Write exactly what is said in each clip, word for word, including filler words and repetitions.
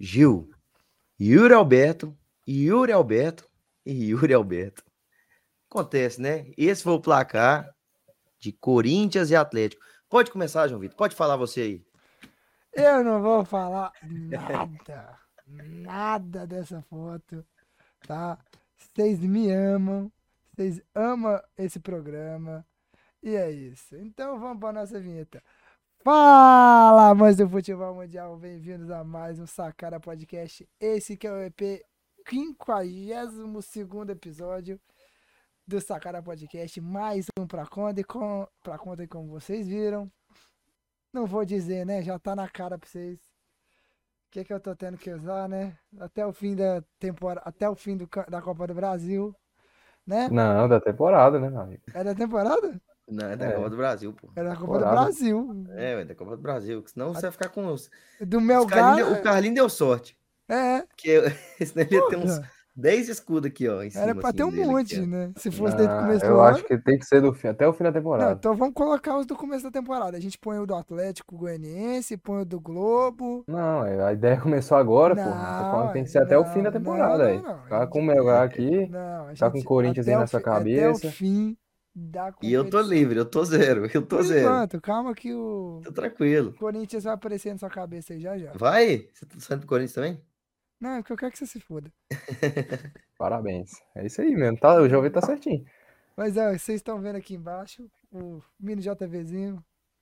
Gil, Yuri Alberto, Yuri Alberto e Yuri Alberto. Acontece, né? Esse foi o placar de Corinthians e Atlético. Pode começar, João Vitor. Pode falar você aí. Eu não vou falar nada, nada dessa foto, tá? Vocês me amam, vocês amam esse programa e é isso. Então vamos para nossa vinheta. Fala, amantes do futebol mundial, bem-vindos a mais um Sacara Podcast. Esse que é o E P quinquagésimo segundo episódio do Sacara Podcast, mais um pra conta e com pra conta e como vocês viram. Não vou dizer, né? Já tá na cara pra vocês. O que, que eu tô tendo que usar, né? Até o fim da temporada, até o fim do, da Copa do Brasil, né? Não, da temporada, né, meu amigo? É da temporada? Não, é da Copa É, do Brasil, pô. É da Copa do temporada. Brasil. É, é da Copa do Brasil. Senão A, você vai ficar com os. do os Carlinhos Melgar, deu- o Carlinho deu sorte. é, Porque senão ele ia ter uns porra. dez escudos aqui, ó, em Era cima, pra ter assim, um dele aqui, monte, ó. né? Se fosse desde o Não, começo do eu acho ano. que tem que ser do fim, até o fim da Não, temporada. então vamos colocar os do começo da temporada. A gente põe o do Atlético Goianiense, põe o do Globo. Não, é, a ideia começou agora, porra. Tô Não, falando que tem é, que ser até o fim da não, não, temporada não, aí. não. A Ficar com o gente, Melgar aqui, não, a ficar com o gente, Corinthians aí até o, nessa fi- até o cabeça. fim da E eu tô competição. livre, eu tô zero, eu tô Por zero. enquanto, calma que o Tô tranquilo. Corinthians vai aparecer na sua cabeça aí já já. Vai? Você tá saindo do Corinthians também? Não, é que eu quero que você se foda. Parabéns. É isso aí mesmo, tá? O João Vitor tá certinho. Mas ó, vocês estão vendo aqui embaixo o mini JVzinho.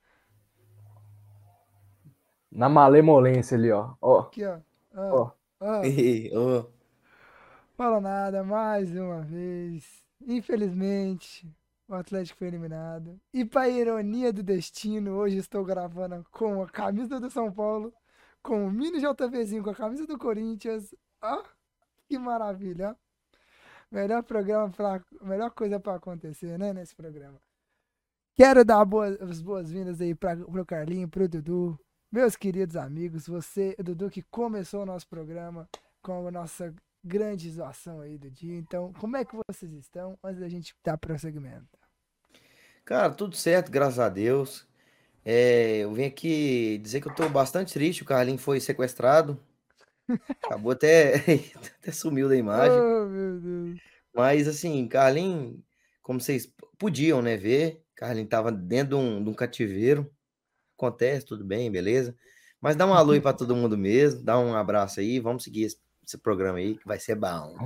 Na malemolência ali, ó. Ó, Aqui, ó. Ó, ó. ó. Ih, ô, Fala nada, mais uma vez. Infelizmente, o Atlético foi eliminado. E para ironia do destino, hoje estou gravando com a camisa do São Paulo, com o mini JVzinho, com a camisa do Corinthians. Ó, que maravilha, ó. Melhor programa pra, melhor coisa para acontecer, né, nesse programa. Quero dar boas, as boas-vindas aí para o Carlinho, para o Dudu, meus queridos amigos. Você, Dudu, que começou o nosso programa com a nossa grande zoação aí do dia. Então, como é que vocês estão antes da gente dar prosseguimento? cara, tudo certo, graças a Deus. É, eu vim aqui dizer que eu tô bastante triste. O Carlinho foi sequestrado. Acabou até, até sumiu da imagem. Oh, meu Deus. Mas assim, Carlinho, como vocês podiam, né, ver, Carlinho tava dentro de um, de um cativeiro. Acontece, tudo bem, beleza. Mas dá um alô aí pra todo mundo mesmo. Dá um abraço aí. Vamos seguir esse, esse programa aí que vai ser bom.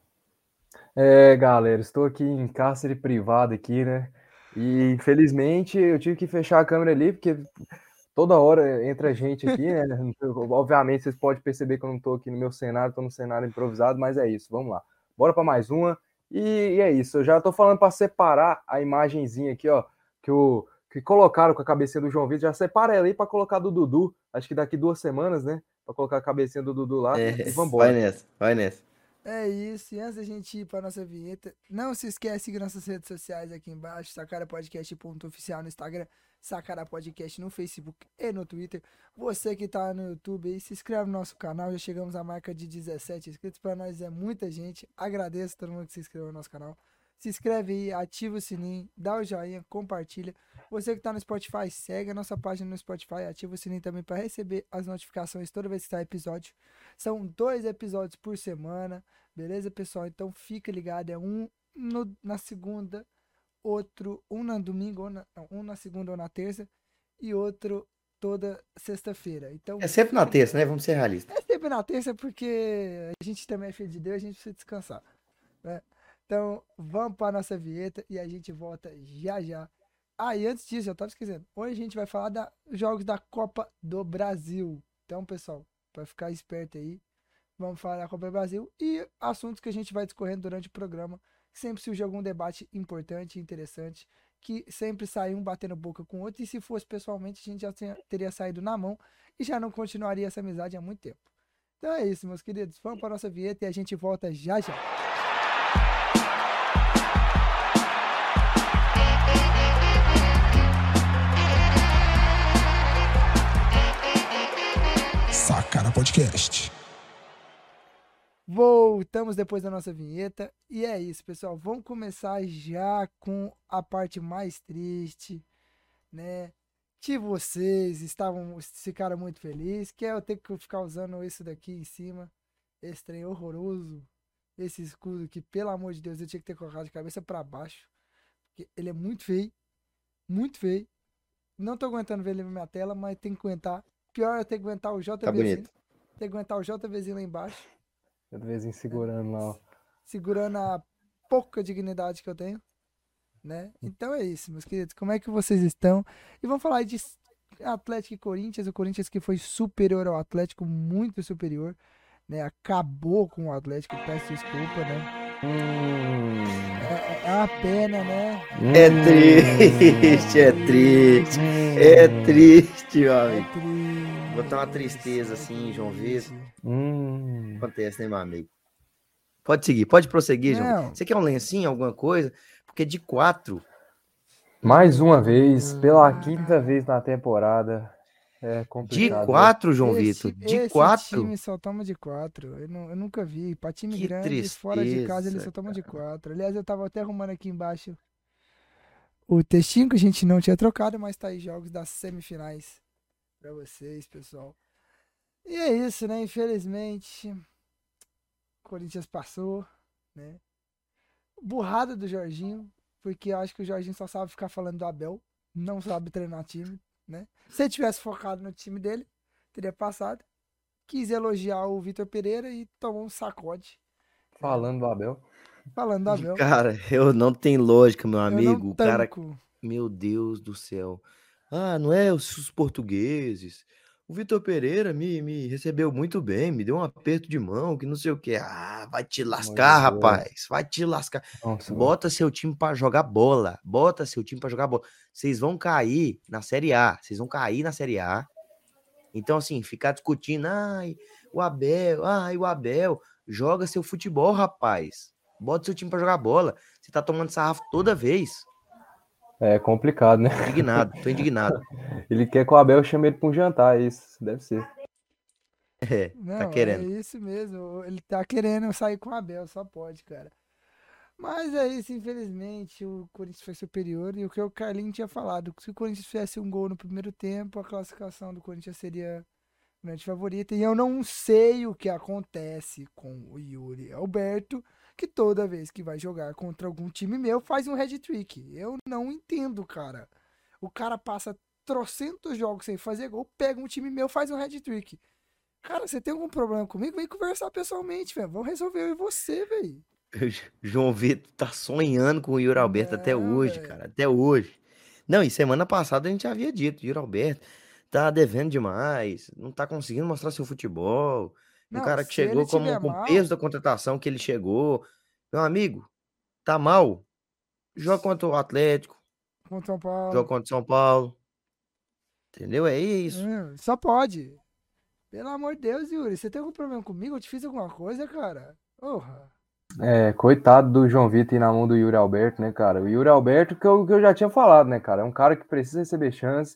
É, galera, estou aqui em cárcere privado aqui, né? E infelizmente eu tive que fechar a câmera ali, porque toda hora entra gente aqui, né? Obviamente vocês podem perceber que eu não estou aqui no meu cenário, estou no cenário improvisado, mas é isso, vamos lá. Bora para mais uma. E, e é isso, eu já estou falando para separar a imagenzinha aqui, ó, que, o, que colocaram com a cabecinha do João Vitor, já separa ela aí para colocar do Dudu, acho que daqui duas semanas, né? Para colocar a cabecinha do Dudu lá É, e vai vambora. nessa, vai nessa. É isso, e antes da gente ir para nossa vinheta, não se esquece de seguir nossas redes sociais aqui embaixo, sacarapodcast.oficial no Instagram, Sacara Podcast no Facebook e no Twitter. Você que tá no YouTube aí, se inscreve no nosso canal, já chegamos à marca de dezessete inscritos, para nós é muita gente, agradeço a todo mundo que se inscreveu no nosso canal. Se inscreve aí, ativa o sininho, dá o joinha, compartilha. Você que tá no Spotify, segue a nossa página no Spotify, ativa o sininho também para receber as notificações toda vez que sair episódio. São dois episódios por semana. Beleza, pessoal? Então fica ligado. É um no, na segunda, outro, um na domingo, ou na, não, um na segunda ou na terça, e outro toda sexta-feira. Então É sempre na fica terça, ligado. né? Vamos ser realistas. É sempre na terça porque a gente também é filho de Deus, a gente precisa descansar, né? Então vamos para nossa vinheta e a gente volta já já. Ah, e antes disso, eu tava esquecendo. Hoje a gente vai falar dos jogos da Copa do Brasil. Então, pessoal, para ficar esperto aí, vamos falar da Copa do Brasil e assuntos que a gente vai discorrendo durante o programa. Sempre surge algum debate importante e interessante, que sempre sai um batendo boca com o outro. E se fosse pessoalmente, a gente já tinha- teria saído na mão e já não continuaria essa amizade há muito tempo. Então é isso, meus queridos. Vamos para a nossa vinheta e a gente volta já já. Sacara Podcast. Voltamos depois da nossa vinheta. E é isso, pessoal. Vamos começar já com a parte mais triste, né? que vocês estavam, ficaram muito felizes, que é eu ter que ficar usando isso daqui em cima, esse trem horroroso, esse escudo que, pelo amor de Deus, eu tinha que ter colocado de cabeça pra baixo, porque ele é muito feio, muito feio. Não tô aguentando ver ele na minha tela, mas tem que aguentar. Pior é ter que aguentar o Tá JVzinho, bonito. ter que aguentar o JVzinho lá embaixo, De vez em segurando lá, ó. segurando a pouca dignidade que eu tenho, né? Então é isso, meus queridos. Como é que vocês estão? E vamos falar de Atlético e Corinthians. O Corinthians que foi superior ao Atlético, muito superior, né? Acabou com o Atlético, peço desculpa, né? Hum, É, é uma pena, né? É hum, triste, é triste. É triste, meu É amigo. triste. Botar uma tristeza assim, João Vitor. hum. Acontece, né, meu amigo? Pode seguir, pode prosseguir, João Vitor. Não, Você quer um lencinho, alguma coisa? Porque de quatro, Mais uma vez, pela quinta vez na temporada. É de complicado, viu? quatro, João esse, Vitor, de esse quatro. time só toma de quatro. Eu, não- eu nunca vi. Pra time Que grande, fora de casa, ele tristeza, só toma de quatro. Aliás, eu tava até arrumando aqui embaixo o textinho que a gente não tinha trocado, mas tá aí jogos das semifinais pra vocês, pessoal. E é isso, né? Infelizmente, o Corinthians passou, né? Burrada do Jorginho, porque eu acho que o Jorginho só sabe ficar falando do Abel, não sabe treinar time, né? Se ele tivesse focado no time dele, teria passado. Quis elogiar o Vitor Pereira e tomou um sacode. Falando do Abel. Falando do Abel. Cara, eu não tenho lógica, meu Eu não amigo. O cara, tanco. meu Deus do céu. Ah, não é os, os portugueses. O Vitor Pereira me, me recebeu muito bem, me deu um aperto de mão, que não sei o quê. Ah, vai te Pelo amor lascar, de Deus. rapaz. Vai te lascar. Nossa, velho. Bota seu time pra jogar bola. Bota seu time pra jogar bola. Vocês vão cair na Série A. Vocês vão cair na Série A. Então, assim, ficar discutindo, ai, o Abel, ai, o Abel, joga seu futebol, rapaz. Bota seu time pra jogar bola. Você tá tomando sarrafo toda vez. É complicado, né? Indignado, tô indignado. Ele quer que o Abel chame ele pra um jantar, é isso deve ser. É, tá Não, é querendo. isso mesmo. Ele tá querendo sair com o Abel, só pode, cara. Mas é isso, infelizmente, o Corinthians foi superior. E o que o Carlinhos tinha falado, se o Corinthians fizesse um gol no primeiro tempo, a classificação do Corinthians seria grande favorita. E eu não sei o que acontece com o Yuri Alberto, que toda vez que vai jogar contra algum time meu, faz um hat-trick. Eu não entendo, cara. O cara passa trocentos jogos sem fazer gol, pega um time meu, faz um hat-trick. Cara, você tem algum problema comigo? Vem conversar pessoalmente, velho. Vamos resolver eu e você, velho. João Vitor tá sonhando com o Yuri Alberto até Não, hoje, velho. cara. Até hoje. Não, e semana passada a gente já havia dito, Yuri Alberto tá devendo demais, não tá conseguindo mostrar seu futebol. Um Não, cara que se ele chegou como tiver com mal, peso da contratação que ele chegou. Meu amigo, tá mal. Joga contra o Atlético, contra São Paulo, joga contra o São Paulo. Entendeu? É isso. hum, só pode. Pelo amor de Deus, Yuri, você tem algum problema comigo? Eu te fiz alguma coisa, cara? Porra. É, coitado do João Vitor ir na mão do Yuri Alberto, né, cara? O Yuri Alberto, que eu, que eu já tinha falado, né, cara? É um cara que precisa receber chance.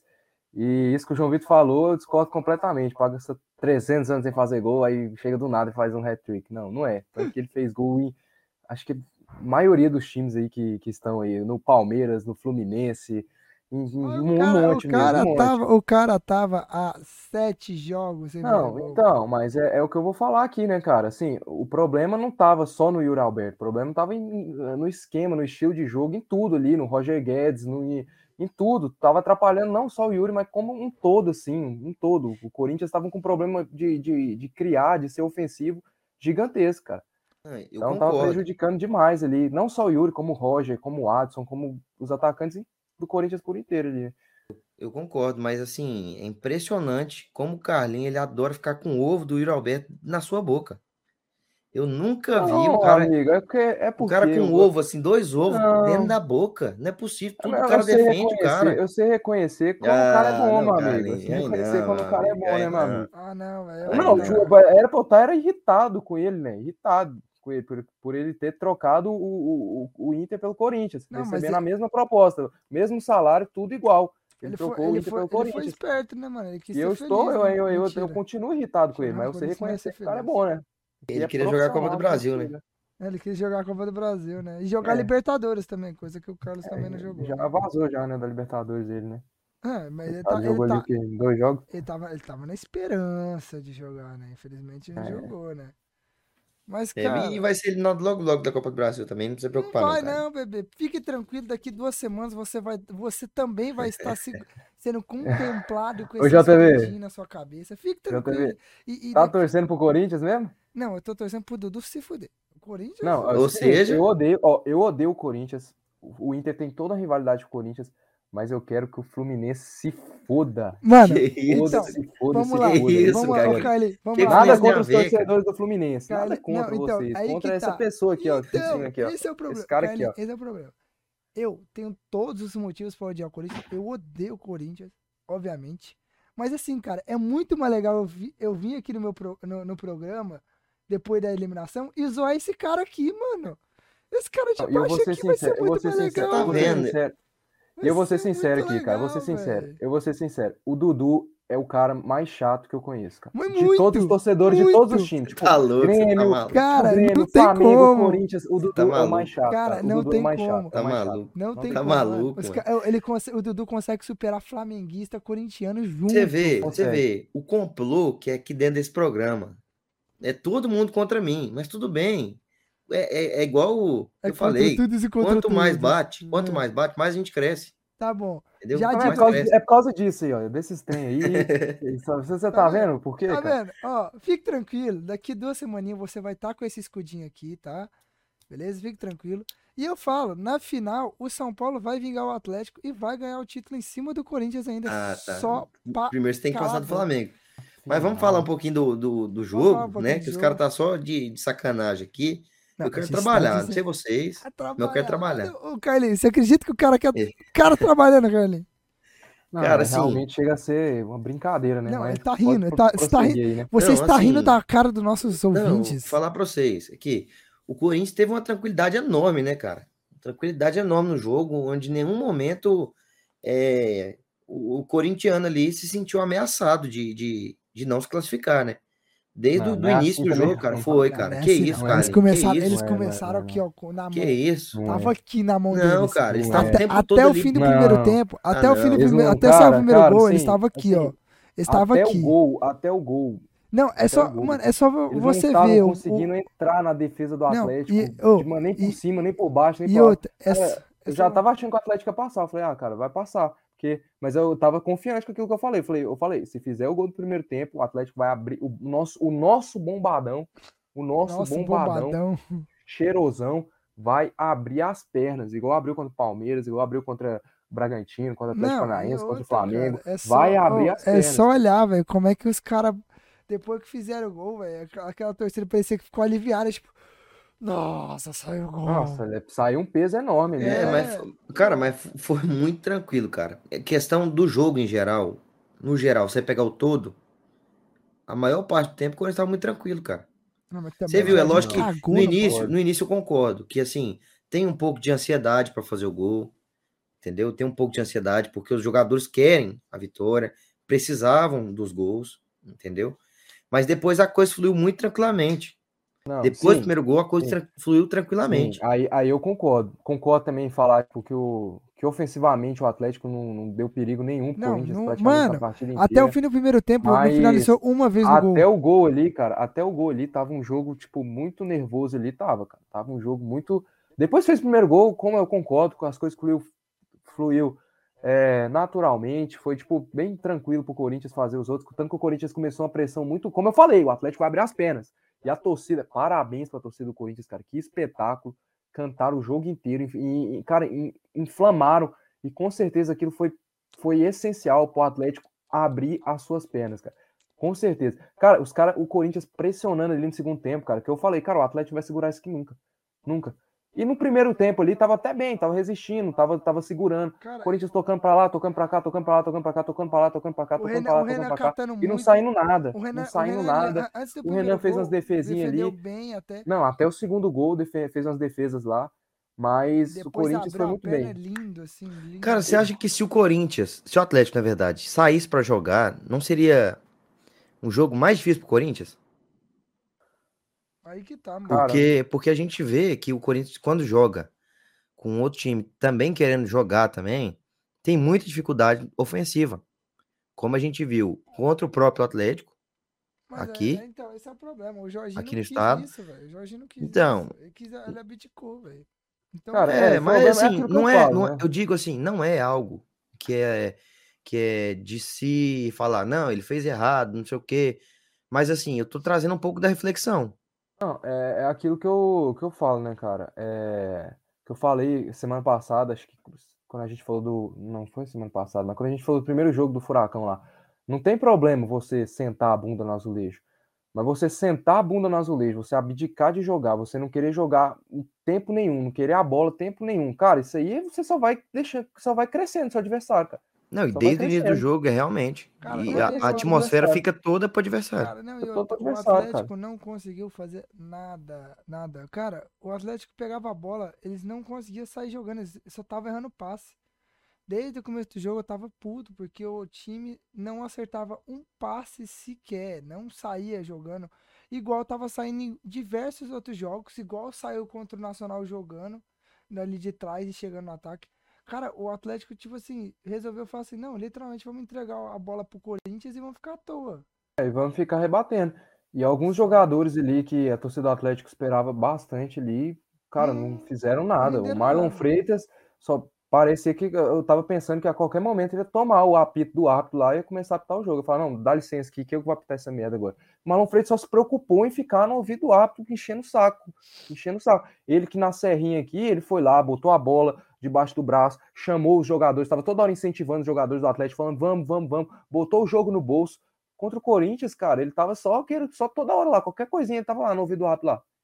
E isso que o João Vitor falou, eu discordo completamente. Paga trezentos anos sem fazer gol, aí chega do nada e faz um hat-trick. Não, não é. Tanto que ele fez gol em, acho que a maioria dos times aí que, que estão aí, no Palmeiras, no Fluminense, em, em Mas o um cara, o monte mesmo, um cara monte. tava, o cara tava há sete jogos sem fazer Não, gol. então, mas é, é o que eu vou falar aqui, né, cara? Assim, o problema não tava só no Yuri Alberto, o problema tava em- no esquema, no estilo de jogo, em tudo ali, no Roger Guedes, no, em, em tudo. Tava atrapalhando não só o Yuri, mas como um todo, assim, um todo. O Corinthians tava com um problema de, de, de criar, de ser ofensivo gigantesco, cara. Ah, eu Então tava concordo. prejudicando demais ali, não só o Yuri, como o Roger, como o Adson, como os atacantes do Corinthians por inteiro ali. Eu concordo, mas assim, é impressionante como o Carlinhos ele adora ficar com o ovo do Yuri Alberto na sua boca. Eu nunca vi um Não, cara, amigo, é porque é um cara porque com um eu, ovo, assim, dois ovos dentro não. da boca. Não é possível. Tudo o Eu, eu cara sei defende o reconhecer, cara. eu sei reconhecer quando o cara é Ah, bom, não, meu amigo. Eu Carlinhos. sei Aí reconhecer não, quando meu o cara é amigo. bom, Aí né, meu não. amigo? Ah, não, velho. Aí Não, Não, não. tipo, era pra eu estar era irritado com ele, né? Irritado com ele, por, por ele ter trocado o, o, o Inter pelo Corinthians, não, mas recebendo ele, a mesma proposta, mesmo salário, tudo igual. Ele ele, foi, trocou o ele, Inter foi, pelo ele foi Corinthians. esperto, né, mano? Ele quis E ser eu estou, feliz, eu, né? eu, eu, eu Mentira. continuo irritado com ele, Jogar mas no eu sei Corinthians não é reconhecer ser que o cara é feliz. bom, né? Que Ele é queria jogar a Copa do profissional Brasil, dentro né? dele, Ele quis jogar a Copa do Brasil, né? E jogar É, Libertadores também, coisa que o Carlos também não jogou, já né? vazou já, né, da Libertadores dele, né? Ah, mas ele, Ele tá, ele, jogou ali tá, o quê? Em dois jogos? ele, tava, ele tava na esperança de jogar, né? Infelizmente não É. jogou, né? Mas, É, e cara, vai ser eliminado logo logo da Copa do Brasil também, não precisa não preocupar não, vai cara. não, bebê. Fique tranquilo, daqui duas semanas você vai, você também vai estar se- sendo contemplado com Ô, esse J V, escudinho na sua cabeça. Fique tranquilo. J V, E, e tá daqui... torcendo pro Corinthians mesmo? Não, eu tô torcendo pro Dudu se fuder. O Corinthians... Não, é o Ou seguinte, seja, eu odeio, ó, eu odeio o Corinthians. O o Inter tem toda a rivalidade com o Corinthians, mas eu quero que o Fluminense se foda. Mano, que Se foda, então, isso? se foda, vamos se lá. Que foda. É isso isso, Vamos que eu lá, ô Carlinhos? quero. Kylie, vamos Que lá. Nada Fluminense tem contra a os ver, cara? torcedores do Fluminense. Nada Kylie, não, contra então, vocês. aí que Contra essa tá. pessoa aqui, ó. Esse Então, aqui, ó. esse é o problema. Esse cara aqui, Kylie, ó. esse é o problema. Eu tenho todos os motivos pra odiar o Corinthians. Eu odeio o Corinthians, obviamente. Mas assim, cara, é muito mais legal eu, vi, eu vim aqui no meu pro, no, no programa, depois da eliminação, e zoar esse cara aqui, mano. Esse cara de Não, E eu vou baixo ser aqui vai ser sincero, eu vou muito ser mais sincero, Você tá eu legal, vou ser vendo? velho. sincero. Vai E eu vou ser ser muito sincero aqui, cara. Eu vou ser legal, sincero. velho. Eu vou ser sincero. O Dudu é o cara mais chato que eu conheço, cara. Mas De todos os muito, torcedores de todos os muito. times. Você Tipo, tá louco, você tá Grêmio, maluco. Cara, não Grêmio, tem Flamengo, como. Corinthians. O Você tá Dudu é o mais maluco. chato, Cara, cara. O não Dudu é tem o mais chato. como. É Tá o mais chato. maluco. Não Não tem tem Tá como, mano. maluco, Os mano. ca- ele conse- o Dudu consegue superar flamenguista, corintiano junto. Você vê, você Consegue. vê, o complô que é aqui dentro desse programa. É todo mundo contra mim, mas tudo bem. É, é, é igual o que É eu contra falei. todos e contra Quanto mais todos. bate, quanto É. mais bate, mais a gente cresce. Tá bom. Entendeu? Já Não, é, de por Mais causa, cresce. é por causa disso aí, ó. Desses trem aí. Isso, Você, você Tá tá vendo? vendo por quê, Tá cara? vendo? Ó, fique tranquilo. Daqui duas semaninhas você vai estar com esse escudinho aqui, tá? Beleza? Fique tranquilo. E eu falo, na final, o São Paulo vai vingar o Atlético e vai ganhar o título em cima do Corinthians ainda. Ah, tá. Só pra Primeiro você tem que passar do cada. Flamengo. Mas vamos falar um Final. pouquinho do, do, do Vamos falar um jogo, pouquinho né? do Que os caras jogo. tá só de, de sacanagem aqui. Não, Eu a quero gente tá trabalhar, não dizendo. sei vocês, A mas eu quero trabalhar. trabalhar. Ô, Carlinhos, você acredita que o cara quer. É. O cara trabalhando, Carlinhos? Não, Cara, é, assim, realmente chega a ser uma brincadeira, né? Não, ele Mas tá pode rindo. Ele pro- tá, você, tá rindo prosseguir aí, né? você não, está rindo assim, da cara dos nossos não, vou ouvintes. falar pra vocês aqui. O Corinthians teve uma tranquilidade enorme, né, cara? Tranquilidade enorme no jogo, onde em nenhum momento é, o, o corintiano ali se sentiu ameaçado de, de, de não se classificar, né? Desde Não, o do não é início assim do também, jogo, cara, não. foi, Não, cara. não é Que assim, isso, não. cara? Eles Que começaram, isso? eles Não é, não é, começaram não é, aqui, ó, com- na Que mão. isso? Não Tava é. aqui na mão Não, deles. cara, eles Não estavam o é. Até, tempo até todo o ali. fim do primeiro Não. tempo. Ah, Até o fim do não. Eles primeiro. não, Até sair o cara, primeiro cara, gol, eles assim, estavam aqui, ó. assim, Eles estavam até o aqui. gol, até o gol, Não, é até o só, gol. mano, é só Eles não você estavam ver o, o- conseguindo entrar na defesa do não, Atlético e, de ô, man- nem por e, cima, nem por baixo, nem e por alto. outra, é, Cara, só- é eu já só, tava achando que o Atlético ia passar. Eu falei, ah, cara, vai passar. Porque... Mas eu tava confiante com aquilo que eu falei. Eu falei, eu falei, se fizer o gol do primeiro tempo, o Atlético vai abrir o nosso, o nosso bombadão, o nosso nossa, bombadão, bombadão. cheirosão, vai abrir as pernas, igual abriu contra o Palmeiras, igual abriu contra o Bragantino, contra o Atlético Não, e Paranaense, contra o outra, Flamengo. cara, é Vai só, abrir ô, as é pernas, só cara. olhar, velho, como é que os caras, depois que fizeram o gol, velho, aquela, aquela torcida parecia que ficou aliviada, tipo, nossa, saiu o Nossa, gol. é- saiu um peso enorme ali, É, cara. mas, É, fo- cara, mas fo- foi muito tranquilo, cara. É questão do jogo em geral. No geral, você pegar o todo, a maior parte do tempo o Corinthians estava muito tranquilo, cara. não, mas Você também viu, é a gente lógico que Não, no cagou no pau. início, concordo. no início eu concordo que assim, tem um pouco de ansiedade para fazer o gol, entendeu? Tem um pouco de ansiedade porque os jogadores querem a vitória, precisavam dos gols, entendeu? Mas depois a coisa fluiu muito tranquilamente. Não, Depois do sim, primeiro gol, a coisa sim, tran- fluiu sim. tranquilamente. Aí, aí eu concordo. Concordo também em falar tipo, que, o, que ofensivamente o Atlético não, não deu perigo nenhum pro Não, Corinthians não, praticamente a mano, partida até o inteira. fim do primeiro tempo não finalizou Mas uma vez no gol. até o gol ali, cara, até o gol ali tava um jogo, tipo, muito nervoso ali, tava, cara. Tava um jogo muito. Depois fez o primeiro gol, como eu concordo, com as coisas fluiu, fluiu é, naturalmente, foi, tipo, bem tranquilo pro Corinthians fazer os outros, tanto que o Corinthians começou uma pressão muito, como eu falei, o Atlético vai abrir as pernas. E a torcida, parabéns pra torcida do Corinthians, cara, que espetáculo, cantaram o jogo inteiro, e, e, cara, in- inflamaram, e com certeza aquilo foi, foi essencial pro Atlético abrir as suas pernas, cara. Com certeza. Cara, os cara, o Corinthians pressionando ali no segundo tempo, cara, que eu falei, cara, o Atlético vai segurar isso aqui nunca. Nunca. E no primeiro tempo ali tava até bem, tava resistindo, tava, tava segurando. Cara, Corinthians tocando pra lá, tocando pra cá, tocando pra lá, tocando pra cá, tocando pra lá, tocando pra cá, o tocando Renan, pra lá, o tocando Renan pra cá. catando E não muito. saindo nada. O Renan, Não o saindo Renan ele, nada. a- antes do O primeiro Renan fez umas gol, defesinhas defendeu ali. bem até. Não, até o segundo gol defe- fez umas defesas lá. Mas o Depois Corinthians foi abriu a muito perna, bem. lindo, assim, lindo. Cara, você acha que se o Corinthians, se o Atlético, na verdade, saísse pra jogar, não seria um jogo mais difícil pro Corinthians? Aí que tá, mano. Cara, Porque, porque a gente vê que o Corinthians, quando joga com outro time também querendo jogar também, tem muita dificuldade ofensiva, como a gente viu contra o próprio Atlético, Mas é, aqui, é, então, esse é o problema. O Jorginho aqui não no quis estado. isso, velho. O Jorginho não quis Então, isso. Ele, quis, ele abdicou, velho. Então, Cara, assim, é, é, o mas problema é assim, aquilo que eu não é, falo, não é- né? eu digo assim, não é algo que é que é de se falar, não, ele fez errado, não sei o quê. Mas assim, eu tô trazendo um pouco da reflexão. Não, é, é aquilo que eu, que eu falo, né, cara? É, que eu falei semana passada, acho que quando a gente falou do. Não foi semana passada, mas quando a gente falou do primeiro jogo do Furacão lá. Não tem problema você sentar a bunda no azulejo. Mas você sentar a bunda no azulejo, você abdicar de jogar, você não querer jogar em tempo nenhum, não querer a bola tempo nenhum. Cara, isso aí você só vai deixando, só vai crescendo seu adversário, cara. Não, e Só vai desde o início do crescendo, jogo, é realmente. cara, só E vai não, a, e a crescendo seu outra, atmosfera adversário. fica toda pro adversário. cara, não, e Fica todo outra, pro o adversário, cara. Atlético não conseguiu fazer nada, nada. Cara, o Atlético pegava a bola, eles não conseguiam sair jogando, eles só tava errando passe. Desde o começo do jogo eu tava puto, porque o time não acertava um passe sequer, não saía jogando. Igual tava saindo em diversos outros jogos, igual saiu contra o Nacional jogando, dali de trás e chegando no ataque. Cara, o Atlético, tipo assim, resolveu falar assim, não, literalmente vamos entregar a bola pro Corinthians e vamos ficar à toa. E vamos ficar rebatendo. E alguns jogadores ali que a torcida do Atlético esperava bastante ali, cara, não Não, fizeram não nada. O renderam Marlon nada. Freitas só parecia que eu tava pensando que a qualquer momento ele ia tomar o apito do árbitro lá e ia começar a apitar o jogo. Eu falei, não, dá licença aqui que eu vou apitar essa merda agora. O Marlon Freitas só se preocupou em ficar no ouvido do árbitro, enchendo o saco, enchendo o saco. Ele que na serrinha aqui, ele foi lá, botou a bola debaixo do braço, chamou os jogadores, estava toda hora incentivando os jogadores do Atlético, falando, vamos, vamos, vamos, botou o jogo no bolso. Contra o Corinthians, cara, ele tava só, só toda hora lá, qualquer coisinha ele tava lá no ouvido do árbitro lá.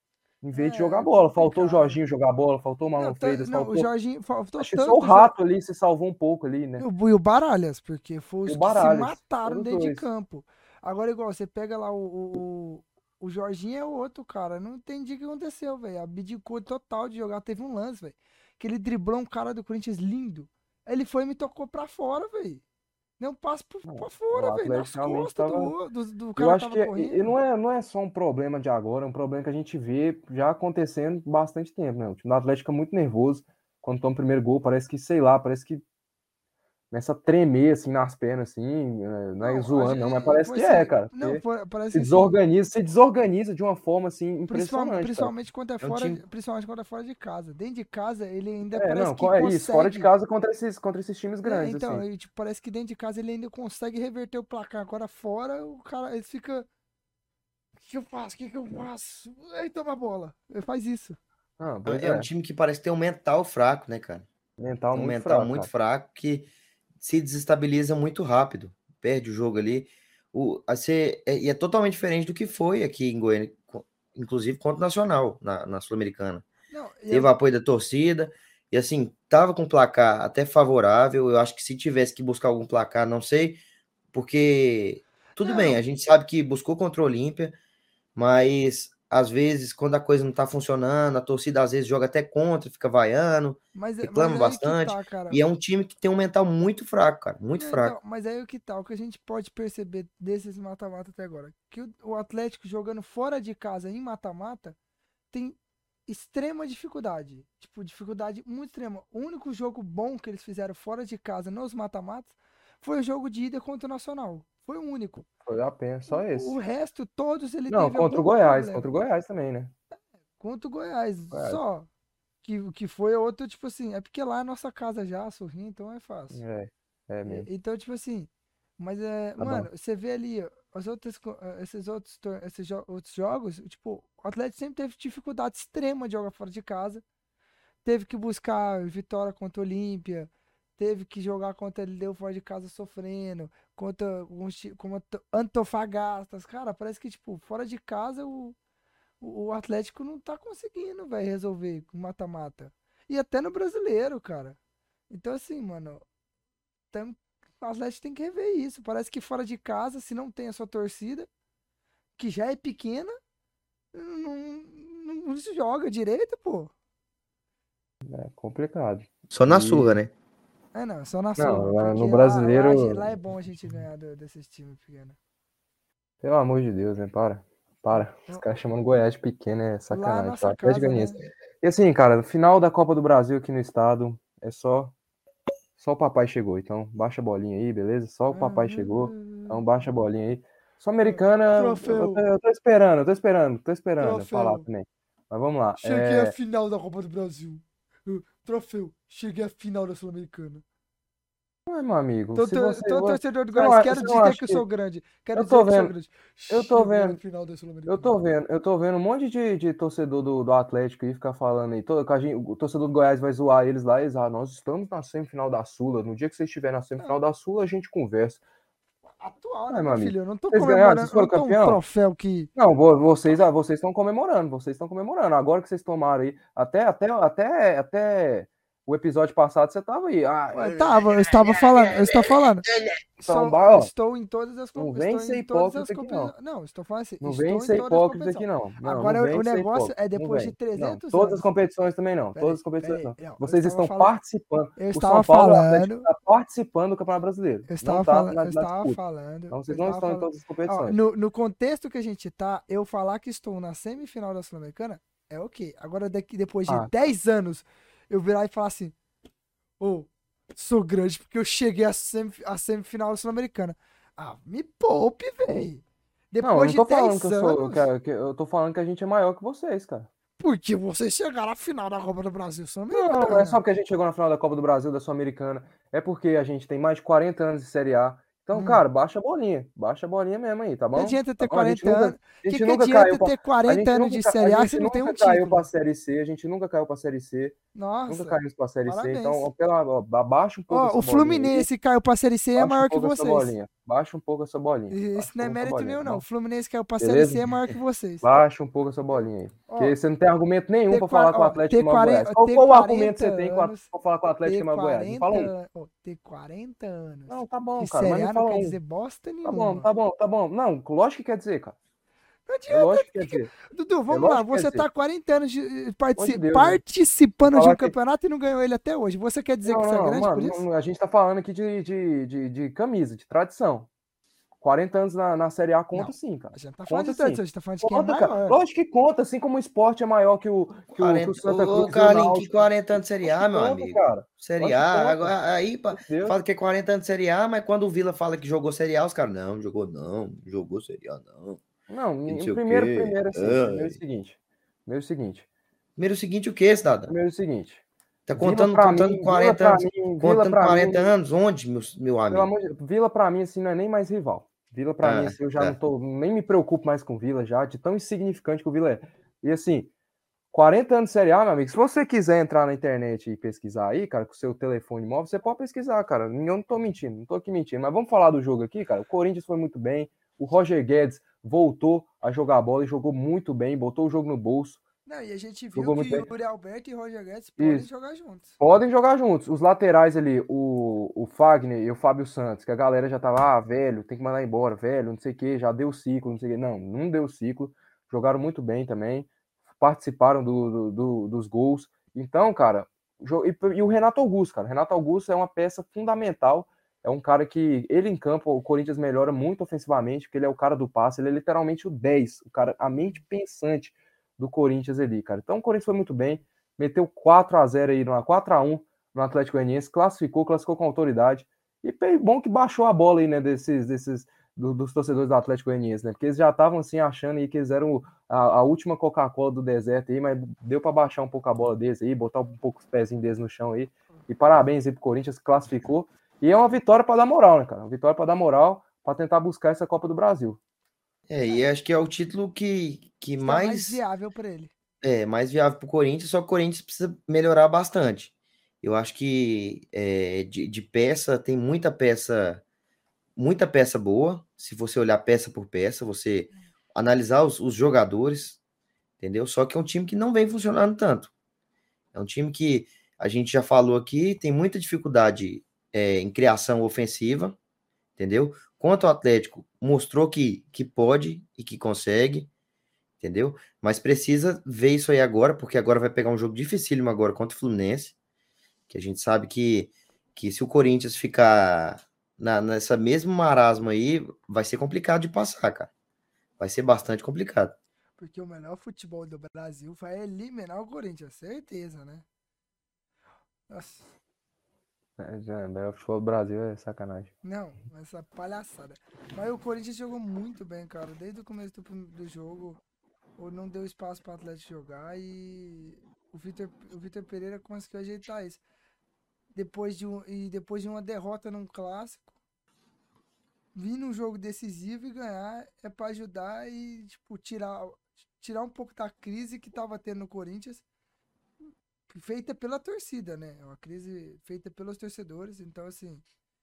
Em vez de jogar É, bola. Faltou o complicado. Jorginho jogar bola, faltou o Não, Marlon tá- Freitas, não, o faltou. Jorginho faltou Acho que só o tanto. Jo- Rato ali se salvou um pouco ali, E né? o e o Baralhas, porque foi E os o que se Baralhas. mataram Foram os dentro de dois. campo. Agora, igual, você pega lá o, o, o, o Jorginho é outro, cara. Não entendi o que aconteceu, velho. Abdicou total de jogar. Teve um lance, velho. Que ele driblou um cara do Corinthians lindo. Aí ele foi e me tocou pra fora, velho. Deu um passo pro- Não, pra o fora, velho. Nas Atlético realmente costas tava. do, do, do Eu cara que acho tava que e- e correndo. não é, não é só um problema de agora, é um problema que a gente vê já acontecendo bastante tempo, né? O time do Atlético é muito nervoso. Quando toma o primeiro gol, parece que, sei lá, parece que começa a tremer assim nas pernas, assim, é, não é Não, a zoando, não, mas gente, parece foi que é, assim. cara. Não, Porque foi- parece se que assim. desorganiza, se desorganiza de uma forma assim Principalmente, impressionante, cara. principalmente quando é É um fora, time. de- principalmente quando é fora de casa. Dentro de casa, ele ainda É, parece não, que co- é isso, fora de consegue. casa contra esses, contra esses times É, grandes, então, assim. ele, tipo, parece que dentro de casa ele ainda consegue reverter o placar. Agora fora, o cara, ele fica. O que, que eu faço? O que, que eu faço? Aí toma a bola. Ele faz isso. Ah, pois É um é, time que parece ter um mental fraco, né, cara? mental Tem um muito mental fraco, muito cara. fraco que se desestabiliza muito rápido, perde o jogo ali. O, a ser, é, e é totalmente diferente do que foi aqui em Goiânia, co- inclusive contra o Nacional, na, na Sul-Americana. Não, e Teve eu, o apoio da torcida, e assim, tava com placar até favorável. Eu acho que se tivesse que buscar algum placar, não sei, porque tudo bem, a não, gente sabe que buscou contra o Olímpia, mas às vezes, quando a coisa não tá funcionando, a torcida às vezes joga até contra, fica vaiando, mas, é- mas reclama aí que bastante. tá, cara. E é um time que tem um mental muito fraco, cara, muito Não, então, fraco. mas aí o que tá? O que a gente pode perceber desses mata-mata até agora? Que o, o Atlético jogando fora de casa em mata-mata tem extrema dificuldade. Tipo, dificuldade muito extrema. O único jogo bom que eles fizeram fora de casa nos mata-matas foi o jogo de ida contra o Nacional. Foi o único. Foi apenas só O, o esse. resto, todos ele Não, teve contra o algum Goiás, contra o problema. Goiás também, né? Contra o Goiás, Goiás. só. Que, que foi outro, tipo assim, é porque lá é nossa casa já, Sorrinha, então é fácil. É, é E- mesmo. Então, tipo assim, mas é, Tá bom. mano, você vê ali ó, as outras, co- eh, esses outros, tor- esses jo- outros jogos, tipo, o Atlético sempre teve dificuldade extrema de jogar fora de casa. Teve que buscar vitória contra o Olímpia, teve que jogar contra ele deu fora de casa sofrendo, contra alguns ti- como Anto- Antofagastas. Cara, parece que, tipo, fora de casa o, o o Atlético não tá conseguindo, velho, resolver com mata-mata. E até no brasileiro, cara. Então, assim, mano, tem, o Atlético tem que rever isso. Parece que fora de casa, se não tem a sua torcida, que já é pequena, não, não, não se joga direito, pô. É complicado. Só na surra, E, né? É, não, só na não, sua, lá no porque lá, lá, a gen- brasileiro, lá é bom a gente ganhar do- desses times pequenos. pelo amor de Deus, né? Para. Para. Os caras chamando Goiás de pequeno é Lá é a sacanagem, tá? nossa Atlético casa, Goianiense. né? E assim, cara, no final da Copa do Brasil aqui no estado, é só Só o papai chegou, então baixa a bolinha aí, beleza? Só o papai chegou, então baixa a bolinha aí. Sul-Americana, eu, eu, Troféu, tô- eu tô esperando, eu tô esperando, tô esperando falar troféu. também. Mas vamos lá. Cheguei à É... final da Copa do Brasil. Uh, Troféu, cheguei à final da Sul-Americana. Ué, meu amigo, Tô, se tô, você, tô torcedor do você não, Goiás, a- quero você não dizer acha que eu que sou grande. Quero eu dizer tô que eu sou vendo, grande. eu tô Chegou à vendo, final da eu Sul-Americana. tô vendo, eu tô vendo um monte de, de torcedor do, do Atlético aí ficar falando aí, todo, que a gente- o torcedor do Goiás vai zoar eles lá, eles, ah, nós estamos na semifinal da Sula, no dia que vocês estiverem na semifinal Não, da Sula, a gente conversa. atual, né, Ué, meu meu amigo, filho? Eu não tô vocês ganharam, comemorando, vocês eu não foram tô um campeão? troféu que. Não, vo- vocês, ah, vocês estão comemorando, vocês estão comemorando. Agora que vocês tomaram aí, até, até, até, até o episódio passado você tava aí. Ah, Ué, tava, eu estava falando, eu estou falando. então, Sou, ba- ó, estou em todas as não com- vem estou em ser todas as hipócrita aqui não. competições. Não, estou falando assim, Não vem estou em ser todas as hipócrita aqui competições. não. Não, não Agora o vem ser negócio hipócrita. é Não depois de vem. Não, trezentos todas as anos. competições também não. Peraí, Todas as competições peraí. não. Não, eu Vocês estava estão falando, participando. eu O estava São Paulo e o Atlético falando, está participando do Campeonato Brasileiro. eu Não estava está falando, na, eu na estava disputa. falando, Então eu vocês não estava estão em falando. todas as Ó, competições. no, no contexto que a gente tá, eu falar que estou na semifinal da Sul-Americana é ok. Agora, daqui, depois de Ah, dez anos, eu virar e falar assim, ô, sou grande porque eu cheguei à, semif à semifinal da Sul-Americana. Ah, me poupe, velho. não, eu Depois não de tô falando que dez eu sou. Que, anos, que- eu tô falando que a gente é maior que vocês, cara. porque vocês chegaram à final da Copa do Brasil Não, não é só Sul-Americana. porque a gente chegou na final da Copa do Brasil, da Sul-Americana. É porque a gente tem mais de quarenta anos de Série A. Então, Hum. cara, baixa a bolinha. Baixa a bolinha mesmo aí, tá Que bom? adianta Tá ter bom? A gente quarenta nunca, anos? a Que gente que nunca adianta caiu pra, ter a quarenta gente anos nunca, de ca- a Série A se gente não tem nunca um caiu pra título? Série C, a gente nunca caiu pra Série C, nunca Nossa, caímos pra Série C. Então, ó, parabéns. pela, ó, abaixa um pouco Ó, essa o bolinha aí. Fluminense caiu pra Série C é Baixa um maior que pouco essa vocês. bolinha. Baixa um pouco essa bolinha. E Baixa isso um não é pouco essa mérito bolinha, nenhum, tá não. O bom? Fluminense caiu pra Série Beleza? C é maior que vocês. Baixa um pouco essa bolinha aí. Porque Ó, você não tem argumento nenhum ter, pra falar quar- que o ó, Atlético ter, é maior que o Goiás. quarenta, Qual, ter qual o argumento que quarenta você tem pra anos, pra falar que o Atlético ter é maior que o Goiás? Me fala quarenta, um. an- ó, ter quarenta anos Não, tá de bom, cara, mas Série me A não fala quer um. dizer bosta Tá bom, nenhuma. tá bom, tá bom. Não, lógico que quer dizer, cara. Não É adianta. lógico que quer que que- dizer. Dudu, É vamos lá. lógico que quer Você dizer. tá há quarenta anos de- Pelo amor de partici- Deus, né? participando de Falar um que. campeonato e não ganhou ele até hoje. Você quer dizer Não, que você é não, grande por mano, isso? não, a gente tá falando aqui de, de, de, de camisa, de tradição. quarenta anos na, na Série A conta Não. sim, cara. A gente não tá falando Conta de tradição, sim. a gente tá falando de quem é Conta, cara. maior. Lógico que conta, assim como o esporte é maior que o, que o, que o quarenta, Santa ô, Cruz e o Carlinhos, que Náutico. quarenta anos de Série Lógico A, que meu conta, amigo. cara. Série Lógico que A, conta. agora, aí pa- Meu Deus. fala que é quarenta anos de Série A, mas quando o Vila fala que jogou Série A, os caras, não, jogou não, jogou Série A não. Não, E não em sei o primeiro, quê. primeiro assim, primeiro é Ai. o seguinte. Primeiro é o seguinte. Primeiro o seguinte, o que, cidadão? Primeiro é o seguinte. Tá Vila contando, pra contando mim, Vila quarenta pra anos, mim, Vila contando pra quarenta mim, anos, onde, meu, meu pelo amigo? amor de Vila pra mim assim não é nem mais rival. Vila pra mim Ah, assim eu já tá. não tô, nem me preocupo mais com o Vila já, de tão insignificante que o Vila é. E assim, quarenta anos de Série A, meu amigo, se você quiser entrar na internet e pesquisar aí, cara, com o seu telefone móvel, você pode pesquisar, cara. Eu não tô mentindo, não tô aqui mentindo, mas vamos falar do jogo aqui, cara. O Corinthians foi muito bem, o Roger Guedes voltou a jogar bola e jogou muito bem, botou o jogo no bolso. Não, e a gente viu Jogou muito que bem. Yuri Alberto e Roger Guedes podem Isso. jogar juntos. Podem jogar juntos. Os laterais ali, o, o Fagner e o Fábio Santos, que a galera já tava, ah, velho, tem que mandar embora, velho, não sei o que, já deu ciclo, não sei o que. Não, não deu ciclo. Jogaram muito bem também. Participaram do, do, do- dos gols. Então, cara, jo- e, e o Renato Augusto, cara. O Renato Augusto é uma peça fundamental. É um cara que, ele em campo, o Corinthians melhora muito ofensivamente, porque ele é o cara do passe, ele é literalmente o dez, o cara, a mente pensante do Corinthians ali, cara. Então o Corinthians foi muito bem, meteu quatro a zero aí, no quatro a um no Atlético Goianiense, classificou, classificou com autoridade. E foi bom que baixou a bola aí, né, desses, desses do- dos torcedores do Atlético Goianiense, né? Porque eles já estavam assim achando aí que eles eram a, a última Coca-Cola do deserto aí, mas deu para baixar um pouco a bola deles aí, botar um pouco os pezinhos deles no chão aí. E parabéns aí pro Corinthians, classificou. E é uma vitória para dar moral, né, cara? Uma vitória para dar moral, para tentar buscar essa Copa do Brasil. É, e acho que é o título que, que Está mais mais viável pra ele. é mais viável pro Corinthians, só que o Corinthians precisa melhorar bastante. Eu acho que é, de, de peça, tem muita peça, muita peça boa. Se você olhar peça por peça, você analisar os, os jogadores, entendeu? Só que é um time que não vem funcionando tanto. É um time que a gente já falou aqui, tem muita dificuldade é, em criação ofensiva, entendeu? Quanto o Atlético mostrou que, que pode e que consegue, entendeu? Mas precisa ver isso aí agora, porque agora vai pegar um jogo dificílimo agora contra o Fluminense, que a gente sabe que, que se o Corinthians ficar na, nessa mesma marasma aí, vai ser complicado de passar, cara. Vai ser bastante complicado. Porque o melhor futebol do Brasil vai eliminar o Corinthians, certeza, né? Nossa. É, já, o futebol do Brasil é sacanagem. Não, essa palhaçada. Mas o Corinthians jogou muito bem, cara. Desde o começo do, prim- do jogo, ou não deu espaço para o Atlético jogar e o Vitor, o Vitor Pereira conseguiu ajeitar isso. Depois de um, e depois de uma derrota num clássico, vir num jogo decisivo e ganhar é para ajudar e tipo tirar tirar um pouco da crise que tava tendo no Corinthians, feita pela torcida, né? É uma crise feita pelos torcedores, então assim,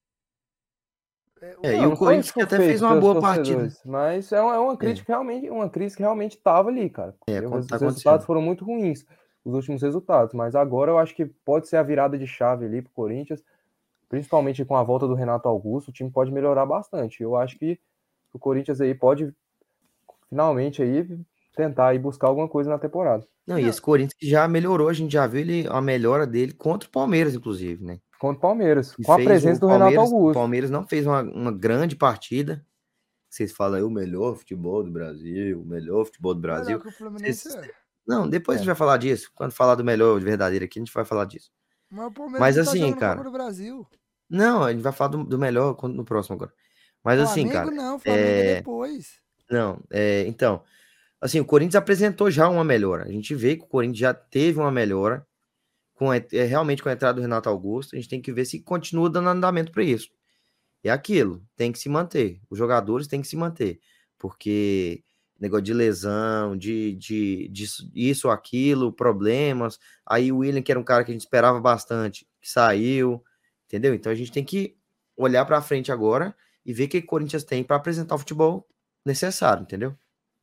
é, É, o, e Não, o não foi, Corinthians que tipo, até fez feito uma pelos boa partida. torcedores, mas é uma, é uma É, crítica realmente, uma crise que realmente estava ali, cara, é, porque quando os tá os resultados acontecendo. foram muito ruins, os últimos resultados, mas agora eu acho que pode ser a virada de chave ali pro Corinthians, principalmente com a volta do Renato Augusto, o time pode melhorar bastante. Eu acho que o Corinthians aí pode finalmente aí tentar ir buscar alguma coisa na temporada. Não, e não, esse Corinthians que já melhorou, a gente já viu ele, a melhora dele contra o Palmeiras, inclusive, né? Contra o Palmeiras, E com a fez o presença do Renato Palmeiras, o Augusto. Palmeiras não fez uma, uma grande partida. Vocês falam aí o melhor futebol do Brasil, o melhor futebol do melhor Brasil. que o Fluminense Vocês- é. Não, depois a gente É. vai falar disso. Quando falar do melhor de verdadeiro aqui, a gente vai falar disso. Mas o Palmeiras Mas não tá assim, jogando Copa cara, do Brasil. não, a gente vai falar do, do melhor quando- no próximo agora. Mas assim, Flamengo cara, não, Flamengo é é, depois. não, é, então, assim, o Corinthians apresentou já uma melhora. A gente vê que o Corinthians já teve uma melhora com a- é, realmente com a entrada do Renato Augusto. A gente tem que ver se continua dando andamento para isso. É aquilo, tem que se manter. Os jogadores têm que se manter, porque negócio de lesão, de, de, de isso ou aquilo, problemas. Aí o William, que era um cara que a gente esperava bastante, que saiu, entendeu? Então a gente tem que olhar para frente agora e ver o que o Corinthians tem para apresentar o futebol necessário, entendeu?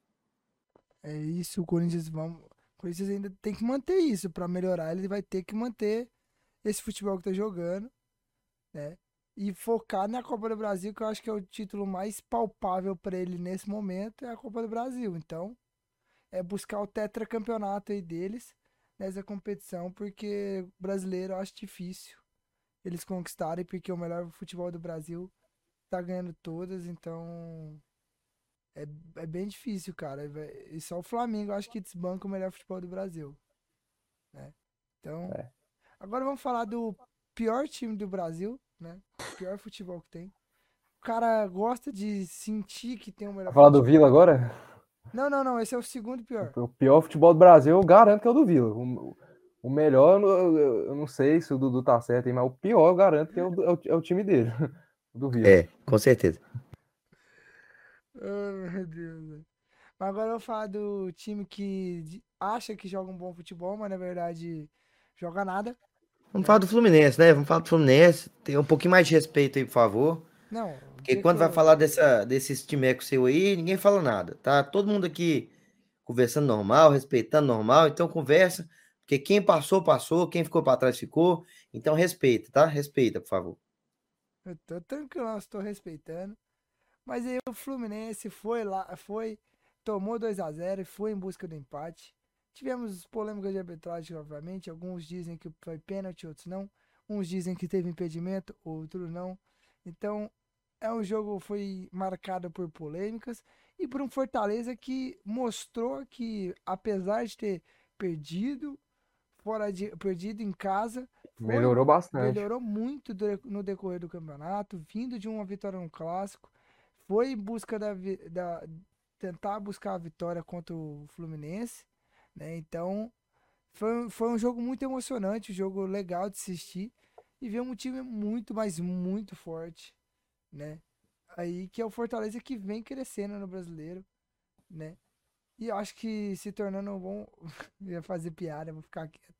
É isso, o Corinthians vamos, o Corinthians ainda tem que manter isso para melhorar, ele vai ter que manter esse futebol que tá jogando, né? E focar na Copa do Brasil, que eu acho que é o título mais palpável para ele nesse momento, é a Copa do Brasil. Então, é buscar o tetracampeonato aí deles nessa competição, porque brasileiro eu acho difícil eles conquistarem, porque o melhor futebol do Brasil tá ganhando todas, então é, é bem difícil, cara. E só o Flamengo eu acho que desbanca o melhor futebol do Brasil, né? Então, É. agora vamos falar do pior time do Brasil, né? Pior futebol que tem. O cara gosta de sentir que tem o melhor Vai falar do Vila futebol. agora? Não, não, não. Esse é o segundo pior. O pior futebol do Brasil, eu garanto que é o do Vila. O, o melhor, eu, eu- eu não sei se o Dudu tá certo aí, mas o pior eu garanto que é o, do- é o, é o time dele, o do Vila. É, com certeza. Ai, meu Deus, velho. Mas agora eu vou falar do time que de- acha que joga um bom futebol, mas na verdade joga nada, Vamos falar né? do Fluminense, né? Vamos falar do Fluminense. Tem um pouquinho mais de respeito aí, por favor. Não, o Porque que que quando vai eu. falar dessa, desses timecos seu aí, ninguém fala nada, tá? Todo mundo aqui conversando normal, respeitando normal, então conversa, porque quem passou, passou, quem ficou para trás, ficou. Então respeita, tá? Respeita, por favor. Eu tô tranquilo, estou respeitando. Mas aí o Fluminense foi lá, foi, tomou dois a zero e foi em busca do empate. Tivemos polêmicas de arbitragem, obviamente. Alguns dizem que foi pênalti, outros não. Uns dizem que teve impedimento, outros não. Então, é um jogo que foi marcado por polêmicas e por um Fortaleza que mostrou que, apesar de ter perdido, fora de, perdido em casa, foi Melhorou bastante. melhorou muito do- no decorrer do campeonato, vindo de uma vitória no clássico, foi em busca da, vi- da tentar buscar a vitória contra o Fluminense, né? Então, foi, foi um jogo muito emocionante, um jogo legal de assistir e ver um time muito, mas muito forte, né? Aí que é o Fortaleza que vem crescendo no brasileiro, né? E eu acho que se tornando um bom. Ia fazer piada, vou ficar quieto.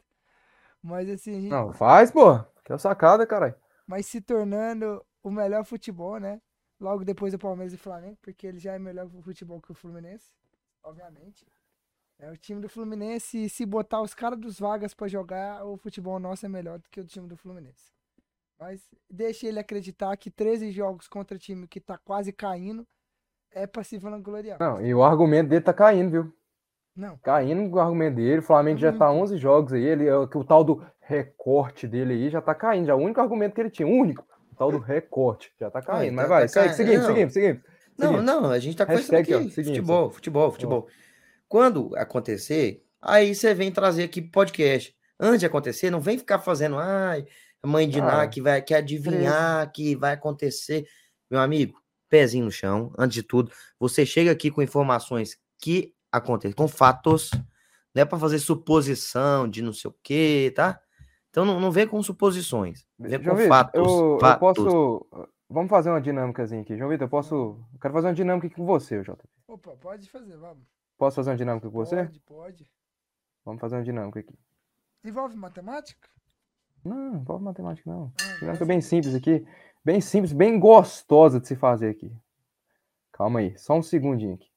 Mas assim, a gente- Não, faz, pô. Que é sacada, caralho. mas se tornando o melhor futebol, né? Logo depois do Palmeiras e Flamengo, porque ele já é melhor futebol que o Fluminense, obviamente. É o time do Fluminense, se botar os caras dos vagas pra jogar, o futebol nosso é melhor do que o time do Fluminense. Mas deixe ele acreditar que treze jogos contra time que tá quase caindo é pra se vangloriar. Não, e o argumento dele tá caindo, viu? Não, Caindo o argumento dele. O Flamengo já tá muito. onze jogos aí. Ele, é que o tal do recorte dele aí já tá caindo. Já é o único argumento que ele tinha. O único. O tal do recorte. Já tá Aí, caindo. Mas tá, vai, tá segue, caindo. seguimos, Não, seguimos, seguimos. não, Seguimos. não, a gente tá conversando Hashtag, ó, aqui. seguimos. Futebol, futebol, Ó. futebol. Quando acontecer, aí você vem trazer aqui pro podcast. Antes de acontecer, não vem ficar fazendo, ai, mãe de Ná Cara, que vai quer adivinhar que vai acontecer. Meu amigo, pezinho no chão, antes de tudo, você chega aqui com informações que acontecem, com fatos, não é para fazer suposição de não sei o quê, tá? Então não, não vem com suposições, vem João com Vitor, fatos, eu, eu fatos. posso. Vamos fazer uma dinâmicazinha aqui. João Vitor, eu posso. Eu quero fazer uma dinâmica aqui com você, Jota. Opa, pode fazer, vamos. Posso fazer uma dinâmica com você? Pode, pode. Vamos fazer uma dinâmica aqui. Envolve matemática? Não, não envolve matemática, não. Ah, Dinâmica graças bem a Deus. simples aqui. Bem simples, bem gostosa de se fazer aqui. Calma aí, só um segundinho aqui.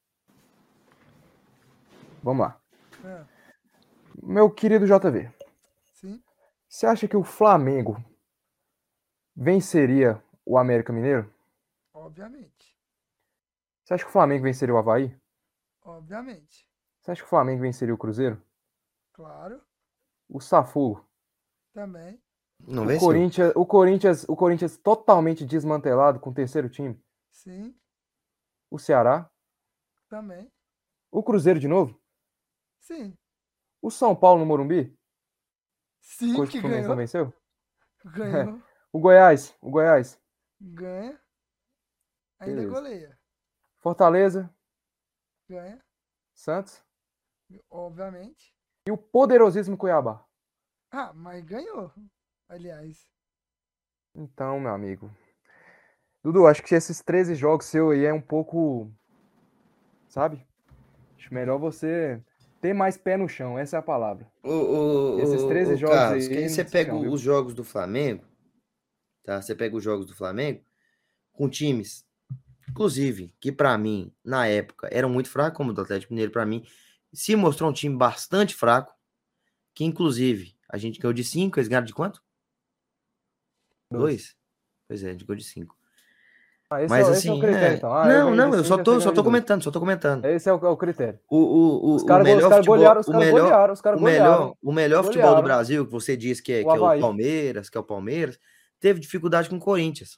Vamos lá. Ah, Meu querido J V, sim, você acha que o Flamengo venceria o América Mineiro? obviamente. Você acha que o Flamengo venceria o Avaí? Obviamente. Você acha que o Flamengo venceria o Cruzeiro? Claro, O Safugo? também. Não O venceu. Corinthians, o Corinthians, o Corinthians totalmente desmantelado com o terceiro time? Sim, O Ceará? também. O Cruzeiro de novo? Sim. O São Paulo no Morumbi? Sim, Coisa que que o Fluminense não ganhou. venceu? Ganhou. O Goiás? O Goiás? Ganha. Ainda Beleza. goleia. Fortaleza? Ganha, Santos? obviamente. E o poderosíssimo Cuiabá? Ah, mas ganhou. Aliás. Então, meu amigo. Dudu, acho que esses treze jogos seu aí é um pouco. Sabe? Acho melhor você ter mais pé no chão, essa é a palavra. Ô, ô, Esses ô, treze ô, jogos Carlos, aí que aí você no pega chão, viu? os jogos do Flamengo, tá? Você pega os jogos do Flamengo com times, inclusive, que pra mim, na época, eram muito fracos, como o do Atlético Mineiro, pra mim, se mostrou um time bastante fraco, que inclusive, a gente ganhou de cinco, eles ganharam de quanto? Dois? Pois é, a gente ganhou de cinco. Ah, esse, Mas é, esse é o assim, critério, é... então. Ah, eu Não, ganhei não, de eu só cinco, tô, você só ganhou tô de dois. comentando, só tô comentando. Esse é o, é o critério. O, o, Os o, o caras melhor cara futebol, golearam, os o caras melhor, golearam, os caras o melhor, golearam. o melhor futebol do Golearam Brasil, que você diz que é, o que é o Avaí. Palmeiras, que é o Palmeiras, teve dificuldade com o Corinthians.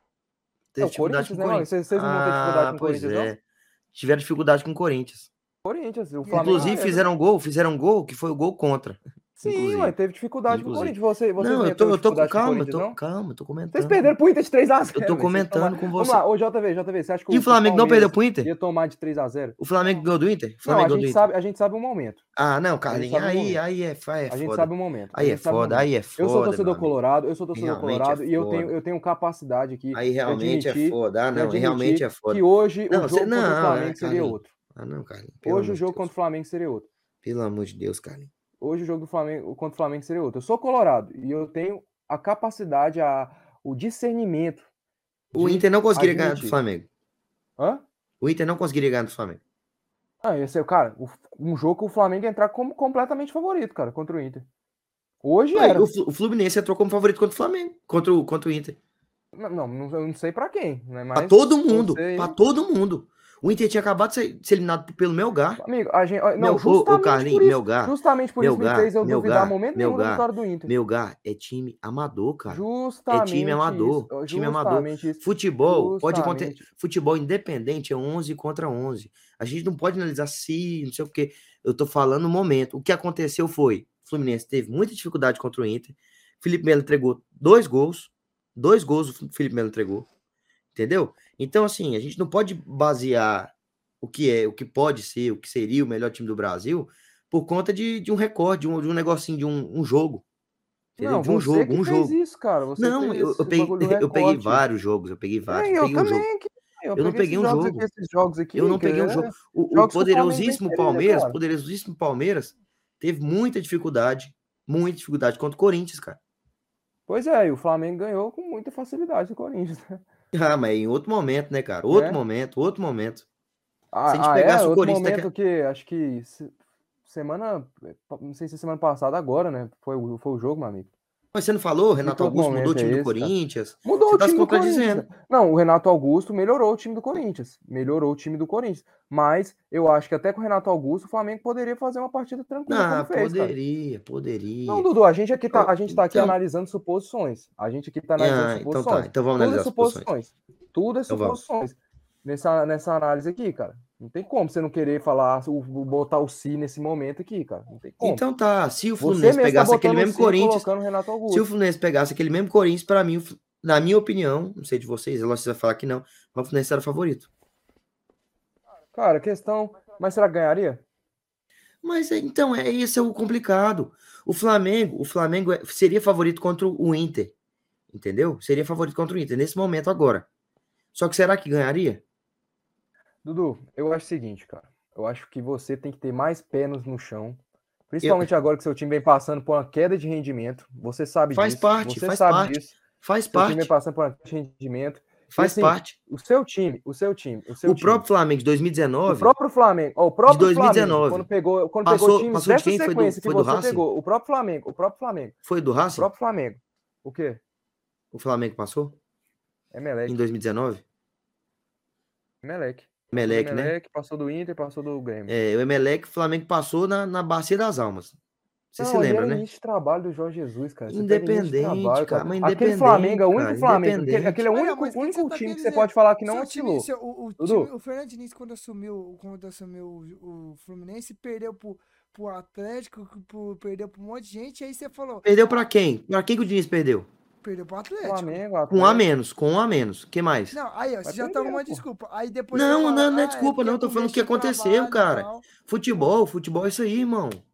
É Teve o dificuldade com Corinthians, o né, mano? Corinthians. Vocês, vocês não vão ter dificuldade Ah, com o pois Corinthians, não? é. Tiveram dificuldade com o Corinthians. Corinthians, o E Flamengo Inclusive, não teve. fizeram gol, fizeram gol, que foi o gol contra. Sim, mas Inclusive. teve dificuldade com o Inclusive. Corinthians. Você, vocês Não, não eu iam ter tô, eu tô com dificuldade com o calma, eu Corinthians, tô, não? calma, eu tô Vocês comentando. perderam pro Inter de três a zero. Eu tô velho. Vocês comentando tomaram- com Vamos você. lá, ô J V, J V, você acha que E o, o que o Flamengo não perdeu Palmeiras pro Inter? ia tomar de três a zero? O Flamengo ganhou do Inter? O Não, Flamengo a ganhou do gente, Inter? sabe, a gente sabe o momento. Ah, não, A gente Carlinhos, sabe o aí, momento. aí é, aí é A gente foda. sabe o momento. A Aí é gente sabe o foda, momento. aí é Eu sou foda, meu torcedor amigo. colorado, eu sou torcedor Realmente é colorado e eu tenho, foda. eu tenho capacidade aqui Aí de realmente é admitir, foda. Ah, de não, realmente admitir é foda. que hoje Não, o você jogo contra o não, é, Flamengo seria Carlinhos. outro. Ah, não, Carlinhos. Pelo Hoje o amor de jogo Deus. contra o Flamengo seria outro. Pelo amor de Deus, Carlinhos. Hoje o jogo do Flamengo contra o Flamengo seria outro. Eu sou colorado e eu tenho a capacidade, a, o discernimento O de Inter não conseguiria ganhar do admitir. Flamengo. Hã? O Inter não conseguiria ganhar do Flamengo. Ah, esse é, cara, o- um jogo que o Flamengo ia entrar como completamente favorito, cara, contra o Inter. Hoje Aí, era. o, Flu- o Fluminense entrou como favorito contra o Flamengo. Contra o, contra o Inter. Não, não, não- eu não sei pra quem, né? Pra Mas todo mundo. você aí- Pra todo mundo. O Inter tinha acabado de ser, de ser eliminado pelo Melgar. Amigo, a gente, ó, Meu- não, ô, ô, justamente Carlinhos, por isso, Melgar, justamente por isso me Melgar, fez eu duvidar Melgar, momento nenhum da Melgar, vitória do Inter. Melgar é time amador, cara. Justamente É time amador. isso, Time amador. justamente isso. Futebol pode acontecer. Justamente. Futebol independente é onze contra onze. A gente não pode analisar se, não sei o quê. Eu tô falando no momento. O que aconteceu foi: o Fluminense teve muita dificuldade contra o Inter. Felipe Melo entregou dois gols. Dois gols o Felipe Melo entregou. Entendeu? Então, assim, a gente não pode basear o que é, o que pode ser, o que seria o melhor time do Brasil por conta de, de um recorde, de um, de um negocinho, de um, um jogo. Entendeu? Não, De um você jogo, que um fez jogo. isso, cara. Você Não, fez eu, eu, esse peguei, bagulho do eu peguei recorte. vários jogos, eu peguei vários. É, Eu eu peguei um jogo. também. que- Eu, Eu não peguei peguei esses um jogos jogo. aqui, esses jogos aqui. Eu não que peguei um é- jogo. O, o jogos que o Flamengo poderosíssimo venceria, Palmeiras, cara. poderosíssimo Palmeiras, teve muita dificuldade, muita dificuldade contra o Corinthians, cara. Pois é, e o Flamengo ganhou com muita facilidade do Corinthians. né? Ah, mas em outro momento, né, cara? Outro Né? momento, outro momento. Se Ah, a gente ah, pegasse é? o Outro Corinthians momento daqui- que acho que se- semana, não sei se é semana passada, agora, né? Foi, o- foi o jogo, meu amigo. Mas você não falou? Que Renato todo Augusto mudou o momento é time do esse, cara? Corinthians? Mudou Você o tá se time do Corinthians. contradizendo. cara. Não, o Renato Augusto melhorou o time do Corinthians. Melhorou o time do Corinthians. Mas eu acho que até com o Renato Augusto o Flamengo poderia fazer uma partida tranquila Ah, como fez, cara. poderia, poderia. Não, Dudu, a gente aqui tá, a gente tá aqui Então- analisando suposições. A gente aqui tá analisando Ah, então suposições. tá. Então vamos Tudo é analisar as suposições. suposições. Tudo é Então vamos. suposições. Nessa, nessa análise aqui, cara. Não tem como você não querer falar, o- o- botar o Si nesse momento aqui, cara. Não tem como. Então tá, se o Você Fluminense mesmo tá pegasse aquele botando o mesmo Si Corinthians, colocando o Renato se o Augusto. Fluminense pegasse aquele mesmo Corinthians, pra mim, o Flu- na minha opinião, não sei de vocês, ela vai falar que não, mas o Fluminense era o favorito. Cara, questão. Mas será que ganharia? Mas é- então, é esse é o complicado. O Flamengo, o Flamengo é- seria favorito contra o Inter, entendeu? Seria favorito contra o Inter nesse momento agora. Só que será que ganharia? Dudu, eu acho o seguinte, cara. Eu acho que você tem que ter mais pés no chão. Eu, Principalmente agora que seu time vem passando por uma queda de rendimento. Você sabe faz disso. parte, Você faz sabe parte, disso. faz Seu time vem parte, passando por uma queda de rendimento. E faz assim, parte. o seu time, o seu time, o seu O time. próprio Flamengo de O 2019, próprio Flamengo, ó, o de próprio Flamengo, quando 2019, pegou, quando pegou passou, times passou de dessa quem? Foi do, sequência que foi do você Racing? pegou, o próprio Flamengo, o próprio Flamengo, Foi do o Racing? próprio Flamengo. O quê? O Flamengo passou em Emelec. dois mil e dezenove? Emelec. Passou do Emelec, né? Emelec, passou do Inter, passou do Grêmio. É, o Emelec, o Flamengo passou na, na Bacia das Almas. Você se Não, ali lembra, era né? início de trabalho do Jorge Jesus, cara. Você pega início de Independente, trabalho, cara, cara. mas Aquele independente, Flamengo é o único cara, Flamengo. Aquele, independente. aquele é o Ah, não, único, mas o que que único você tá time que querendo você dizer? pode falar que não Seu time, oscilou. seu, o, o, Dudu? time, o Fernando Diniz, quando assumiu, quando assumiu o, o Fluminense, perdeu pro, pro Atlético, pro, perdeu pro um monte de gente, aí você falou, Perdeu pra quem? Pra quem que o Diniz perdeu? perdeu pro Atlético. Flamengo, Com um a Atlético. menos, com um a menos. Que mais? Não, aí ó, Vai você já tá perdendo, arrumando pô. desculpa. Aí depois você Não, fala, não, não é ah, é desculpa, porque não. Tô falando o que começo de aconteceu, trabalho e cara. tal. Futebol, futebol é isso aí, irmão. Quando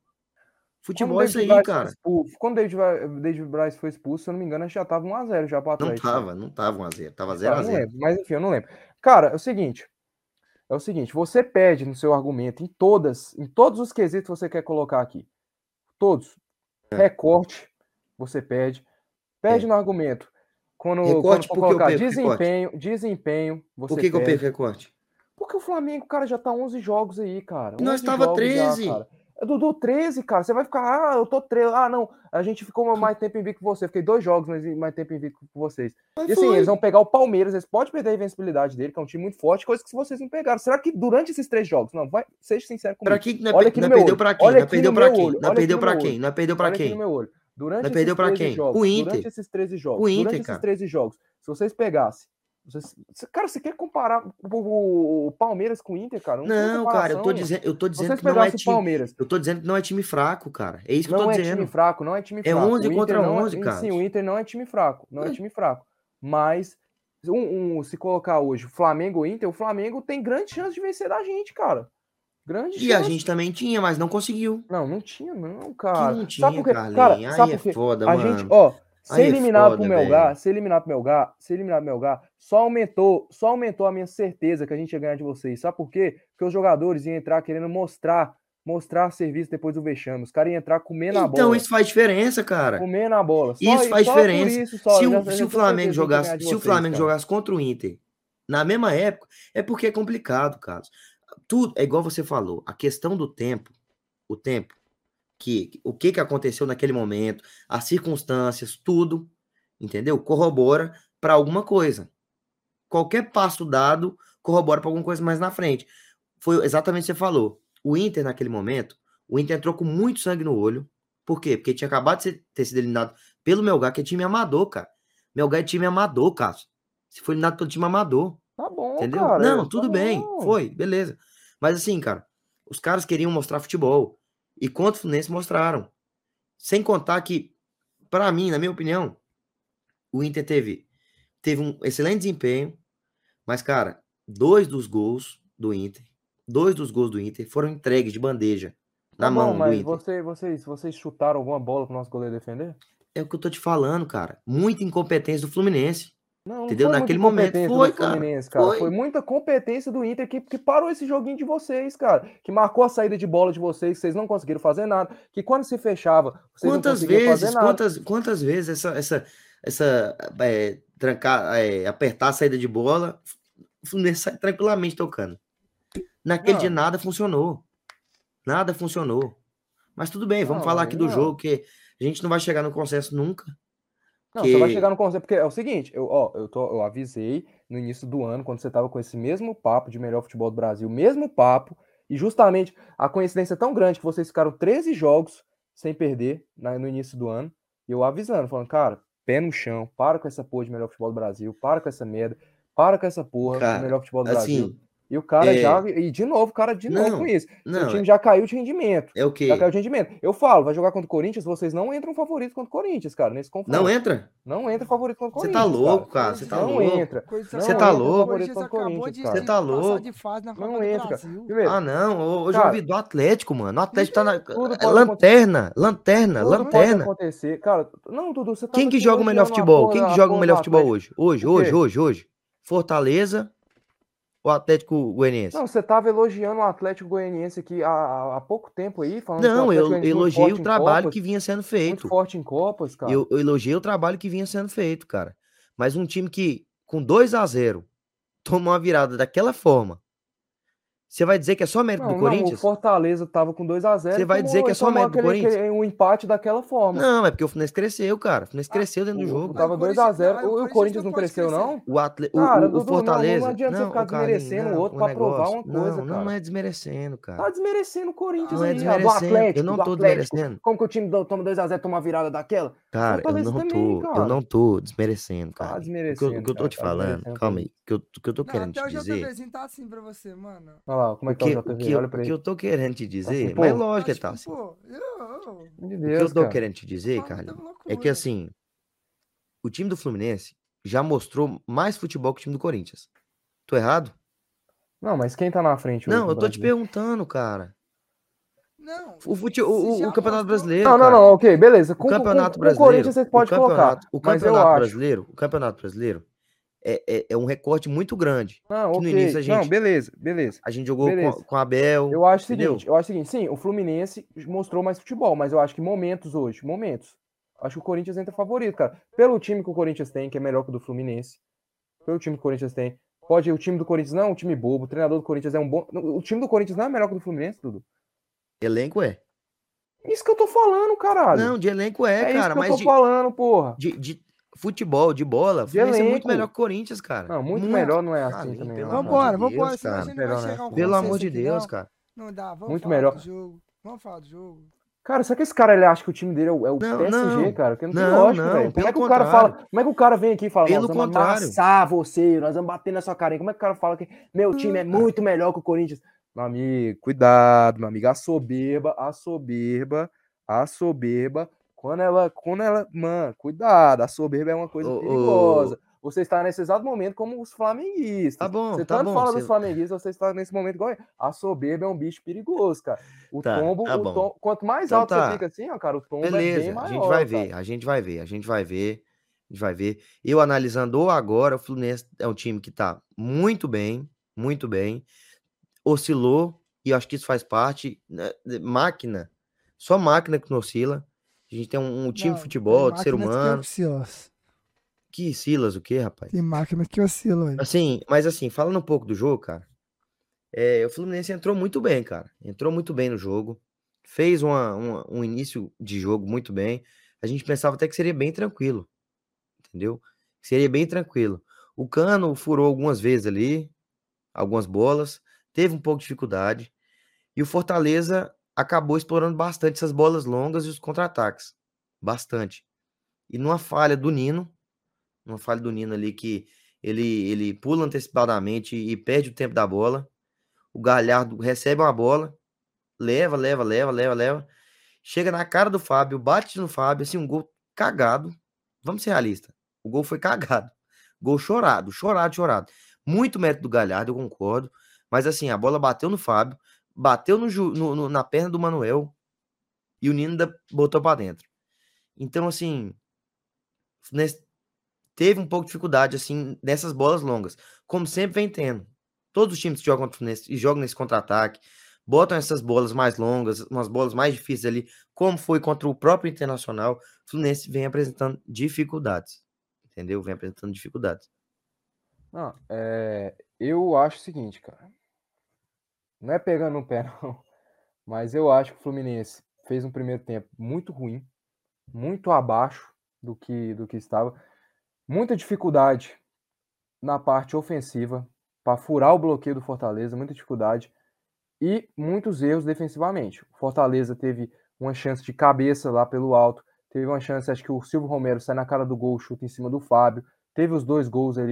o Futebol é isso David aí, Braz foi cara. expulso, quando o David, Bra- David Braz foi expulso, se eu não me engano, já tava um a zero já pro Não Atlético. tava, não tava um a zero. Tava Tá, zero a eu não zero. lembro, mas enfim, eu não lembro. Cara, é o seguinte, é o seguinte, você pede no seu argumento, em todas, em todos os quesitos que você quer colocar aqui, todos, recorte, você pede, pede É. no argumento, quando, quando Recorte, for por que eu colocar perco recorte? desempenho, desempenho, Por você que que eu perco pede, recorte? porque o Flamengo, cara, já tá onze jogos aí, cara, E nós onze tava jogos já, treze. cara. Dudu, treze, cara, você vai ficar, ah, eu tô treze, ah, não, a gente ficou mais tempo invicto que você, fiquei dois jogos mais, mais tempo invicto que vocês. Mas E assim, foi. eles vão pegar o Palmeiras, eles podem perder a invencibilidade dele, que é um time muito forte, coisa que vocês não pegaram. Será que durante esses três jogos, não, vai, seja sincero Pra comigo, quem? Nós, olha pe- aqui no nós meu perdeu olho, pra quem? olha Nós aqui perdeu no pra meu quem? olho, Nós olha aqui perdeu no pra meu quem? olho, Nós perdeu pra olha aqui no quem? meu olho. Durante Nós esses perdeu pra treze quem? jogos, O durante Inter. esses treze jogos, O durante Inter, esses cara. treze jogos, se vocês pegassem, vocês, cara, você quer comparar o, o- o Palmeiras com o Inter, cara? Não, tem Não, cara, eu tô comparação. dizendo, eu tô Se dizendo vocês que não é pegassem o time. Palmeiras, Eu tô dizendo que não é time fraco, cara. É isso que eu tô não é time dizendo. fraco, não é time É fraco. onze O Inter contra não onze, é, sim, Carlos. o Inter não é time fraco, não é É. time fraco. Mas um, um- se colocar hoje Flamengo ou Inter, o Flamengo tem grande chance de vencer da gente, cara. Grande E a chance. gente também tinha, mas não conseguiu. Não, não tinha, não, Que cara. não Sabe tinha, por quê? Cara, Carlinhos. Aí sabe é por quê? foda, A gente, mano. ó, ser Aí é eliminado pro foda, Melgar, velho. ser eliminado pro Melgar, ser eliminado pro Melgar, só aumentou, só aumentou a minha certeza que a gente ia ganhar de vocês. Sabe por quê? Porque os jogadores iam entrar querendo mostrar, mostrar serviço depois do vexame. Os caras iam entrar comendo a Então bola. isso faz diferença, cara. Comendo a bola. Só, Isso faz só por diferença. isso, só. Se Eu já, o, eu se já o tinha Flamengo certeza que a gente ia ganhar jogasse, de se o vocês, Flamengo cara. jogasse contra o Inter na mesma época, é porque é complicado, Carlos. Tudo é igual você falou, a questão do tempo, o tempo, que o que que aconteceu naquele momento, as circunstâncias, tudo, entendeu? Corrobora para alguma coisa. Qualquer passo dado corrobora para alguma coisa mais na frente. Foi exatamente o que você falou. O Inter, naquele momento, o Inter entrou com muito sangue no olho. Por quê? Porque tinha acabado de ser- ter sido eliminado pelo Melgar, que é time amador, cara. Melgar é time amador, Cássio. Se foi eliminado pelo time amador, Tá bom, entendeu? cara. Não, Tá tudo bem, bom. foi, beleza. Mas assim, cara, os caras queriam mostrar futebol. E contra o Fluminense mostraram. Sem contar que, pra mim, na minha opinião, o Inter teve, teve um excelente desempenho, mas, cara, dois dos gols do Inter, dois dos gols do Inter foram entregues de bandeja Tá na bom, mão do mas Inter. você, vocês, vocês chutaram alguma bola pro nosso goleiro defender? É o que eu tô te falando, cara. Muita incompetência do Fluminense. Não, não Entendeu? foi Naquele muita momento competência foi, do cara. Fluminense, cara. Foi. Foi. muita competência do Inter que, que parou esse joguinho de vocês, cara. Que marcou a saída de bola de vocês, que vocês não conseguiram fazer nada. Que quando se fechava, vocês Quantas não conseguiam fazer vezes, nada. quantas, quantas vezes essa, essa, essa é, trancar, é, apertar a saída de bola, o Fluminense sai tranquilamente tocando. Naquele Não. dia nada funcionou. Nada funcionou. Mas tudo bem, vamos Não, falar aí aqui do não. jogo, que a gente não vai chegar no consenso nunca. Não, que... você vai chegar no conceito, porque é o seguinte, eu, ó, eu, tô, eu avisei no início do ano, quando você tava com esse mesmo papo de melhor futebol do Brasil, mesmo papo, e justamente a coincidência é tão grande que vocês ficaram treze jogos sem perder na- no início do ano, e eu avisando, falando, cara, pé no chão, para com essa porra de melhor futebol do Brasil, para com essa merda, para com essa porra Cara, do melhor futebol do assim, Brasil. E o cara É. já. E de novo, o cara de novo Não, com isso. Seu não, time já caiu de rendimento. é o Já quê? caiu de rendimento. Eu falo, vai jogar contra o Corinthians, vocês não entram favoritos contra o Corinthians, cara, nesse confronto. Não entra? Não entra favorito contra o Você tá Corinthians, louco, cara. cara. Você tá Não louco. entra. Corinthians Não Você acabou- tá entra louco? O favorito Corinthians contra o acabou Corinthians, de, cara. Você tá de passar louco? de fase na Copa Não do entra, cara. Brasil. Primeiro, Ah, não. Hoje Cara, eu ouvi do Atlético, mano. O Atlético tá na. tudo é pode Lanterna, lanterna, tudo pode lanterna. acontecer. Cara, não, Dudu, você tá Quem que joga o melhor futebol? Quem que joga o melhor futebol hoje? Hoje, O hoje, quê? hoje, hoje. Fortaleza ou Atlético Goianiense? Não, você tava elogiando o Atlético Goianiense aqui há, há pouco tempo aí, falando que o Não, Atlético eu Goianiense é muito elogiei forte o em trabalho Copas, que vinha sendo muito feito. forte em Copas, cara. Eu, eu elogiei o trabalho que vinha sendo feito, cara. Mas um time que, com dois a zero, toma uma virada daquela forma, você vai dizer que é só mérito Não, do não, o Corinthians? Fortaleza tava com dois a zero Você e vai tomou, dizer que é e só tomou mérito do aquele, Corinthians? aquele, um empate daquela forma. Não, é porque o Fluminense cresceu, cara. O Fluminense Ah, cresceu dentro do O, jogo. tava Mas o dois a zero. Corinthians- O, o o Corinthians não pode cresceu, crescer. não? O, atle... o- Cara, o, o Dudu, não- Fortaleza. não adianta você ficar Carlinhos, desmerecendo o não, outro pra provar uma coisa, não, não, cara. não é desmerecendo, cara. Tá desmerecendo o Corinthians Não é aí, ó, do desmerecendo, eu Atlético, não do tô Atlético. desmerecendo. Como que o time do- toma dois a zero, toma uma virada daquela? Cara, eu Fortaleza não também, tô, cara. eu não tô desmerecendo, Tá cara. O que, eu, desmerecendo, o que eu tô cara, te tá falando, desmerecendo calma tudo. aí, o que eu, o que eu tô Não, querendo até te o dizer, JVzinho tá assim pra você, mano. Olha lá, como é o que tá que, o o J V? que, eu- Olha pra o que ele. eu tô querendo te dizer, assim, mas pô. lógico que Tá, tá tipo, assim. pô, eu... De O Deus, que eu tô cara. querendo te dizer, Falando Carlinhos, da é loucura. que assim, o time do Fluminense já mostrou mais futebol que o time do Corinthians. Tô errado? Não, mas quem tá na frente hoje Não, no eu tô te Brasil? perguntando, cara. Não, O, fute... se o, o, já o Campeonato mostrou- Brasileiro, Não, não, cara. não, ok, beleza. O Com, com, Campeonato com o Brasileiro, Corinthians você o pode campeonato, colocar, o mas eu Campeonato acho... Brasileiro, o Campeonato Brasileiro é, é, é um recorte muito grande. Não, Que no ok. início a Não, gente, beleza, beleza. a gente jogou com, Beleza. com a Abel, Eu acho o entendeu? seguinte, eu acho o seguinte, sim, o Fluminense mostrou mais futebol, mas eu acho que momentos hoje, momentos. Acho que o Corinthians entra favorito, cara. Pelo time que o Corinthians tem, que é melhor que o do Fluminense. Pelo time que o Corinthians tem. Pode, o time do Corinthians não é um time bobo, o treinador do Corinthians é um bom. O time do Corinthians não é melhor que o do Fluminense, Dudu. Elenco é. Isso que eu tô falando, caralho. Não, de elenco é, é isso cara, que eu mas tô de, falando, porra. de, de futebol, de bola, o De Fluminense é muito elenco. melhor que o Corinthians, cara. Não, muito melhor não é assim Carlinhos, também, pelo não. amor de Vambora, Deus, vambora, senão a cara. gente não vai Melhor, né? chegar a um Pelo consenso amor de aqui, Deus, não. cara. Não dá, vamos Muito falar melhor. do jogo. Vamos falar do jogo. Cara, será que esse cara ele acha que o time dele é o, é o Não, P S G, não. cara? Porque não, tem Não, lógica, não, velho. Como pelo é que o cara contrário. fala? Como é que o cara vem aqui e fala, Pelo nós vamos contrário. amassar você, nós vamos bater na sua carinha. Como é que o cara fala que meu time é muito melhor que o Corinthians? Meu amigo, cuidado, meu amigo. A soberba, a soberba, a soberba. Quando ela, quando ela, mano, cuidado. A soberba é uma coisa Ô, ô, perigosa. Você está nesse exato momento como os flamenguistas. Tá bom, você tá tanto bom, fala você- dos flamenguistas, você está nesse momento igual. A soberba é um bicho perigoso, cara. O Tá, tombo, tá o bom. tom, quanto mais Então alto tá. você fica assim, ó, cara, o tombo é bem Beleza, maior. a gente vai cara. ver, a gente vai ver, a gente vai ver, a gente vai ver. Eu analisando agora, o Fluminense é um time que tá muito bem, muito bem, oscilou, e eu acho que isso faz parte, né, de- máquina, só máquina que não oscila. A gente tem um, um time Não, de futebol, tem de ser máquinas humano. Que oscilam. Que Silas, o quê, rapaz? Tem máquinas que oscilam aí. Assim, mas assim, falando um pouco do jogo, cara, é, o Fluminense entrou muito bem, cara. Entrou muito bem no jogo. Fez uma, uma- um início de jogo muito bem. A gente pensava até que seria bem tranquilo, entendeu? Seria bem tranquilo. O Cano furou algumas vezes ali, algumas bolas, teve um pouco de dificuldade. E o Fortaleza acabou explorando bastante essas bolas longas e os contra-ataques. Bastante. E numa falha do Nino, uma falha do Nino ali que ele, ele pula antecipadamente e perde o tempo da bola. O Galhardo recebe uma bola, leva, leva, leva, leva, leva. Chega na cara do Fábio, bate no Fábio, assim, um gol cagado. Vamos ser realistas. O gol foi cagado. Gol chorado, chorado, chorado. Muito mérito do Galhardo, eu concordo. Mas assim, a bola bateu no Fábio, bateu no, ju- no- no- na perna do Manuel e o Nino ainda botou pra dentro. Então, assim, nesse- teve um pouco de dificuldade, assim, nessas bolas longas. Como sempre vem tendo. Todos os times que jogam nesse, e jogam nesse contra-ataque, botam essas bolas mais longas, umas bolas mais difíceis ali, como foi contra o próprio Internacional, o Fluminense vem apresentando dificuldades. Entendeu? Vem apresentando dificuldades. Não, é, eu acho o seguinte, cara. Não é pegando no pé, não. Mas eu acho que o Fluminense fez um primeiro tempo muito ruim, muito abaixo do que, do que estava. Muita dificuldade na parte ofensiva para furar o bloqueio do Fortaleza, muita dificuldade. E muitos erros defensivamente. O Fortaleza teve uma chance de cabeça lá pelo alto. Teve uma chance, acho que o Silvio Romero sai na cara do gol, chuta em cima do Fábio. Teve os dois gols ali.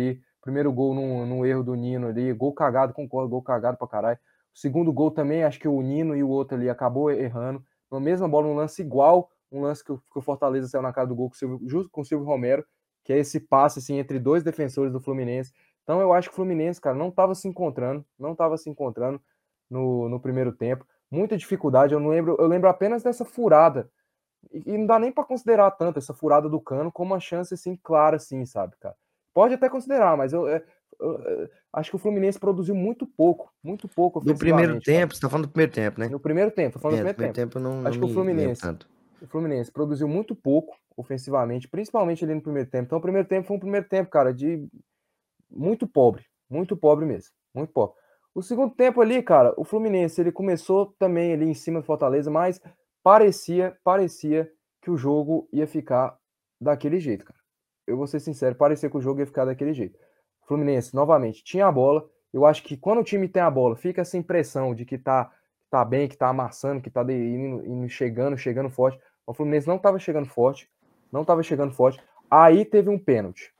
primeiro gol no, no erro do Nino ali, gol cagado, concordo, gol cagado pra caralho. O segundo gol também, acho que o Nino e o outro ali acabou errando. Na mesma bola, um lance igual, um lance que o, que o Fortaleza saiu na cara do gol com o Silvio, justo com o Silvio Romero, que é esse passe assim, entre dois defensores do Fluminense. Então eu acho que o Fluminense, cara, não estava se encontrando, não estava se encontrando no, no primeiro tempo. Muita dificuldade, eu não lembro, eu lembro apenas dessa furada. E, e não dá nem para considerar tanto essa furada do Cano como uma chance assim clara assim, sabe, cara? Pode até considerar, mas eu, eu, eu, eu acho que o Fluminense produziu muito pouco, muito pouco No primeiro ofensivamente, tempo, cara. você tá falando do primeiro tempo, né? No primeiro tempo, tô falando É, do no primeiro primeiro tempo. tempo eu não, não Acho que o me lembro Fluminense, tanto. o Fluminense produziu muito pouco ofensivamente, principalmente ali no primeiro tempo. Então o primeiro tempo foi um primeiro tempo, cara, de muito pobre, muito pobre mesmo, muito pobre. O segundo tempo ali, cara, o Fluminense, ele começou também ali em cima do Fortaleza, mas parecia, parecia que o jogo ia ficar daquele jeito, cara. Eu vou ser sincero, parecia que o jogo ia ficar daquele jeito. O Fluminense, novamente, tinha a bola. Eu acho que quando o time tem a bola, fica essa impressão de que tá, tá bem, que tá amassando, que tá indo, indo, chegando, chegando forte. O Fluminense não tava chegando forte, não tava chegando forte. Aí teve um pênalti.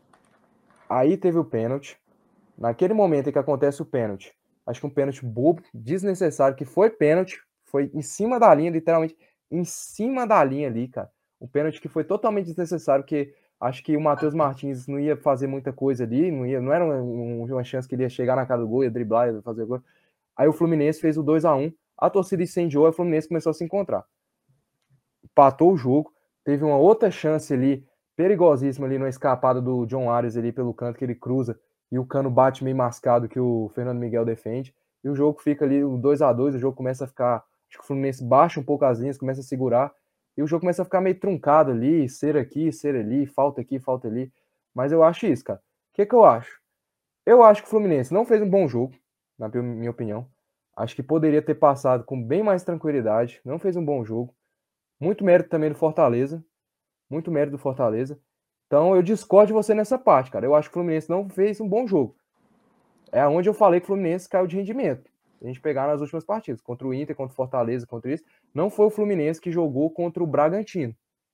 Aí teve o pênalti. Naquele momento em que acontece o pênalti, acho que um pênalti bobo, desnecessário, que foi pênalti, foi em cima da linha, literalmente em cima da linha ali, cara. Um pênalti que foi totalmente desnecessário, porque acho que o Matheus Martins não ia fazer muita coisa ali, não, ia, não era um, uma chance que ele ia chegar na cara do gol, ia driblar, ia fazer gol. Aí o Fluminense fez o dois a um, a torcida incendiou, e o Fluminense começou a se encontrar. Empatou o jogo, teve uma outra chance ali, perigosíssima ali, numa escapada do John Arias ali pelo canto, que ele cruza, e o Cano bate meio mascado que o Fernando Miguel defende, e o jogo fica ali, o dois a dois, o jogo começa a ficar, acho que o Fluminense baixa um pouco as linhas, começa a segurar, e o jogo começa a ficar meio truncado ali, ser aqui, ser ali, falta aqui, falta ali, mas eu acho isso, cara. O que que eu acho? Eu acho que o Fluminense não fez um bom jogo, na minha opinião, acho que poderia ter passado com bem mais tranquilidade, não fez um bom jogo, muito mérito também do Fortaleza, muito mérito do Fortaleza. Então eu discordo de você nessa parte, cara. Eu acho que o Fluminense não fez um bom jogo. É onde eu falei que o Fluminense caiu de rendimento. A gente pegar nas últimas partidas, contra o Inter, contra o Fortaleza, contra isso. Não foi o Fluminense que jogou contra o Bragantino.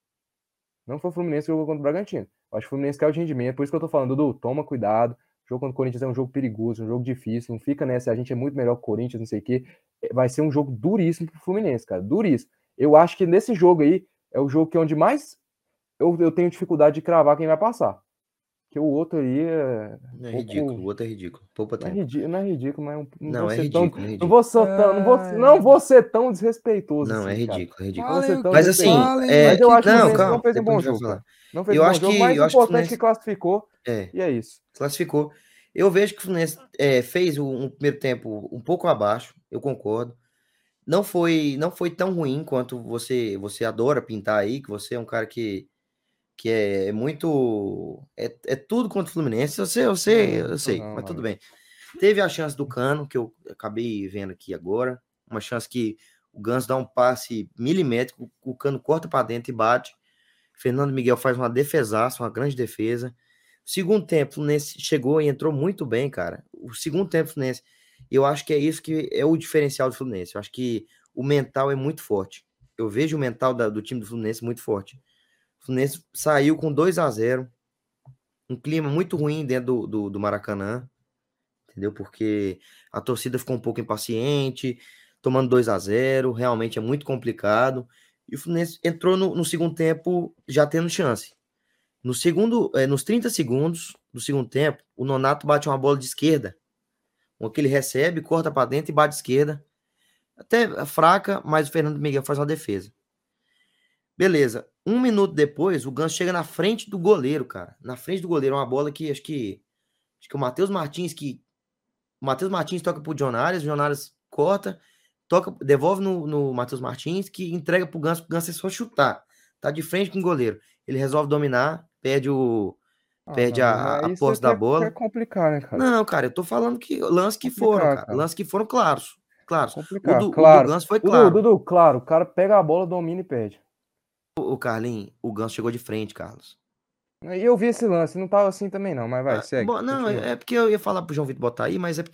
Não foi o Fluminense que jogou contra o Bragantino. Eu acho que o Fluminense caiu de rendimento. Por isso que eu tô falando, Dudu, toma cuidado. O jogo contra o Corinthians é um jogo perigoso, um jogo difícil. Não fica nessa, a gente é muito melhor que o Corinthians, não sei o quê. Vai ser um jogo duríssimo pro Fluminense, cara. Duríssimo. Eu acho que nesse jogo aí é o jogo que é onde mais eu, eu tenho dificuldade de cravar quem vai passar. Porque o outro aí é. É Pouco... ridículo, o outro é ridículo. Poupa Não é, tempo. ridículo, não é ridículo, mas não, Não, vou é ser tão. ridículo, é Não ridículo. vou ser tão. Não vou, não vou ser tão desrespeitoso Não, é assim, cara. ridículo, é ridículo. Não vou Falem ser o tão que Mas assim, desrespeitoso. falem é... Mas eu o acho que o que não, Fluminense calma, não fez um depois a bom gente vai jogo, falar. cara. Não fez Eu um bom acho jogo. que, Mais eu acho que o importante que Fluminense classificou. é, E é isso. classificou. Eu vejo que o Fluminense é, fez um primeiro tempo um pouco abaixo, eu concordo. Não foi, não foi tão ruim quanto você você adora pintar aí, que você é um cara que, que é muito. É, é tudo contra o Fluminense, eu sei, eu sei, Não, eu sou sei, não, mas tudo mano. bem. Teve a chance do Cano, que eu acabei vendo aqui agora. Uma chance que o Ganso dá um passe milimétrico, o Cano corta para dentro e bate. Fernando Miguel faz uma defesaça, uma grande defesa. O segundo tempo, o Fluminense chegou e entrou muito bem, cara. O segundo tempo, Fluminense, eu acho que é isso que é o diferencial do Fluminense. Eu acho que o mental é muito forte. Eu vejo o mental da, do time do Fluminense muito forte. O Fluminense saiu com dois a zero, um clima muito ruim dentro do, do, do Maracanã, entendeu? Porque a torcida ficou um pouco impaciente, tomando dois a zero, realmente é muito complicado. E o Fluminense entrou no, no segundo tempo já tendo chance. No segundo, é, nos trinta segundos do segundo tempo, o Nonato bate uma bola de esquerda, o que ele recebe, corta para dentro e bate de esquerda. Até fraca, mas o Fernando Miguel faz uma defesa. Beleza. Um minuto depois, o Ganso chega na frente do goleiro, cara. Na frente do goleiro, uma bola que acho que acho que o Matheus Martins que o Matheus Martins toca pro John Arias, o John Arias corta, toca, devolve no, no Matheus Martins, que entrega pro Ganso, o Ganso é só chutar. Tá de frente com o goleiro. Ele resolve dominar, perde o Ah, perde não, a, mas a aí você posse da quer, quer bola. complicar, né, cara? Não, cara, eu tô falando que lances que foram, Complicar, cara. cara. Lances que foram claros. Claros. O Complicar. do, o do Claro. Ganso foi Dudu, claro. Dudu, claro. O cara pega a bola, domina e perde. O, o Carlinhos, o Ganso chegou de frente, Carlos. E eu vi esse lance, não tava assim também não, mas vai, Ah, segue, bom, não, continua. é, é porque eu ia falar pro João Vitor botar aí, mas é porque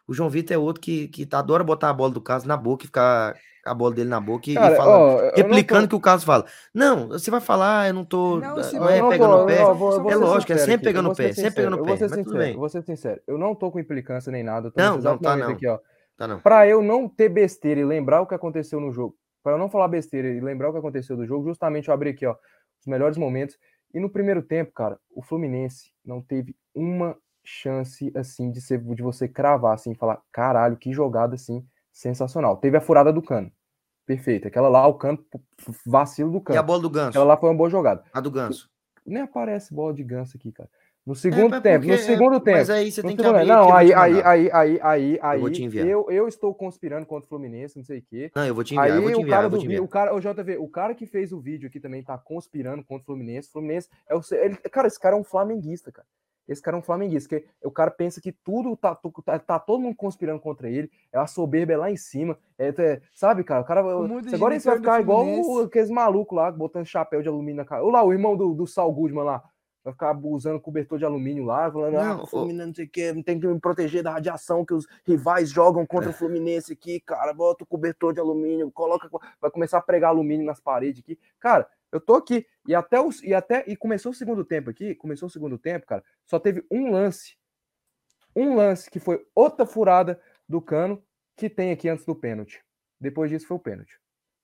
O João Vitor é outro que, que tá, adora botar a bola do Carlos na boca e ficar a bola dele na boca e, Cara, e falando, ó, eu não replicando o tô. que o Carlos fala. Não, você vai falar, ah, eu não tô, Não, se não Eu é não pegando tô. o pé. Ó, vou, eu vou É ser lógico, é sincero sempre aqui. Eu pegando vou o ser pé, sempre sincero. pegando o Eu vou pé, ser mas tudo sincero. Eu bem. vou ser sincero. Eu não tô com implicância nem nada. Eu tô nesse Não, não, exato tá momento não, aqui, ó. tá não. Pra eu não ter besteira e lembrar o que aconteceu no jogo. Pra eu não falar besteira e lembrar o que aconteceu do jogo, justamente eu abri aqui, ó, os melhores momentos. E no primeiro tempo, cara, o Fluminense não teve uma chance, assim, de, ser, de você cravar, assim, falar, caralho, que jogada, assim, sensacional. Teve a furada do Cano. Perfeito. Aquela lá, o Cano, vacilo do E a Cano. bola do Aquela Ganso? lá foi uma boa jogada. A do Ganso? Nem aparece bola de Ganso aqui, cara. No É, segundo é tempo, porque, no é, segundo mas tempo. aí você No tem que segundo, abrir não, que eu vou aí, te aí, mandar. aí, aí, aí, Eu vou te aí, enviar. eu, eu estou conspirando contra o Fluminense, não sei o quê. Não, eu vou te enviar, eu vou Aí te o enviar, cara eu vou do te vídeo, enviar. o cara, o J V, o cara que fez o vídeo aqui também tá conspirando contra o Fluminense. O Fluminense é o, ele, cara, esse cara é um flamenguista, cara. Esse cara é um flamenguista, que o cara pensa que tudo tá, tá, tá todo mundo conspirando contra ele, é a soberba é lá em cima, é, é, sabe, cara? O cara, O mundo agora gira em isso vai torno do ficar igual Fluminense. aqueles malucos lá, botando chapéu de alumínio na cara. Olha lá, o irmão do, do Saul Goodman lá, vai ficar usando cobertor de alumínio lá, falando, ah, Não, que o ô, Fluminense não sei o que, tem que me proteger da radiação que os rivais jogam contra o Fluminense aqui, cara, bota o cobertor de alumínio, coloca, vai começar a pregar alumínio nas paredes aqui. Cara, eu tô aqui, e até, os, e até e começou o segundo tempo aqui, começou o segundo tempo, cara, só teve um lance, um lance que foi outra furada do Cano que tem aqui antes do pênalti. Depois disso foi o pênalti.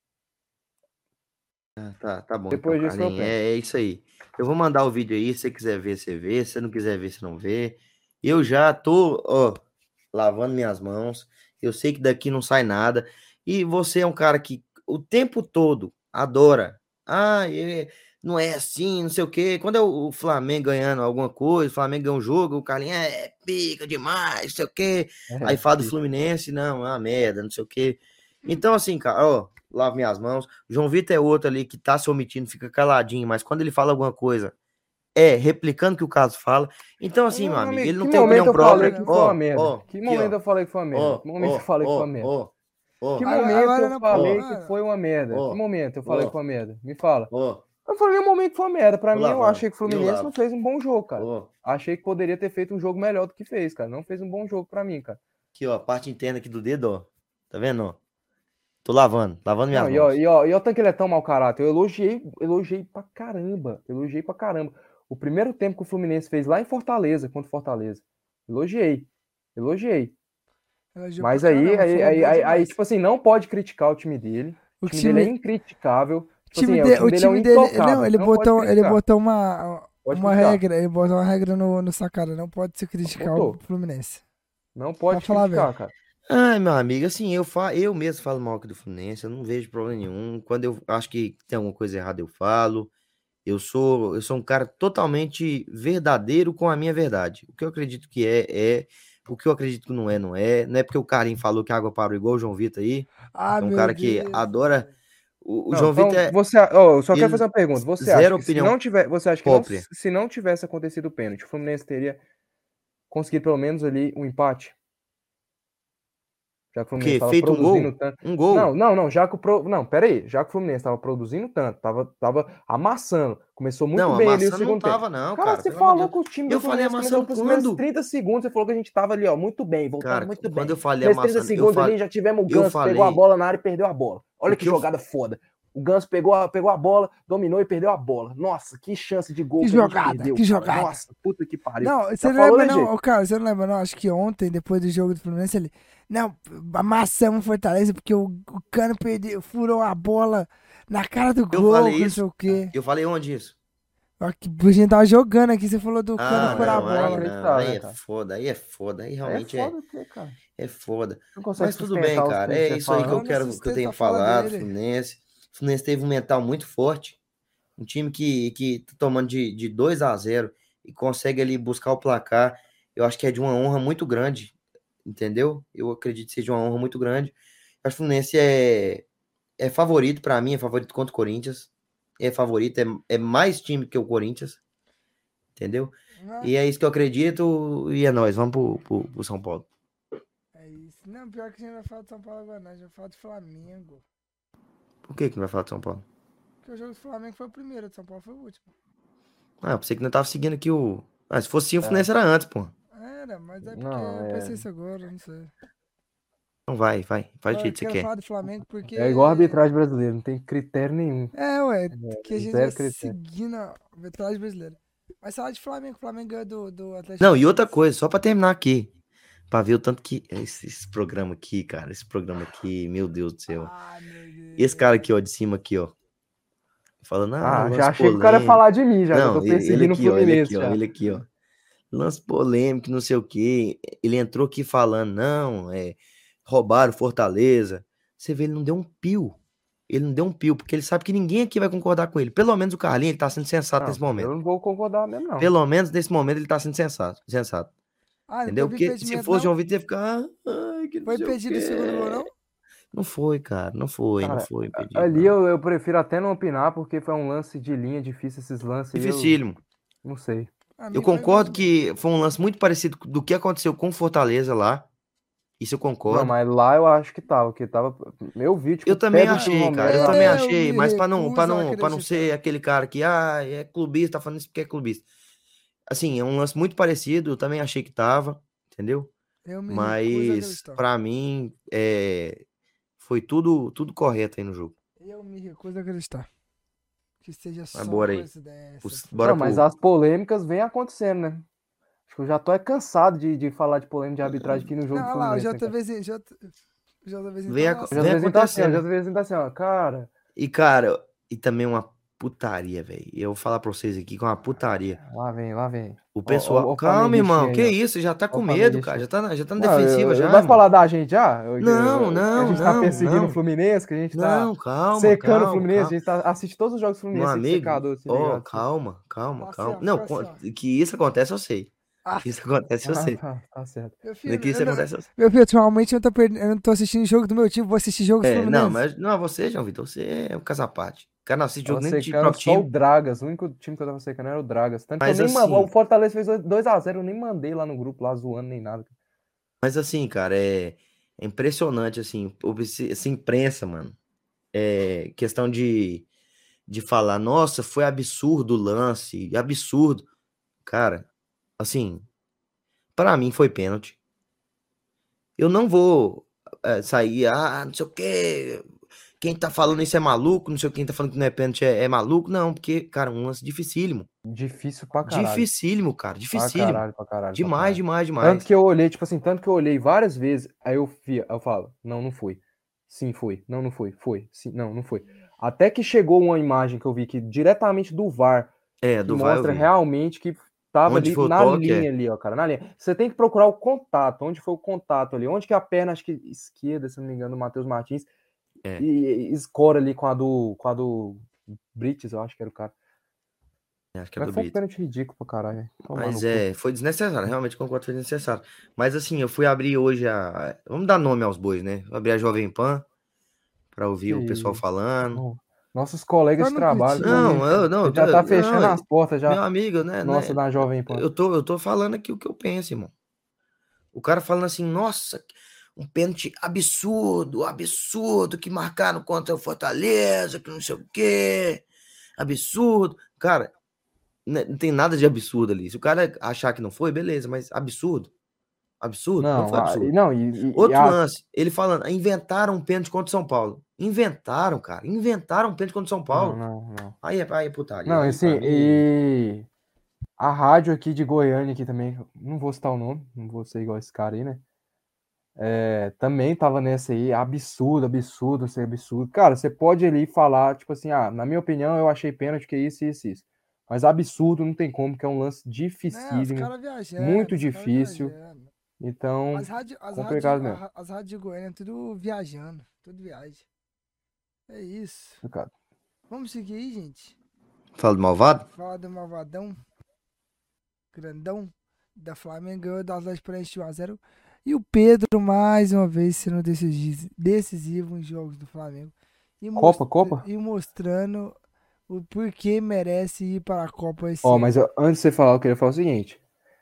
tá, tá bom então, Depois disso foi o Carlinhos, pênalti. é, é isso aí. Eu vou mandar o vídeo aí, se você quiser ver, você vê, se você não quiser ver, você não vê. Eu já tô, ó, lavando minhas mãos, eu sei que daqui não sai nada, e você é um cara que o tempo todo adora, ah, é, não é assim, não sei o quê. Quando é o, o Flamengo ganhando alguma coisa, o Flamengo ganha um jogo, o Carlinhos é pica demais, não sei o quê. Aí É, fala do isso. Fluminense, não, é uma merda, não sei o quê. Então, assim, cara, ó, lavo minhas mãos. João Vitor é outro ali que tá se omitindo, fica caladinho, mas quando ele fala alguma coisa, é replicando o que o caso fala. Então, assim, meu Meu amigo, amigo, ele não que tem momento opinião eu falei própria. que Agora, foi uma Ó, merda? ó, Que aqui, momento ó. eu falei que foi uma merda? Ó, Que momento eu ó, falei que foi uma ó, merda? ó, Que ó, agora, momento agora eu não, falei ó, que mano, foi uma merda? Que ó, momento eu falei que ó, foi uma merda? Me fala. ó, Eu falei, nenhum momento foi uma merda. Pra tô mim, eu lavando. achei que o Eu Fluminense não lavo. fez um bom jogo, cara. Ó, Achei que poderia ter feito um jogo melhor do que fez, cara. Não fez um bom jogo pra mim, cara. aqui, ó, a parte interna aqui do dedo, ó. Tá vendo, ó? Tô lavando, lavando Não, minhas e ó, mãos. e ó, e ó, tanto que ele é tão mau caráter. Eu elogiei, elogiei pra caramba. Elogiei pra caramba. O primeiro tempo que o Fluminense fez lá em Fortaleza, contra o Fortaleza. Elogiei. Elogiei. elogiou pra Mas aí, caramba, aí, falou aí, bem aí, aí, demais. tipo assim, não pode criticar o time dele. O O time dele é time, incriticável. o Tipo assim, time, é, o de, time o dele é um time dele, não, intocável. ele Não pode botou, ele criticar. botou uma, Pode uma criticar. regra, ele botou uma regra no, no sacada, não pode se criticar o Botou. Fluminense. Não Pode pode falar, velho. criticar, cara. Ai, meu amigo, assim, eu, fa... eu mesmo falo mal aqui do Fluminense, eu não vejo problema nenhum. Quando eu acho que tem alguma coisa errada, eu falo. Eu sou, eu sou um cara totalmente verdadeiro com a minha verdade. O que eu acredito que é, é. O que eu acredito que não é, não é. Não é porque o Carinho falou que a água parou igual o João Vitor aí, Ah, que é um meu cara que Deus. adora. O, o Não, João Vitor então é você, ó, eu só quero fazer ele uma pergunta. Você acha zero que se opinião não tiver, você acha que não, própria. se não tivesse acontecido o pênalti, o Fluminense teria conseguido pelo menos ali um empate? Já que o O Fluminense quê? estava Feito um produzindo gol? tanto. Um Não, gol? não, não, já que o pro... não, pera aí, já que o Fluminense estava produzindo tanto, estava tava amassando, começou muito Não, bem ali o amassando não segundo tempo. tava, não, Cara, cara. você Pelo amor de falou que Deus. o time do Eu falei Fluminense começou amassando nos primeiros quando? trinta segundos, você falou que a gente tava ali, ó, muito bem, voltando Cara, muito quando bem. eu falei Nos trinta amassando, eu segundos ali falei, já tivemos o eu Ganso, pegou a falei, bola na área e perdeu a bola. Olha o que que eu jogada foda. O Ganso pegou a, pegou a bola, dominou e perdeu a bola. Nossa, que chance de gol Que que a gente jogada, perdeu, que cara. jogada. Nossa, puta que pariu. Não, você Já não falou, lembra L G? não, ô, cara, você não lembra não, acho que ontem, depois do jogo do Fluminense, ele, não, amassamos o Fortaleza porque o, o Cano perdeu, furou a bola na cara do eu gol, falei que não sei isso? o quê. Eu falei onde isso? Ó, que a gente tava jogando aqui, você falou do Cano Ah, Não, é, furar a não, não é aí bola. não, acreditável, aí né, é cara? foda, aí é foda, aí Aí é realmente é, foda o quê, cara? é foda. Não consegue Mas tudo bem, sustentar os cara, três que é você isso aí fala, que eu Não, não? não quero, que eu tenho sustenta a fala falado, dele. Fluminense. O Fluminense teve um mental muito forte, um time que, que tá tomando de, de dois a zero e consegue ali buscar o placar, eu acho que é de uma honra muito grande, entendeu? Eu acredito que seja uma honra muito grande. Acho que o Fluminense é, é favorito pra mim, é favorito contra o Corinthians, é favorito, é, é mais time que o Corinthians, entendeu? Não, E é isso que eu acredito, e é nóis, vamos pro, pro, pro São Paulo. é isso. Não, pior que a gente vai falar de São Paulo agora, não, a gente vai falar de Flamengo. Por que que não vai falar de São Paulo? Porque o jogo do Flamengo foi o primeiro, o de São Paulo foi o último. Ah, eu pensei que não tava seguindo aqui o... Ah, se fosse assim, o É. Fluminense era antes, pô. era, mas é porque Não, eu é, pensei isso agora, não sei. Então vai, vai. Faz do Eu jeito que você quero quer. falar do Flamengo porque. é igual a arbitragem brasileira, não tem critério nenhum. É, ué, É, que a gente vai zero critério. seguindo a arbitragem brasileira. Mas falar de Flamengo, o Flamengo ganhou do, do Atlético Não, e outra Paranaense. coisa, só pra terminar aqui. Pra ver o tanto que. Esse, esse programa aqui, cara. Esse programa aqui, meu Deus do céu. Ai, meu Esse cara Deus. aqui, ó, de cima aqui, ó. Falando, ah, Ah, já lance achei que o cara ia polêmico. falar de mim, já, já Não, tô ele, ele perseguindo o aqui, ó, ele Fluminense aqui, ó, já. ele aqui, ó. Lance polêmico, não sei o quê. Ele entrou aqui falando, não, é. Roubaram Fortaleza. Você vê, ele não deu um pio. Ele não deu um pio, porque ele sabe que ninguém aqui vai concordar com ele. Pelo menos o Carlinhos, ele tá sendo sensato Não, nesse momento. eu não vou concordar mesmo, não. Pelo menos nesse momento ele tá sendo sensato. sensato. Ah, não Entendeu? teve Porque se impedimento, fosse não? João Vitor, ia ficar. Ai, que não Foi sei o impedido o segundo gol, não? quê. Não foi, cara. Não foi, não Cara, foi impedido, ali não. eu, eu prefiro até não opinar, porque foi um lance de linha difícil, esses lances aí, eu Dificílimo. não sei. A Eu mim foi concordo mesmo. que foi um lance muito parecido do que aconteceu com o Fortaleza lá. Isso eu Não, concordo. mas lá eu acho que tava, que tava. Eu vi, tipo, Eu o pé também do Silvio achei, cara. Romero Eu lá também no. Eu achei, me mas pra não, pra recuso a não, para não ser acreditar. aquele cara que ah, é clubista, tá falando isso porque é clubista. Assim, é um lance muito parecido, eu também achei que tava, entendeu? Eu me recuso a Mas acreditar. pra mim é, foi tudo tudo correto aí no jogo. Eu me recuso a acreditar. Que seja Mas só bora aí. coincidência. Os- pô. Bora Não, mas pro. as polêmicas vêm acontecendo, né? Acho que eu já tô é cansado de, de falar de polêmica de arbitragem aqui no jogo Não, do olha lá, o Fluminense, né, cara? JVzinho, J... JVzinho Vem, tá aco- O vem lascado. JVzinho tá assim, ó, o acontecendo. JVzinho tá assim, ó, cara. E, cara, e também uma putaria, velho. Eu vou falar pra vocês aqui que é uma putaria. Lá vem, lá vem. O Ó, ó, pessoal. ó o Calma, irmão. flamenguistinha Que aí, ó. isso? Já tá Ó com o medo, cara. flamenguistinha. Já tá, na- já tá na Não, defensiva, eu- eu- já, vai irmão. falar da gente já? Eu- Não, eu- que a não, gente tá não, perseguindo o não. Fluminense, que a gente tá Não, calma, secando o calma, Fluminense, calma. a gente tá, assiste todos os jogos do Meu Fluminense, esse amigo, secador, assim, ó, ligado? Assim. calma, calma, Tá assim, calma. ó, Não, fica assim, con- que isso acontece, eu sei. Ah, Que isso acontece, eu Ah, sei. tá, tá certo. meu filho, Que isso eu não- acontece, eu sei. meu filho, ultimamente eu não tô, perd... eu não tô assistindo jogo do meu time, vou assistir jogo do É, não, Fluminense. mas não é você, João Vitor. Você é um casapate. O cara não assiste Tava jogo nem do time, secando próprio só o time. Dragas, o único time que eu tava secando era o Dragas. Tanto que eu Mas nem mandei, o assim, Fortaleza fez dois a zero, eu nem mandei lá no grupo, lá zoando, nem nada. mas assim, cara, é, é impressionante, assim, o- esse- essa imprensa, mano. É questão de, de falar, nossa, foi absurdo o lance, absurdo. Cara, assim, pra mim foi pênalti. Eu não vou eh, sair, ah, não sei o quê. Quem tá falando isso é maluco, não sei quem tá falando que não é pênalti é, é maluco. Não, porque, cara, um lance dificílimo. Difícil pra caralho. Dificílimo, cara, Pra dificílimo. caralho, pra caralho, pra Demais, caralho. demais, Tanto demais. que eu olhei, tipo assim, tanto que eu olhei várias vezes, aí eu via, eu falo, não, não fui. Sim, fui. Não, não fui. Foi. Sim, não, não foi. Até que chegou uma imagem que eu vi que diretamente do V A R, É, que do V A R eu mostra vi. realmente que tava Onde ali foi o na toque, linha é. ali, ó, cara, na linha. Você tem que procurar o contato, onde foi o contato ali, onde que a perna, acho que esquerda, se não me engano, do Matheus Martins, É. e, e escora ali com a do, com a do Brites, eu acho que era o cara. Acho que é Mas do foi um Brito. pênalti ridículo pra caralho, velho. Tomar no Mas cu. é, foi desnecessário, realmente concordo que foi desnecessário. Mas assim, eu fui abrir hoje a. Vamos dar nome aos bois, né? Vou abrir a Jovem Pan pra ouvir Que o pessoal isso. falando. Não. Nossos colegas Eu de não trabalho critico. também. Não, eu não, Você eu tô- já tá não, fechando as portas meu já. amigo, né, Nossa, né? da Jovem Pan. Eu tô, eu tô falando aqui o que eu penso, irmão. O cara falando assim, nossa, um pênalti absurdo, absurdo que marcaram contra o Fortaleza, que não sei o quê. Absurdo. Cara, né, não tem nada de absurdo ali. Se o cara achar que não foi, beleza, mas absurdo. Absurdo? Não Não, foi a- e absurdo. não, e, e- e Outro a- lance, ele falando, inventaram um pênalti contra o São Paulo. Inventaram, cara. Inventaram um pênalti contra o São não, Paulo. não, não. Aí, é- aí é putaria. Não, Aí assim, pra mim. e a rádio aqui de Goiânia aqui também, não vou citar o nome, não vou ser igual esse cara aí, né? É, também tava nessa aí, absurdo, absurdo, ser absurdo. Cara, você pode ali falar, tipo assim, ah, na minha opinião, eu achei pênalti que é isso, isso, isso. Mas absurdo não tem como, que é um lance Né, os dificílimo, caras viajando. muito os caras difícil. viajando. Então, As rádios as complicado rádio, mesmo. a- as rádios de Goiânia, tudo viajando. Tudo viagem. É isso. Complicado. Vamos seguir aí, gente. Fala do malvado? Fala do malvadão. Grandão. Da Flamengo ganhou do Atlético Paranaense de um a zero. E o Pedro, mais uma vez, sendo decisi- decisivo em jogos do Flamengo. E Copa, mostra- Copa? E mostrando o porquê merece ir para a Copa esse Ó, ano. mas eu- antes de você falar, eu queria falar o seguinte.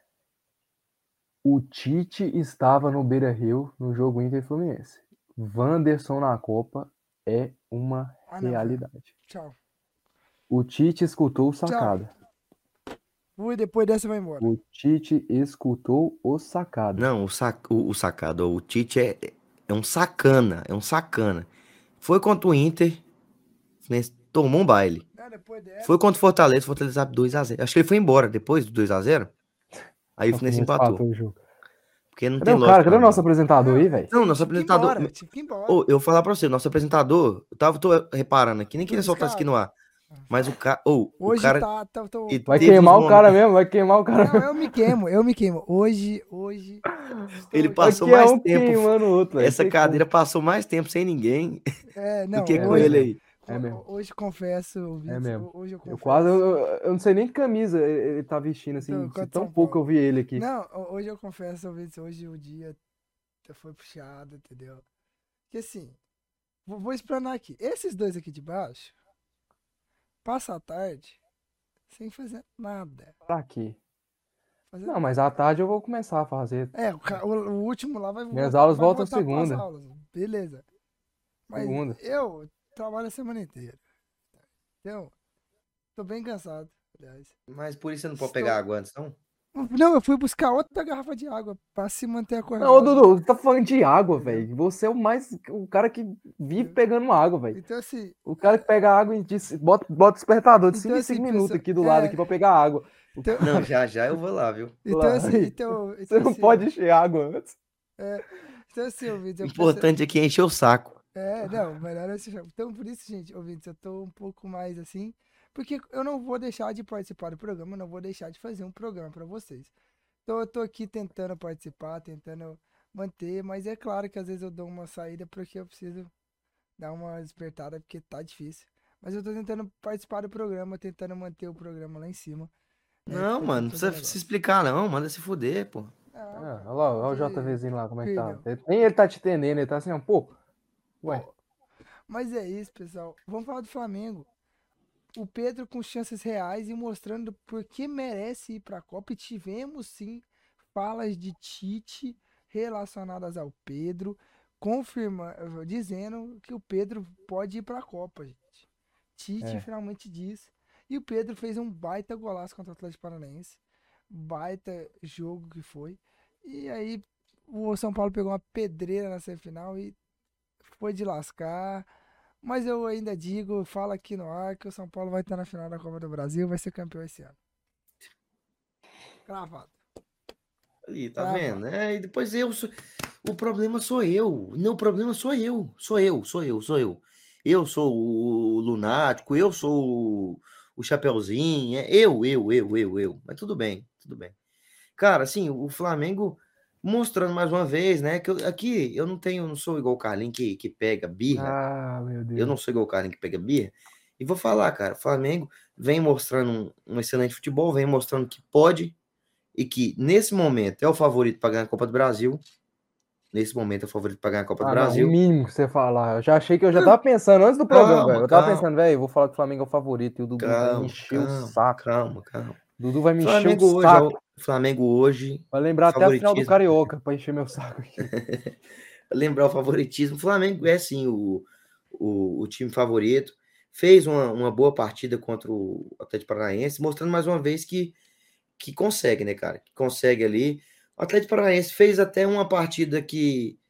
O Tite estava no Beira-Rio no jogo Inter e Fluminense. Wanderson na Copa é uma Ah, não, realidade. Tchau. O Tite escutou o sacada. Fui, depois dessa vai embora. O Tite escutou o sacado. Não, o, sac, o, o sacado, o Tite é, é um sacana, é um sacana. Foi contra o Inter, o Fluminense tomou um baile. Não, depois dessa. Foi contra o Fortaleza, o Fortaleza abre dois a zero. Acho que ele foi embora depois do dois a zero. Aí o O Fluminense Fluminense empatou. empatou o jogo. Porque não Cadê tem o cara? lógica. Cadê o não. nosso apresentador aí, velho? Não, nosso tive que ir apresentador- embora, tive que ir embora. Ô, eu vou falar pra você, nosso apresentador, eu tava tô reparando aqui, nem Tô queria soltar isso aqui no ar. descalço. Mas o, ca... ô, o Hoje cara. tá, tá, tô, e tô- Vai teve queimar uns o cara momentos- mesmo, vai queimar o cara Não, mesmo. eu me queimo, eu me queimo. Hoje, hoje. estou Ele aqui- passou Aqui é mais um tempo. queimando o outro, velho. Essa Tem cadeira passou mais tempo sem ninguém É, não, do que com hoje, ele aí. É mesmo. hoje confesso, ouvintes, É mesmo. hoje eu como. Eu confesso. quase. Eu, eu não sei nem que camisa ele ele tá vestindo, assim. Então, de contra tão São pouco Paulo. eu vi ele aqui. Não, ho- hoje eu confesso, ouvintes, hoje o dia foi puxado, entendeu? Porque assim, vou, vou explanar aqui. Esses dois aqui de baixo, passa a tarde sem fazer nada. Pra quê? Fazer Não, mas à tarde eu vou começar a fazer. É, o, ca- o- o último lá vai Minhas voltar- aulas vai voltam voltar pras segunda. aulas. Beleza. Mas Segunda. eu trabalho a semana inteira. Então, tô bem cansado, aliás. Mas por isso você não pode Estou- pegar água antes, não? Não, eu fui buscar outra garrafa de água pra se manter acordado. Não, ô, Dudu, você tá falando de água, velho. Você é o mais. O cara que vive pegando água, velho. Então, assim, O cara que pega água e diz, bota, bota despertador de Então, cinco em assim, cinco minutos pessoal, aqui do lado é. aqui pra pegar água. O Então- cara- Não, já já eu vou lá, viu? então, Lá, assim, aí. então, Você então, não assim, pode encher água antes. Então, assim, ouvintes, O eu importante aqui é encher o saco. É, não, melhor esse jogo. Então, por isso, gente, ouvintes, eu tô um pouco mais assim, porque eu não vou deixar de participar do programa, eu não vou deixar de fazer um programa pra vocês. Então, eu tô aqui tentando participar, tentando manter, mas é claro que às vezes eu dou uma saída porque eu preciso dar uma despertada, porque tá difícil. Mas eu tô tentando participar do programa, tentando manter o programa lá em cima. né, Não, porque mano, não tem que fazer precisa um se negócio. explicar, não. Manda se fuder, pô. Não, Ah, cara, olha lá, olha o porque- JVzinho lá, como é que tá. Perdão. Nem ele tá te entendendo, ele tá assim, ó, pô. Ué, Mas é isso, pessoal. Vamos falar do Flamengo. O Pedro com chances reais e mostrando por que merece ir para a Copa. E tivemos sim falas de Tite relacionadas ao Pedro, confirma, dizendo que o Pedro pode ir para a Copa, gente. Tite É. finalmente diz. E o Pedro fez um baita golaço contra o Atlético Paranaense. Baita jogo que foi. E aí o São Paulo pegou uma pedreira na semifinal e foi de lascar. Mas eu ainda digo, falo aqui no ar que o São Paulo vai estar na final da Copa do Brasil, vai ser campeão esse ano. Cravado. Aí, tá Tá, vendo? É, e depois eu sou... O problema sou eu. Não, o problema sou eu. Sou eu, sou eu, sou eu. Eu sou o lunático, eu sou o, o Chapeuzinho. É eu, eu, eu, eu, eu. Mas tudo bem, tudo bem. Cara, assim, o Flamengo mostrando mais uma vez, né? Que eu, aqui eu não tenho, não sou igual o Carlinhos que, que pega birra. ah, meu Deus. Eu não sou igual o Carlinhos que pega birra. E vou falar, cara, o Flamengo vem mostrando um, um excelente futebol, vem mostrando que pode e que nesse momento é o favorito para ganhar a Copa do Brasil. Nesse momento é o favorito para ganhar a Copa Ah, do não, Brasil. o mínimo que você falar. Eu já achei que eu já tava pensando antes do programa, Calma, velho. Eu tava calma. pensando, velho, eu vou falar que o Flamengo é o favorito e o Dudu vai me Calma, encher o calma, saco. calma, calma. Dudu vai me encher Flamengo o hoje, é saco. o Flamengo hoje, Vai lembrar até a final do favoritismo. Carioca pra encher meu saco aqui. lembrar o favoritismo. O Flamengo é sim o, o, o time favorito. Fez uma, uma boa partida contra o Atlético Paranaense, mostrando mais uma vez que, que consegue, né, cara? Que consegue ali. O Atlético Paranaense fez até uma partida que,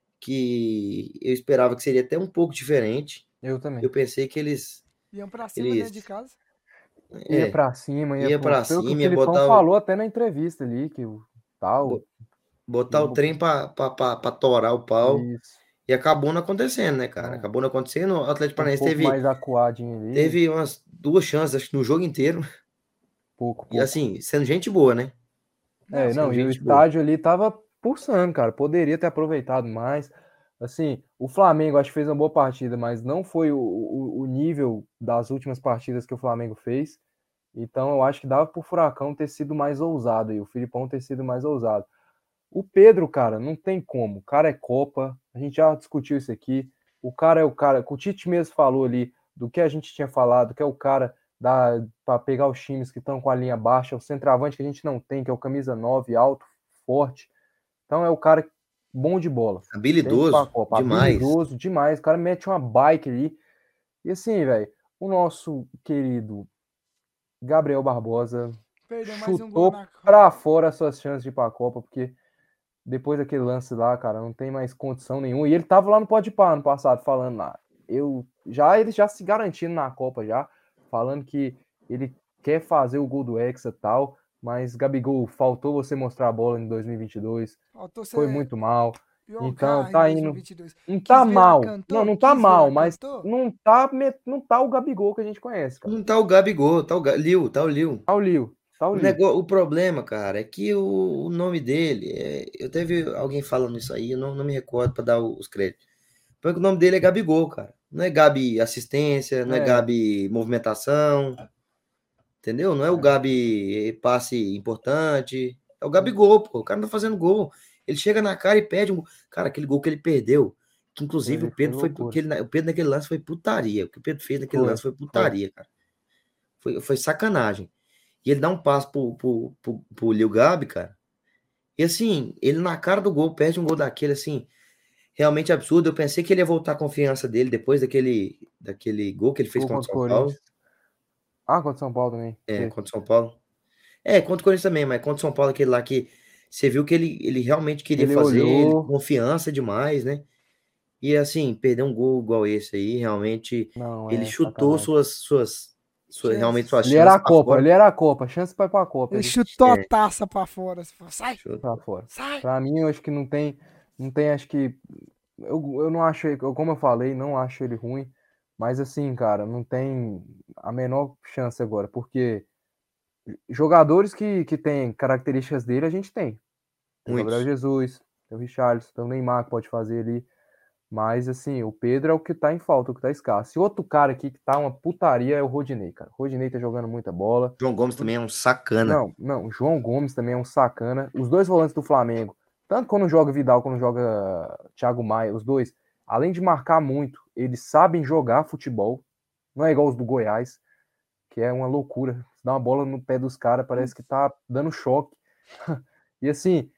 que eu esperava que seria até um pouco diferente. Eu também. Eu pensei que eles Iam pra cima Eles- dentro de casa. Ia é, pra cima, ia, ia pra pelo que o cima, ia Filipão botar o- falou até na entrevista ali, que o tal. Bo- botar o Bo- trem pra, pra, pra, pra torar o pau. Isso. E acabou não acontecendo, né, cara? Não. Acabou não acontecendo. O Atlético Um Paranaense pouco teve, mais acuadinho ali. teve umas duas chances, acho que no jogo inteiro. Pouco, E pouco. assim, sendo gente boa, né? É, sendo não, e o gente boa. estádio ali tava pulsando, cara. Poderia ter aproveitado mais. Assim, o Flamengo acho que fez uma boa partida, mas não foi o, o, o nível das últimas partidas que o Flamengo fez. Então eu acho que dava pro Furacão ter sido mais ousado e o Filipão ter sido mais ousado. O Pedro, cara, não tem como. O cara é Copa, a gente já discutiu isso aqui. O cara é o cara, o Tite mesmo falou ali do que a gente tinha falado, que é o cara para pegar os times que estão com a linha baixa, o centroavante que a gente não tem, que é o camisa nove, alto, forte. Então é o cara bom de bola. Tem que ir pra Habilidoso, Copa. demais. Habilidoso demais. O cara mete uma bike ali. E assim, velho, o nosso querido Gabriel Barbosa Perdeu mais um gol chutou na Copa. pra fora as suas chances de ir pra Copa, porque depois daquele lance lá, cara, não tem mais condição nenhuma. E ele tava lá no Podpah ano passado, falando lá. Eu, já, ele já se garantindo na Copa já, falando que ele quer fazer o gol do Hexa e tal, mas, Gabigol, faltou você mostrar a bola em dois mil e vinte e dois, Faltou foi você muito mal. Então, jogar em tá indo... dois mil e vinte e dois. Não Quis tá ver lá, mal. cantou? Não, não tá Quis ver lá, mal, mas cantou? não tá, me- não tá o Gabigol que a gente conhece, cara. Não tá o Gabigol, tá o Ga- Lil, tá o Lil. Tá o Lil, tá o O, Lil. nego... o problema, cara, é que o, o nome dele, é... eu até vi alguém falando isso aí, eu não, não me recordo pra dar os créditos. Porque o nome dele é Gabigol, cara. Não é Gabi assistência, não é, É. Gabi movimentação, entendeu? Não é o Gabi passe importante. É o Gabigol, pô. O cara não tá fazendo gol. Ele chega na cara e perde um. Cara, aquele gol que ele perdeu. Que inclusive Ele o Pedro foi foi. loucura. Aquele, o Pedro naquele lance foi putaria. O que o Pedro fez naquele Foi, lance foi putaria, cara. Foi, foi sacanagem. E ele dá um passo pro, pro, pro, pro Lil Gabi, cara. E assim, ele na cara do gol perde um gol daquele, assim, realmente absurdo. Eu pensei que ele ia voltar a confiança dele depois daquele, daquele gol que ele fez Gol contra o contra o São Paulo. Corinthians. Ah, contra o São Paulo também. É, Fez. contra o São Paulo. É, contra o Corinthians também, mas contra o São Paulo, aquele lá que você viu que ele, ele realmente queria Ele fazer, ele, olhou. confiança demais, né? E assim, perder um gol igual esse aí, realmente, Não, ele é chutou sacanagem. suas, suas, suas realmente suas Ele era chances a pra Copa, fora. ele era a Copa. Chance pra ir pra Copa. Ele Ele chutou É. a taça pra fora. Você falou, sai, Chutou. pra fora. sai. Pra mim, eu acho que não tem. Não tem, acho que. Eu, eu não acho, ele- como eu falei, não acho ele ruim. Mas assim, cara, não tem a menor chance agora. Porque jogadores que, que têm características dele, a gente tem. Tem o Gabriel Muitos. Jesus, tem o Richarlison, tem o Neymar que pode fazer ali. Mas, assim, o Pedro é o que tá em falta, o que tá escasso. E outro cara aqui que tá uma putaria é o Rodinei, cara. O Rodinei tá jogando muita bola. João Gomes também é um sacana. Não, não, o João Gomes também é um sacana. Os dois volantes do Flamengo, tanto quando joga Vidal, quando joga Thiago Maia, os dois, além de marcar muito, eles sabem jogar futebol. Não é igual os do Goiás, que é uma loucura. Dá uma bola no pé dos caras, parece que tá dando choque. E assim,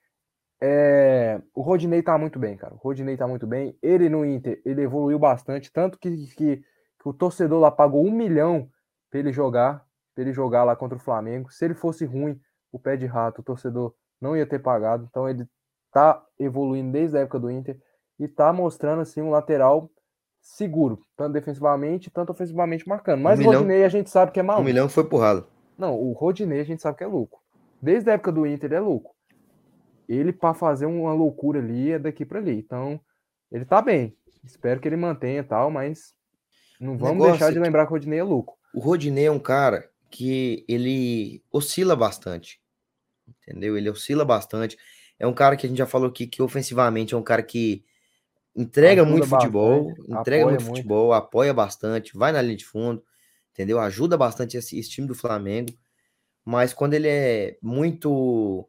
é, o Rodinei tá muito bem, cara. O Rodinei tá muito bem. Ele no Inter, ele evoluiu bastante, tanto que, que, que o torcedor lá pagou um milhão pra ele jogar, pra ele jogar lá contra o Flamengo. Se ele fosse ruim, o pé de rato, o torcedor não ia ter pagado. Então ele tá evoluindo desde a época do Inter e tá mostrando assim um lateral seguro, tanto defensivamente, tanto ofensivamente marcando. Mas Um o milhão- Rodinei a gente sabe que é Um maluco. milhão foi pro ralo. Não, o Rodinei a gente sabe que é louco. Desde a época do Inter ele é louco. Ele, para fazer uma loucura ali, é daqui para ali. Então, ele tá bem. Espero que ele mantenha e tal, mas não O vamos negócio deixar é de que- lembrar que o Rodinei é louco. O Rodinei é um cara que ele oscila bastante, entendeu? Ele oscila bastante. É um cara que a gente já falou aqui que ofensivamente é um cara que entrega Ajuda muito futebol, bastante, entrega apoia muito muito. futebol, apoia bastante, vai na linha de fundo, entendeu? Ajuda bastante esse, esse time do Flamengo, mas quando ele é muito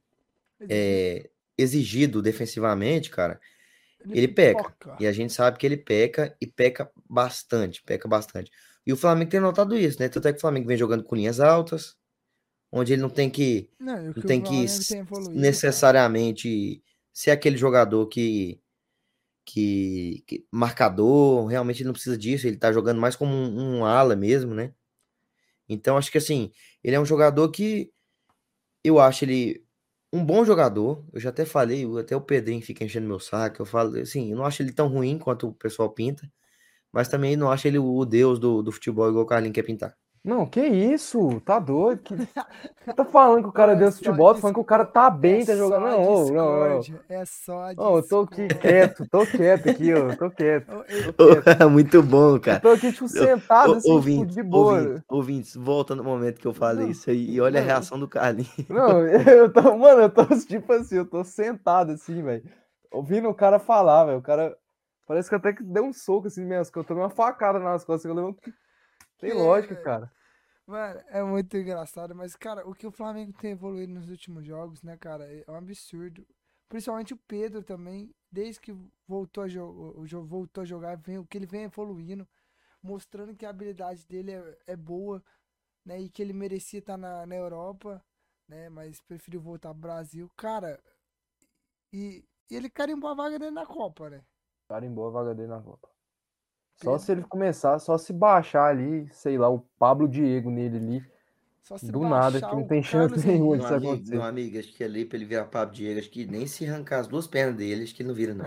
é, exigido defensivamente, cara, ele peca. pipoca. E a gente sabe que ele peca e peca bastante, peca bastante. E o Flamengo tem notado isso, né? Tanto é que o Flamengo vem jogando com linhas altas, onde ele não tem que, Não, e o não que tem o que Flamengo s- tem evoluído, necessariamente ser aquele jogador que, que, que marcador, realmente ele não precisa disso, ele tá jogando mais como um, um ala mesmo, né? Então acho que assim, ele é um jogador que eu acho ele um bom jogador. Eu já até falei, até o Pedrinho fica enchendo meu saco. Eu falo assim, eu não acho ele tão ruim quanto o pessoal pinta, mas também não acho ele o deus do, do futebol igual o Carlinhos quer pintar. Não, que isso? Tá doido? Que... Você tá falando que o cara Ô, é Deus é do só futebol, tá falando que o cara tá bem, é tá jogando. só Não, ô, não, não, não. discórdia, é só Ô, eu tô aqui discórdia. quieto, tô quieto aqui, ó. Tô quieto, Ô, eu- tô quieto. Muito bom, Eu cara. tô aqui, tipo, sentado, Ô, assim, tipo, ouvintes, de ouvintes, boa. ouvintes, volta no momento que eu falei Não, isso aí e olha a não. reação do Carlinhos. Não, eu tô, mano, eu tô tipo assim, eu tô sentado assim, velho, ouvindo o cara falar, velho, o cara, parece que até que deu um soco assim mesmo, que eu tomei uma facada nas costas, eu lembro que tem Que, lógica, velho? cara. Mano, é muito engraçado, mas, cara, o que o Flamengo tem evoluído nos últimos jogos, né, cara, é um absurdo. Principalmente o Pedro também, desde que voltou a, jo o jo- voltou a jogar, vem, o que ele vem evoluindo, mostrando que a habilidade dele é, é boa, né, e que ele merecia estar na, na Europa, né, mas preferiu voltar pro Brasil. Cara, e, e ele carimbou a vaga dele na Copa, né? Carimbou a vaga dele na Copa. Só Pedro. se ele começar, só se baixar ali, sei lá, o Pablo Diego nele ali, Só se Do nada, baixar que não o tem chance Carlos nenhuma Meu disso Henrique. amigo, meu acontecer. amigo, acho que ali pra ele virar Pablo Diego, acho que nem se arrancar as duas pernas dele, acho que ele não vira, não.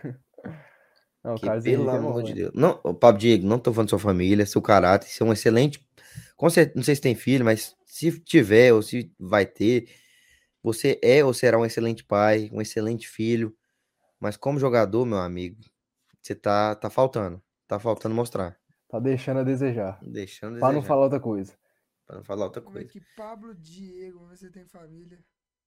Não, o Que, Carlos pelo Henrique é amor bom, de velho. Deus. Não, ô, Pablo Diego, não tô falando de sua família, seu caráter, você é um excelente. Com cer- Não sei se tem filho, mas se tiver ou se vai ter, você é ou será um excelente pai, um excelente filho. Mas como jogador, meu amigo, você tá, tá faltando. Tá faltando mostrar. Tá deixando a desejar. Deixando a Pra não desejar. falar outra coisa. Pra não falar outra Vamos ver coisa. aqui, Pablo Diego, vamos ver se ele tem família.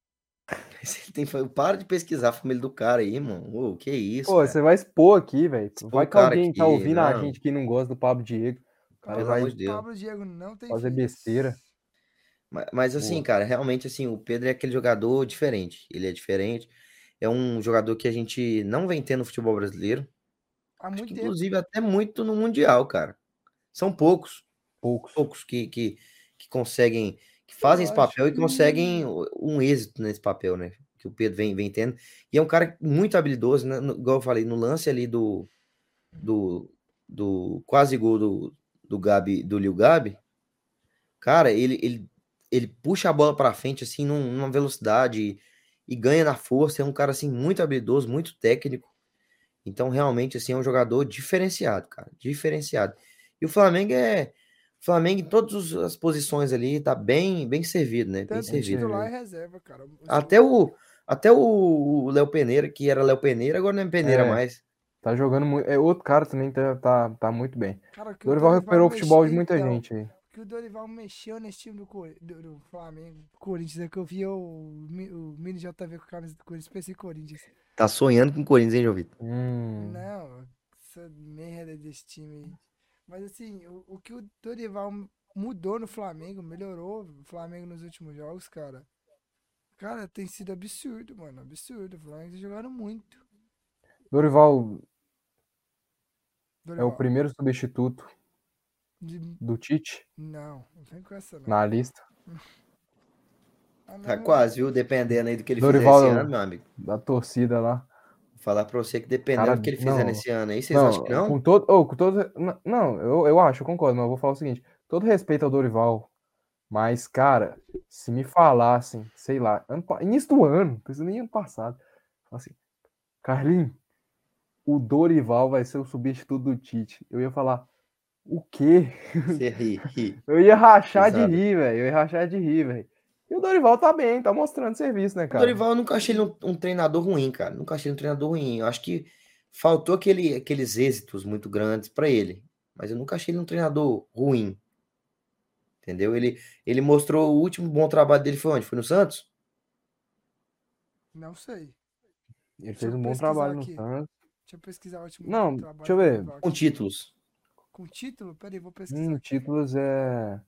Você tem, para de pesquisar a família do cara aí, mano. Ô, que isso, Pô, cara. você vai expor aqui, velho. Pô, Vai o que cara alguém tá aqui, ouvindo a não. gente que não gosta do Pablo Diego. O cara Pelo Pablo, amor vai de Deus. Pablo Diego não tem fazer filhos. besteira. Mas, mas assim, Boa. cara, realmente assim, o Pedro é aquele jogador diferente. Ele é diferente. É um jogador que a gente não vem tendo no futebol brasileiro. Há Acho que muito tempo. inclusive até muito no Mundial, cara. São poucos, Poucos. poucos que, que, que conseguem, que fazem Eu esse acho papel e que. conseguem um êxito nesse papel, né? Que o Pedro vem, vem tendo. E é um cara muito habilidoso, né? No- igual eu falei, no lance ali do, do, do quase gol do, do Gabi, do Lil Gabi, cara, ele, ele, ele puxa a bola pra frente, assim, num- numa velocidade e, e ganha na força. É um cara, assim, muito habilidoso, muito técnico. Então, realmente, assim, é um jogador diferenciado, cara. Diferenciado. E o Flamengo é. O Flamengo, em todas os- as posições ali, tá bem, bem servido, né? Bem Tanto Bem servido. titular e servido. reserva, cara. Os- Até o. Até o Léo Peneira, que era Léo Peneira, agora não é Peneira É, mais. tá jogando muito. É, outro cara também tá, tá, tá muito bem. Cara, que o Dorival Dorival recuperou o mexeu. futebol de muita Então, gente aí. que o Dorival mexeu nesse time do, Cor- do, do Flamengo. Corinthians, é que eu via o, Mi- o Mini J V com a camisa do Corinthians, pensei em Corinthians. Tá sonhando com o Corinthians, hein, João Vitor? Hum, Não, essa merda desse time aí. Mas assim, o, o que o Dorival mudou no Flamengo, melhorou o Flamengo nos últimos jogos, cara. Cara, tem sido absurdo, mano. Absurdo. O Flamengo tá jogando muito. Dorival é o Dorival. primeiro substituto de- do Tite Não, não vem com essa não. na lista. Ah, Tá não, quase, viu? Dependendo aí do que ele fizer esse ano, Dorival meu amigo. da torcida lá. Vou falar pra você que dependendo Cara, do que ele fizer não. nesse ano aí, vocês acham que Não, não? com todo. Oh, com todo n- não, eu, eu acho, eu concordo, mas eu vou falar o seguinte: todo respeito ao Dorival, mas, cara, se me falassem, sei lá, ano, pa- início do ano, não precisa nem ano passado, fala assim, Carlinhos, o Dorival vai ser o substituto do Tite. Eu ia falar, o quê? Você ri, ri. Eu ia rachar de Risada. rir, velho. Eu ia rachar de rir, velho. E o Dorival tá bem, tá mostrando serviço, né, O cara? Dorival, eu nunca achei ele um, um treinador ruim, cara. Nunca achei ele um treinador ruim. Eu acho que faltou aquele, aqueles êxitos muito grandes pra ele. Mas eu nunca achei ele um treinador ruim, entendeu? Ele, ele mostrou o último bom trabalho dele foi onde? Foi no Santos? não sei. Ele Deixa fez eu um bom pesquisar trabalho no aqui. Santos. Deixa eu pesquisar o último Não, deixa trabalho eu do ver. Dorival Com aqui. títulos. Com título? Peraí, vou pesquisar Hum, aqui. títulos é.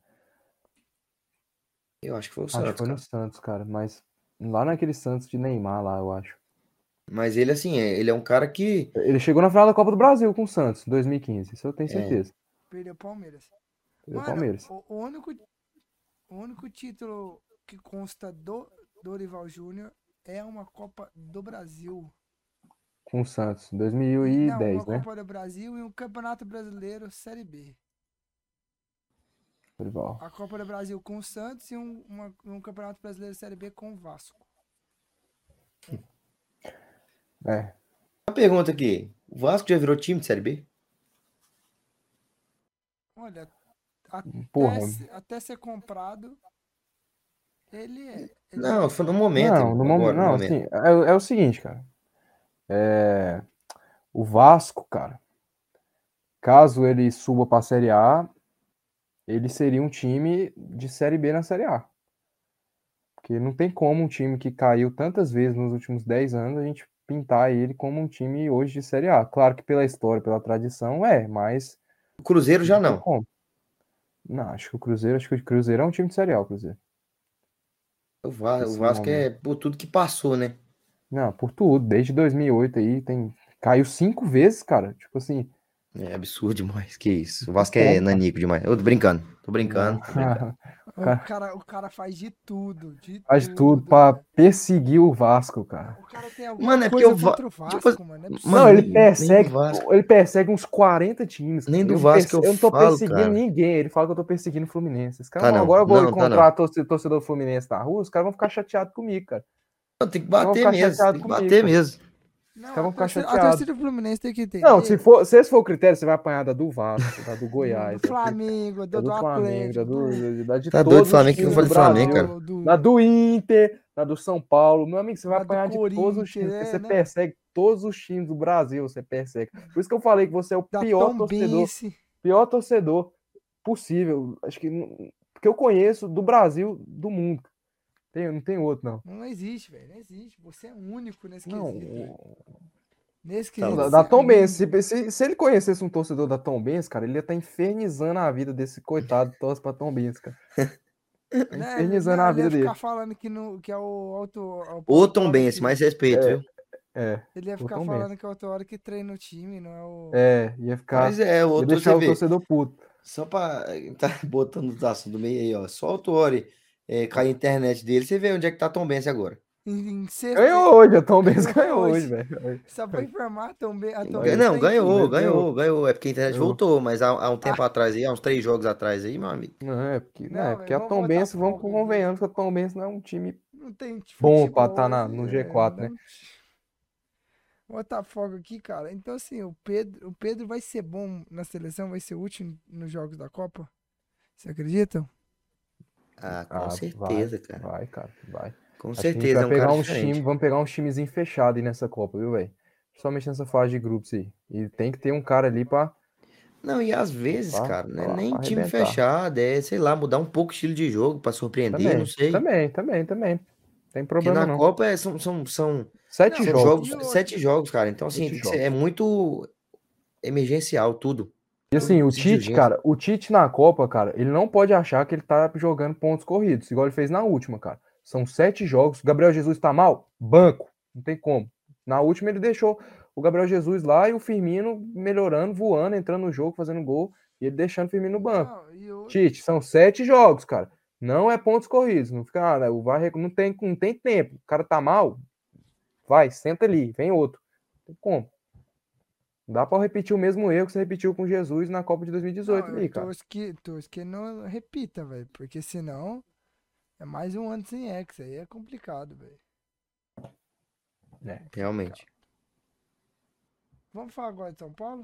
Eu acho que foi o Acho que Santos, foi no cara. Santos, cara. Mas lá naquele Santos de Neymar lá, eu acho. Mas ele, assim, é- ele é um cara que. Ele chegou na final da Copa do Brasil com o Santos, em dois mil e quinze. Isso eu tenho É, certeza. Perdeu o Palmeiras. Perdeu o Mano, Palmeiras. o, o único, o único título que consta do Dorival Júnior é uma Copa do Brasil. Com o Santos, em E, não, uma dois mil e dez, né? Copa do Brasil e um Campeonato Brasileiro Série B. Dorival. A Copa do Brasil com o Santos e um, uma- um Campeonato Brasileiro Série B com o Vasco. É. uma pergunta aqui. O Vasco já virou time de Série B? Olha, até, Porra. se- até ser comprado, ele é. Ele Não, é. foi no momento, Não, no irmão. momento. Agora, no Não, momento. assim, é, é o seguinte, cara. É, o Vasco, cara, caso ele suba pra Série A, ele seria um time de Série B na Série A. Porque não tem como um time que caiu tantas vezes nos últimos dez anos a gente pintar ele como um time hoje de Série A. Claro que pela história, pela tradição, é, mas O Cruzeiro já não tem não. como. Não, acho que o Cruzeiro, acho que o Cruzeiro é um time de Série A, o Cruzeiro. O, Va- o Esse Vasco momento. é por tudo que passou, né? Não, por tudo, desde dois mil e oito aí, tem caiu cinco vezes, cara. Tipo assim, É absurdo demais. Que isso. O não Vasco tem é como, cara. nanico demais. Eu tô brincando. Tô brincando, Não. tô brincando. O Cara- cara, o cara faz de tudo, de Faz tudo tudo, pra velho. perseguir o Vasco, cara. O cara tem alguma Mano, é porque coisa o Va- contra o tipo, Vasco, mano. É mano, Não, ele nem- nem persegue, do Vasco. ele persegue uns quarenta times. Nem cara. do eu Vasco perse- eu eu não tô falo, perseguindo cara. ninguém. Ele fala que eu tô perseguindo o Fluminense. Esse cara, Tá não, não, agora eu vou não, tá encontrar torcedor, torcedor Fluminense na rua, os caras vão ficar chateados comigo, cara. Não, tem que Os caras vão bater ficar mesmo, chateados tem que comigo, bater pô. mesmo. Não, Os caras vão a ficar torcida, a chateados. torcida do Fluminense tem que entender. Não, se, for, se esse for o critério, você vai apanhar da do Vasco, da do Goiás, do da do, Flamengo, da do, do do Flamengo, da, Atlético, do, do, da de Tá doido, todos os Flamengo? O que eu times falei do do Flamengo, Brasil. cara? do, Da do Inter, da do São Paulo. Meu amigo, você vai Da do apanhar de todos os Corinthians, times, porque é, você né? persegue todos os times do Brasil, você persegue. Por isso que eu falei que você é o da pior torcedor, Tombense. pior torcedor possível. Acho que não- porque eu conheço do Brasil, do mundo. Tem, não tem outro, não. Não existe, velho. Não existe. Você é único nesse Não, quesito. velho. Nesse Tá quesito. da, você da é Tom Benz, único. se, se, se ele conhecesse um torcedor da Tom Benz, cara, ele ia estar infernizando a vida desse coitado que torce pra Tom Benz, cara. Tá Né? Ele, infernizando não, a ele ia vida ficar dele. falando que, no, que é o auto. o Ô, auto- Tom hora Benz, que- mais respeito, É. viu? É, Ele ia o ficar Tom falando Benz. que é o auto hora que treina o time, não é o. É, ia ficar. Mas é, Ia outro deixar você o vê. torcedor puto. Só pra tá botando os assuntos do meio aí, ó. Só o Tuori é, cair a internet dele, você vê onde é que tá Tom Benz agora. Em, em sexta. Ganhou hoje, a Tom Benz Ganhou ganhou hoje, hoje. velho. Só pra informar, Tom Ben- a Tom Ganhou. Benz Não, tá em ganhou, quinto. ganhou, ganhou. É porque a internet Ganhou. voltou, mas há, há um tempo atrás aí, há uns três jogos atrás aí, meu amigo. Não, é porque, não, Não, é porque a vamos Tom botar Benz, vamos foco, convenhamos que a Tom Benz não é um time Não tem bom futebol pra estar na, hoje, no é, G quatro, né? não- Vou botar fogo aqui, cara. Então, assim, o Pedro, o Pedro vai ser bom na seleção, vai ser útil nos jogos da Copa? Você acredita? Ah, com Ah, certeza, vai, cara. Vai, cara, vai. Com Acho que a gente certeza, é vai um pegar cara uns diferente. times, vamos pegar uns timezinhos fechados aí nessa Copa, viu, velho? Principalmente nessa fase de grupos aí. E tem que ter um cara ali pra. Não, e às vezes, Pra- cara, não é pra- nem pra time arrebentar. fechado, é, sei lá, mudar um pouco o estilo de jogo pra surpreender, Também, não sei. também, também, também. Tem Porque problema na não. Copa é- são, são, são, Sete Não, são jogos. jogos, E outra? sete jogos, cara. Então, assim, Sete tem que ser- jogos. é muito emergencial, tudo. E assim, Tudo o precisa de Tite, urgência. cara, o Tite na Copa, cara, ele não pode achar que ele tá jogando pontos corridos, igual ele fez na última, cara. São sete jogos. O Gabriel Jesus tá mal? Banco. Não tem como. Na última ele deixou o Gabriel Jesus lá e o Firmino melhorando, voando, entrando no jogo, fazendo gol, e ele deixando o Firmino no banco. Não, e outra- Tite, são sete jogos, cara. Não é pontos corridos. Não fica, ah, o V A R não tem, não tem tempo. O cara tá mal? Vai, senta ali, vem outro. Não tem como. Não dá pra repetir o mesmo erro que você repetiu com Jesus na Copa de dois mil e dezoito não, ali, eu cara. torço que, torço que não repita, velho. Porque senão é mais um ano sem ex. Aí é complicado, velho. É. Realmente. Vamos falar agora de São Paulo?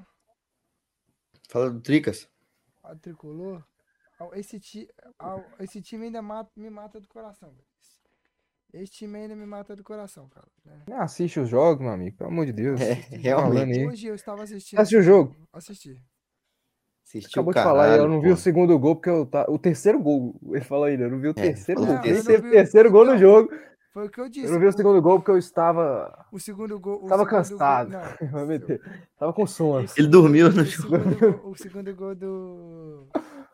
Fala do Tricas. A tricolor. Ah, Esse, ti, ah, esse time ainda mata- me mata do coração, velho. Esse time ainda me mata do coração, cara. né? Nem assiste os jogos, meu amigo, pelo amor de Deus. É, Assisti- realmente. Falando aí. Hoje eu estava assistindo. Você assistiu o jogo? Assisti. Assistiu Acabou o de falar aí, eu caralho, não vi pô. o segundo gol, porque eu tá. O terceiro gol, ele falou ainda, eu não vi o É, terceiro falou gol. Não, eu Nem não teve vi o- terceiro gol no então, jogo. Foi o que eu disse. Eu não vi o segundo gol porque eu estava. O segundo gol. o Tava segundo cansado. Gol, não, Vai o- meter. Tava com sono. o segundo- dormiu no o jogo. segundo gol- O segundo gol do.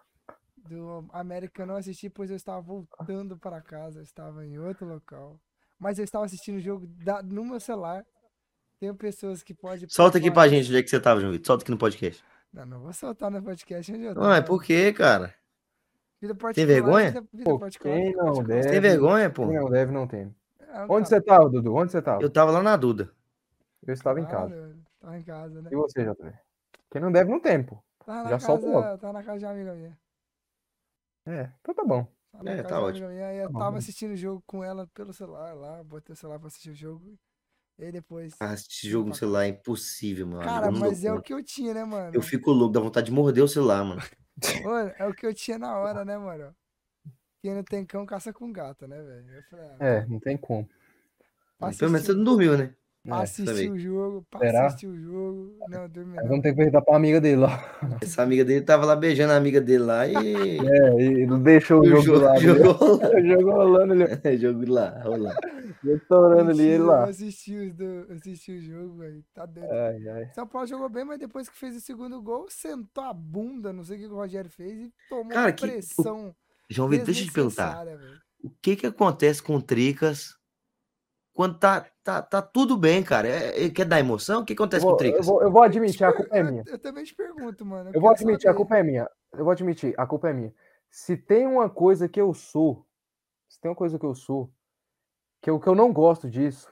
Do América eu não assisti, pois eu estava voltando para casa. Eu estava em outro local. Mas eu estava assistindo o jogo da- no meu celular. Tem pessoas que podem. Solta aqui pra pontuar gente isso. onde é que você tava, João Vitor. Solta aqui no podcast. Não, não vou soltar no podcast onde eu Não, é tava. por quê, cara? Vida particular. Tem vergonha? Vida, vida Pô, particular. quem vida não particular. deve? Tem vergonha, pô? Quem não deve, não tem. É, Onde cara, você tava, Dudu? Onde você tava? Eu tava lá na Duda. Eu estava em claro, casa. Tava em casa, né? E você, J P? Quem não deve, não tem, pô. Tava na Já solta casa, logo. tava na casa de uma amiga minha. É, então tá bom. Tava na É, casa tá de uma ótimo. amiga minha, e eu Tá bom, tava né? assistindo o jogo com ela pelo celular lá, botei o celular pra assistir o jogo. E aí depois. Ah, assistir jogo no celular é impossível, meu amigo. Cara, Eu não dou mas é o conta. que eu tinha, né, mano? Eu fico louco, dá vontade de morder o celular, mano. Mano, é o que eu tinha na hora, né, mano? Quem não tem cão, caça com gato, né, velho? Eu falei, ah, É, não tem como. pra Pelo menos você assistir, não dormiu, né? pra É, assistir também. o jogo, pra Será? assistir o jogo. Não, dormi Aí não. vamos ter que perguntar pra amiga dele lá. Essa amiga dele tava lá beijando a amiga dele lá e. É, e não deixou o o jogo jogo, do lado. jogo rolando. O jogo rolando ali. É, jogo lá, rolando. Eu tô orando ali, ele Mentira, lá. Eu assisti, os do, assisti o jogo, velho. Tá doido. Ai, ai. São Paulo jogou bem, mas depois que fez o segundo gol, sentou a bunda, não sei o que o Rogério fez e tomou Cara, uma que- pressão João Vitor, deixa eu te perguntar. desnecessária, velho. O que que acontece com o Tricas quando tá, tá, tá tudo bem, cara? É, ele quer dar emoção? O que Eu acontece com o vou, eu, Tricas? vou, eu vou admitir, a culpa é Eu, minha. eu também te pergunto, mano. Eu vou quero admitir, a saber. culpa é minha. Eu vou admitir, a culpa é minha. se tem uma coisa que eu sou, se tem uma coisa que eu sou, que eu, que eu não gosto disso,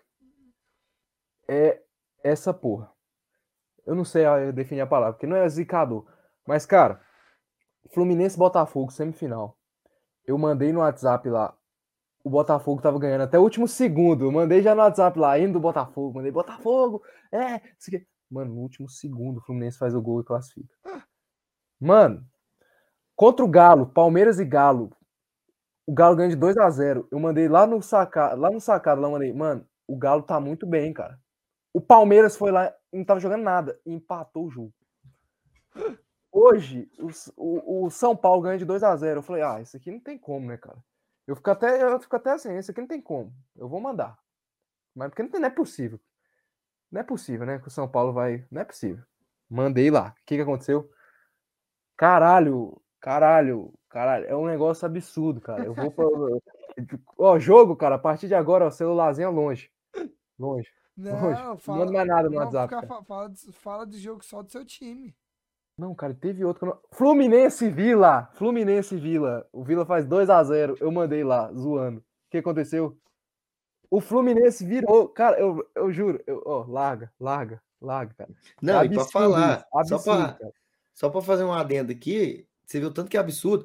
é essa porra. Eu não sei a- definir a palavra, porque não é zicador. Mas, cara, Fluminense e Botafogo, semifinal. Eu mandei no WhatsApp lá. O Botafogo tava ganhando até o último segundo. Eu mandei já no WhatsApp lá, indo do Botafogo. Mandei, Botafogo, é. isso aqui. Mano, no último segundo, o Fluminense faz o gol e classifica. Mano, contra o Galo, Palmeiras e Galo, o Galo ganha de dois a zero. Eu mandei lá no sacado, lá no sacado, lá eu mandei, mano, o Galo tá muito bem, cara. O Palmeiras foi lá e não tava jogando nada e empatou o jogo. Hoje, o, o, o São Paulo ganha de dois a zero. Eu falei, ah, isso aqui não tem como, né, cara? Eu fico até, eu fico até assim, isso aqui não tem como. Eu vou mandar. Mas porque não, tem, não é possível. Não é possível, né? Que o São Paulo vai. Não é possível. Mandei lá. O que, que aconteceu? Caralho, caralho, caralho. É um negócio absurdo, cara. Eu vou pra. Ó, jogo, cara, a partir de agora, ó, celularzinho é longe. Longe. Longe. Não, Não fala. manda mais nada no Vamos WhatsApp. ficar, Cara. fa- fala, do- fala do jogo só do seu time. Não, cara, teve outro. Que eu não... Fluminense e Vila. Fluminense e Vila. O Vila faz dois a zero. Eu mandei lá, zoando. O que aconteceu? O Fluminense virou. Cara, eu, eu juro. Eu, ó, larga, larga, larga, cara. Não, É e pra absurdo falar, isso. só Absurdo, pra, cara. só pra fazer um adendo aqui, você viu tanto que é absurdo.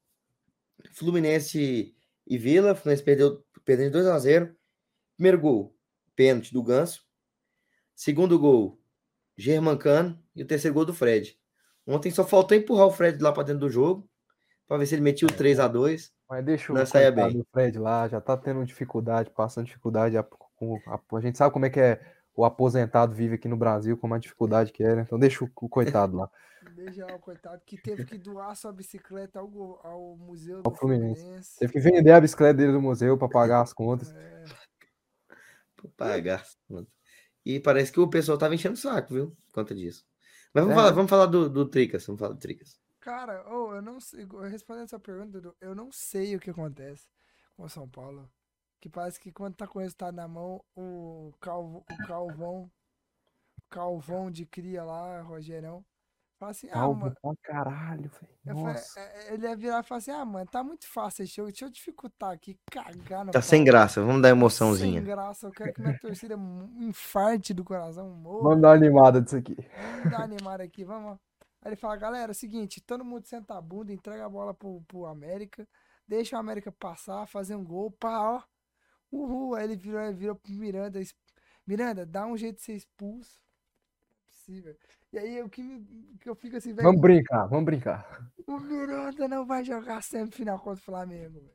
Fluminense e Vila, Fluminense perdeu, perdeu de dois a zero. Primeiro gol, pênalti do Ganso. Segundo gol, Germancano. E o terceiro gol do Fred. Ontem só faltou empurrar o Fred lá pra dentro do jogo, pra ver se ele metia o três a dois. Mas deixa o Nós saia coitado bem. do Fred lá, já tá tendo dificuldade, passando dificuldade. A, com a, a gente sabe como é que é o aposentado vive aqui no Brasil, como a dificuldade que é, né? Então deixa o, o coitado lá. Deixa lá o coitado que teve que doar sua bicicleta ao, go- ao Museu Ao do Fluminense. Fluminense. Teve que vender a bicicleta dele do museu pra pagar as contas. É, Pra pagar. E parece que o pessoal tava enchendo o saco, viu? Por conta disso. Mas vamos É. falar, vamos falar do, do Tricas. Vamos falar do Tricas. cara, oh, eu não sei. Respondendo essa pergunta, Dudu, eu não sei o que acontece com o São Paulo. Que parece que quando tá com o resultado na mão, o, Calvo, o Calvão, Calvão de cria lá, Rogerão, fala assim: ah, Calvo mano. pra caralho, velho. Eu falei, Nossa. é, é, ele ia virar e falar assim: ah, mano, tá muito fácil esse jogo, deixa eu dificultar aqui, cagar no Tá pau. sem graça, vamos dar Sem emoçãozinha. graça, eu quero que minha torcida infarte do coração, morra. Vamos dar uma animada disso aqui. Vamos dar animada aqui, vamos. Aí ele fala, galera, é o seguinte, todo mundo senta a bunda, entrega a bola pro, pro América, deixa o América passar, fazer um gol, pá, ó. Uhul. Aí ele virou, ele virou pro Miranda, es- Miranda, dá um jeito de ser expulso. Não é possível. E aí o que, me- que eu fico assim, velho, Vamos brincar, vamos brincar. o Miranda não vai jogar semifinal contra o Flamengo, velho.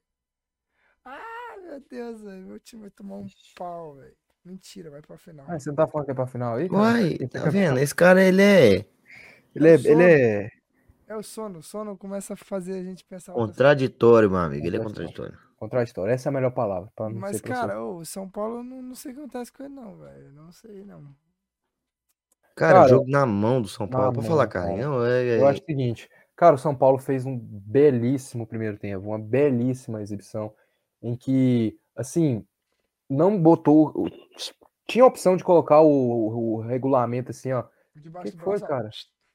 Ah, meu Deus, velho, meu time vai tomar um pau, velho. Mentira, vai pra final. Ah, você não tá falando que é pra final aí, cara? Uai, tá vendo? Esse cara, ele é Ele é, ele é É o sono, o sono começa a fazer a gente pensar outras coisas. contraditório, meu amigo. Ele é contraditório. contraditório. Essa é a melhor palavra, pra não Mas, ser professor. cara, ô, o São Paulo, não, não sei o que acontece com ele, não, velho. Não sei, não. Cara, o Cara, jogo na mão do São na Paulo. Pode mão, falar, cara. Carlinhos. Não, é, Eu é- acho o seguinte, cara, o São Paulo fez um belíssimo primeiro tempo, uma belíssima exibição, em que, assim, não botou. o- Tinha a opção de colocar o, o- o regulamento assim, ó. O Debaixo que, do que foi, braço, ó. cara?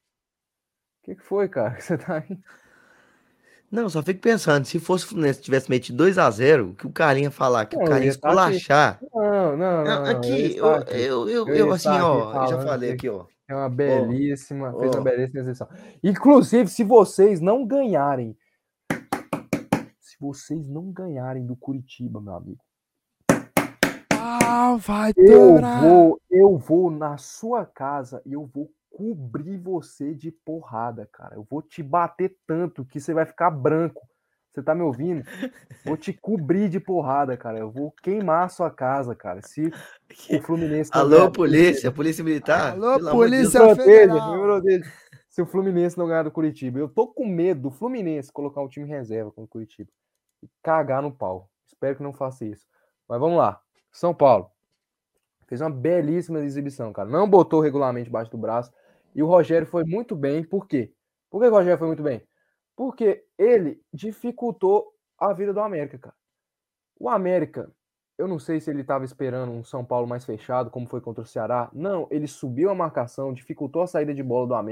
O que, que foi, cara? Você tá aí? Não, só fico pensando, se fosse o Fluminense tivesse metido dois a zero, o que o Carlinhos ia falar? Que o Não, eu ia Carlinhos estar aqui. esculachar. Não, não, Não, não, não. Eu ia aqui, estar eu, aqui. eu, eu, Eu eu, ia assim, estar aqui ó, eu já falando falei que aqui, ó. é uma Ó, belíssima, fez uma ó. belíssima exibição. Inclusive, se vocês não ganharem, se vocês não ganharem do Curitiba, meu amigo, Ah, vai eu torar. vou, eu vou na sua casa e eu vou cobrir você de porrada, cara. Eu vou te bater tanto que você vai ficar branco. Você tá me ouvindo? Vou te cobrir de porrada, cara. Eu vou queimar a sua casa, cara. Se o Fluminense não ganhar Alô, do polícia, Curitiba. polícia militar? Alô, Pelo amor de Deus. polícia Me proteja, me federal. proteja. Se o Fluminense não ganhar do Curitiba, eu tô com medo do Fluminense colocar um time reserva com o Curitiba e cagar no pau. Espero que não faça isso. Mas vamos lá. São Paulo fez uma belíssima exibição, cara. Não botou o regulamento debaixo do braço. E o Rogério foi muito bem. Por quê? Por que o Rogério foi muito bem? Porque ele dificultou a vida do América, cara. O América, eu não sei se ele estava esperando um São Paulo mais fechado, como foi contra o Ceará. Não, ele subiu a marcação, dificultou a saída de bola do América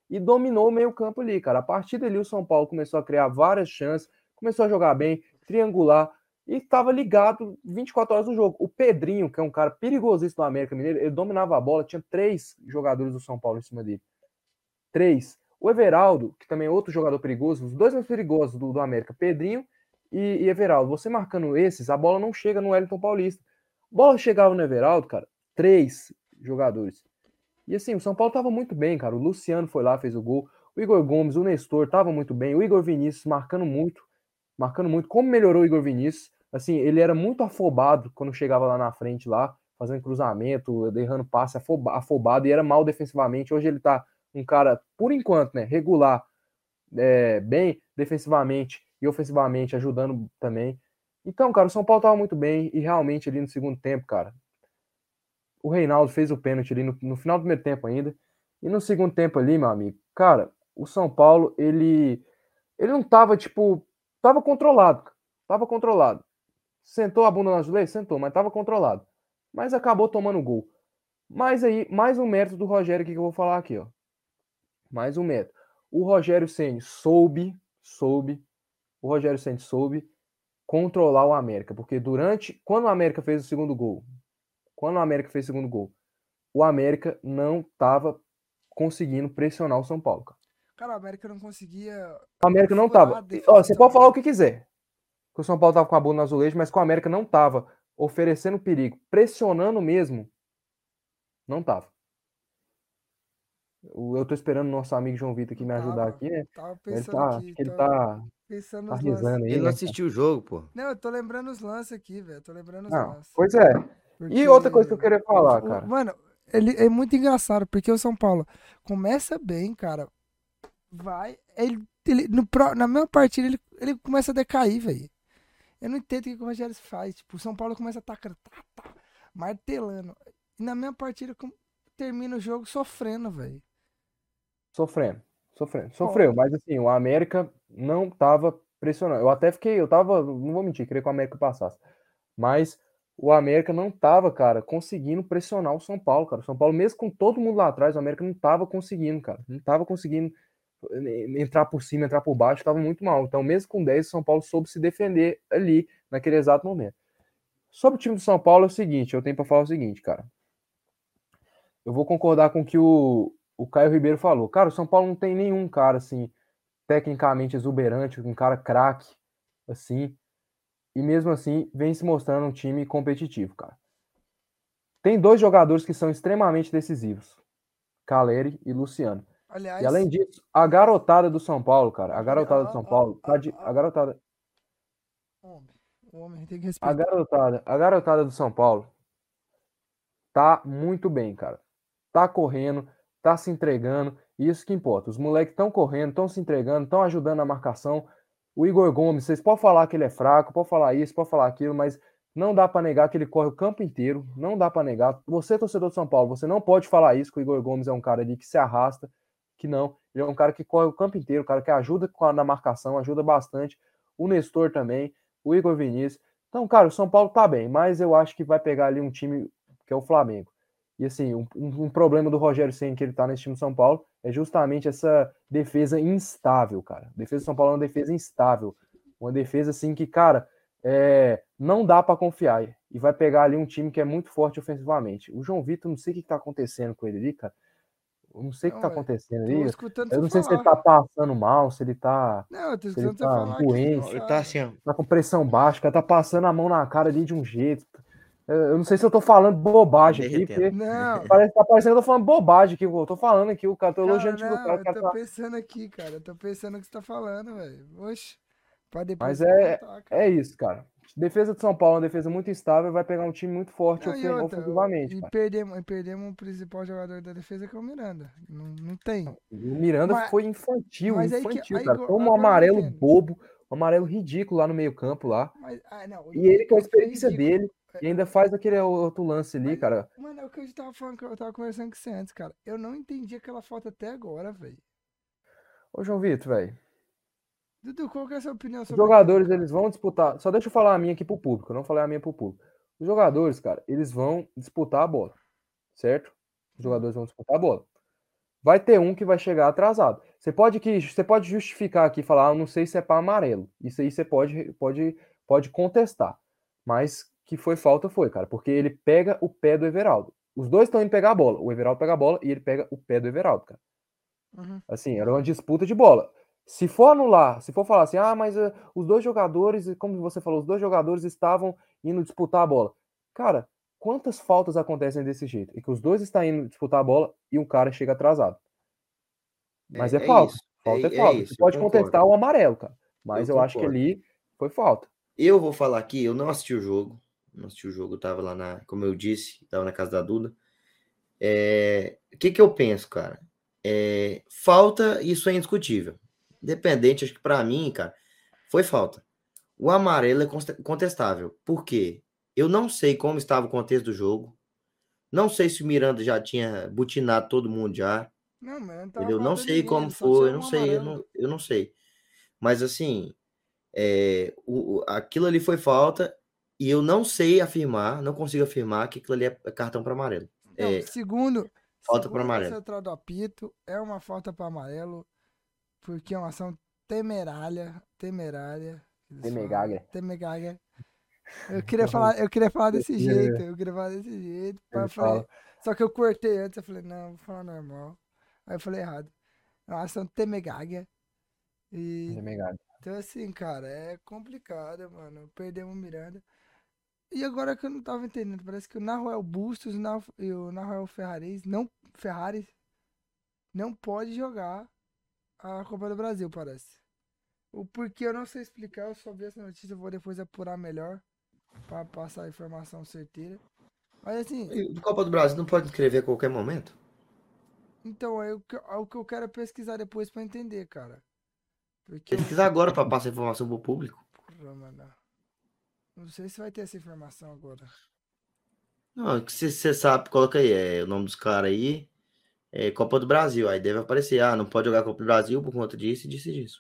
e dominou o meio campo ali, cara. A partir dali o São Paulo começou a criar várias chances, começou a jogar bem, triangular, e estava ligado vinte e quatro horas no jogo. O Pedrinho, que é um cara perigosíssimo do América Mineiro, ele dominava a bola, tinha três jogadores do São Paulo em cima dele. Três. O Everaldo, que também é outro jogador perigoso, os dois mais perigosos do, do América, Pedrinho e, e Everaldo. Você marcando esses, a bola não chega no Wellington Paulista. A bola chegava no Everaldo, cara, três jogadores. E assim, o São Paulo tava muito bem, cara. O Luciano foi lá, fez o gol. O Igor Gomes, o Nestor tava muito bem. O Igor Vinícius marcando muito, marcando muito. Como melhorou o Igor Vinícius? Assim, ele era muito afobado quando chegava lá na frente, lá, fazendo cruzamento, errando passe, afobado, e era mal defensivamente. Hoje ele tá um cara, por enquanto, né, regular, é, bem defensivamente e ofensivamente, ajudando também. Então, cara, o São Paulo tava muito bem, e realmente ali no segundo tempo, cara, o Reinaldo fez o pênalti ali no, no final do primeiro tempo ainda, e no segundo tempo ali, meu amigo, cara, o São Paulo, ele, ele não tava, tipo, tava controlado, tava controlado. Sentou a bunda no azulejo? Sentou, mas tava controlado. Mas acabou tomando gol. Mas aí, mais um mérito do Rogério aqui que eu vou falar aqui, ó. Mais um mérito. O Rogério Ceni soube, soube, o Rogério Ceni soube controlar o América, porque durante, quando o América fez o segundo gol, quando o América fez o segundo gol, o América não tava conseguindo pressionar o São Paulo, cara. Cara, o América não conseguia. O América não tava. Ó, você pode falar o que quiser. Que o São Paulo tava com a bola no azulejo, mas que o América não tava oferecendo perigo, pressionando mesmo, não tava. Eu tô esperando o nosso amigo João Vitor aqui me ajudar Tava, aqui, né? tava Ele pensando tá, aqui. acho que ele tô tá, pensando tá nos rezando lances. aí, Ele não né? assistiu o jogo, pô. Não, eu tô lembrando os lances aqui, velho. Tô lembrando os Não, lances. pois é. Porque E outra coisa que eu queria falar, o- o- cara. Mano, ele é muito engraçado, porque o São Paulo começa bem, cara. Vai. Ele, ele, no, pró- na mesma partida, ele, ele começa a decair, velho. Eu não entendo o que que o Rogério faz. Tipo, o São Paulo começa atacando, tá, tá, martelando. E na mesma partida, com- termina o jogo sofrendo, velho. Sofrendo, sofrendo. Pô, Sofreu, mas assim, o América não tava pressionando. Eu até fiquei, eu tava, não vou mentir, queria que o América passasse. Mas o América não tava, cara, conseguindo pressionar o São Paulo, cara. O São Paulo, mesmo com todo mundo lá atrás, o América não tava conseguindo, cara. Não tava conseguindo entrar por cima, entrar por baixo, tava muito mal. Então, mesmo com dez, o São Paulo soube se defender ali, naquele exato momento. Sobre o time do São Paulo é o seguinte, eu tenho pra falar o seguinte, cara. Eu vou concordar com o que o, o Caio Ribeiro falou. Cara, o São Paulo não tem nenhum cara, assim, tecnicamente exuberante, um cara craque, assim, e mesmo assim vem se mostrando um time competitivo, cara. Tem dois jogadores que são extremamente decisivos, Caleri e Luciano. aliás. E além disso, a garotada do São Paulo, cara, a Pode- garotada do ah, São ah, Paulo, ah, tá de, ah, a garotada, Homem, o homem tem que a respeitar. garotada, a garotada do São Paulo tá muito bem, cara. Tá correndo, tá se entregando, e isso que importa. Os moleques estão correndo, estão se entregando, estão ajudando na marcação. O Igor Gomes, vocês podem falar que ele é fraco, pode falar isso, pode falar aquilo, mas não dá para negar que ele corre o campo inteiro, não dá para negar. Você, torcedor de São Paulo, você não pode falar isso, que o Igor Gomes é um cara ali que se arrasta, que não. Ele é um cara que corre o campo inteiro, um cara que ajuda na marcação, ajuda bastante. O Nestor também, o Igor Vinícius. Então, cara, o São Paulo tá bem, mas eu acho que vai pegar ali um time que é o Flamengo. E assim, um, um problema do Rogério Ceni que ele tá nesse time do São Paulo é justamente essa defesa instável, cara. A defesa do São Paulo é uma defesa instável. Uma defesa assim que, cara, é, não dá para confiar. E vai pegar ali um time que é muito forte ofensivamente. O João Vitor, não sei o que tá acontecendo com ele ali, cara. Eu não sei o que tá Não, velho, acontecendo tô ali. escutando Eu você não sei se ele falar. tá passando mal, se ele tá. Não, eu tô Se ele escutando você tá falar aqui. doente. Ele tá assim, ó. Tá com pressão baixa, cara, tá passando a mão na cara ali de um jeito. Eu não sei se eu tô falando bobagem Tá aqui, derretendo. porque Não, parece que tá parecendo que eu tô falando bobagem aqui. Eu tô falando aqui, o cara, tô cara, elogiando o time do não, cara. O eu cara tô tá... pensando aqui, cara. Eu tô pensando o que você tá falando, velho. Oxe, pra depois Mas você é, contar, cara. é isso, cara. Defesa de São Paulo é uma defesa muito estável, vai pegar um time muito forte Não, e ofen- outra, eu- ofensivamente, e cara. perdemos, e perdemos o principal jogador da defesa, que é o Miranda. Não, não tem. O Miranda Mas, foi infantil, mas aí que. infantil, Aí, cara. go- Toma um agora eu não amarelo entendo. bobo, um amarelo ridículo lá no meio-campo lá. Mas, ah, não, E no ele, com a meio-campo foi experiência ridículo. dele, e ainda faz aquele outro lance ali, Mas, cara. mano, é o que eu tava falando, que eu tava conversando com você antes, cara. Eu não entendi aquela falta até agora, velho. Ô, João Vitor, velho. Dudu, qual que é a sua opinião Os sobre aquilo, jogadores, cara? eles vão disputar. Só deixa eu falar a minha aqui pro público. Eu não falei a minha pro público. Os jogadores, cara, eles vão disputar a bola. Certo? Os Hum. jogadores vão disputar a bola. vai ter um que vai chegar atrasado. Você pode, que, você pode justificar aqui e falar, ah, eu não sei se é para amarelo. Isso aí você pode, pode, pode contestar. Mas que foi falta, foi, cara. Porque ele pega o pé do Everaldo. Os dois estão indo pegar a bola. O Everaldo pega a bola e ele pega o pé do Everaldo, cara. Uhum. Assim, era uma disputa de bola. Se for anular, se for falar assim, ah, mas uh, os dois jogadores, como você falou, os dois jogadores estavam indo disputar a bola. Cara, quantas faltas acontecem desse jeito? E que os dois estão indo disputar a bola e um cara chega atrasado. Mas é, É, é falta. isso. Falta É, é, é falta. isso, Você eu pode concordo. contestar o amarelo, cara. Mas Eu eu, acho que concordo. ali foi falta. Eu vou falar aqui, eu não assisti o jogo. Não assisti o jogo, eu tava lá na, como eu disse, tava na casa da Duda. É, o que que eu penso, cara? É, falta, isso é indiscutível. Independente, acho que pra mim, cara, foi falta. O amarelo é consta- contestável. Por quê? Eu não sei como estava o contexto do jogo. Não sei se o Miranda já tinha butinado todo mundo já. Não, mas não tava Entendeu? Não faltando sei ninguém, como ele só foi, tinha eu não um sei, eu amarelo. não, eu não sei. Mas assim, é, o, o- aquilo ali foi falta e eu não sei afirmar, não consigo afirmar que aquilo ali é cartão para amarelo. Não, É segundo, falta para segundo a amarelo. central do apito, é uma falta para amarelo, porque é uma ação temerária, temerária, que eles falam, Temerária. temerária. Eu queria falar, eu queria falar desse jeito, eu queria falar desse jeito, mas Ele eu falei, fala. só que eu cortei antes, eu falei, não, vou falar normal. Aí eu falei errado. É uma ação temerária. E Temerária. então assim, cara, é complicado, mano. Perdemos o Miranda. E agora que eu não tava entendendo, parece que o Naruel Bustos e o Nar- e o Naruel Ferraris não, Ferraris não pode jogar a Copa do Brasil, parece. O porquê eu não sei explicar, eu só vi essa notícia, eu vou depois apurar melhor pra passar a informação certeira. Mas assim, E o Copa do Brasil não pode inscrever a qualquer momento? então é o que, é o que eu quero pesquisar depois pra entender, cara. Porque eu. Pesquisa agora para passar a informação pro público. Porra, mano. Não sei se vai ter essa informação agora. Não, que você sabe, coloca aí, é o nome dos caras aí, é Copa do Brasil. Aí deve aparecer, ah, não pode jogar Copa do Brasil por conta disso e disso e disso.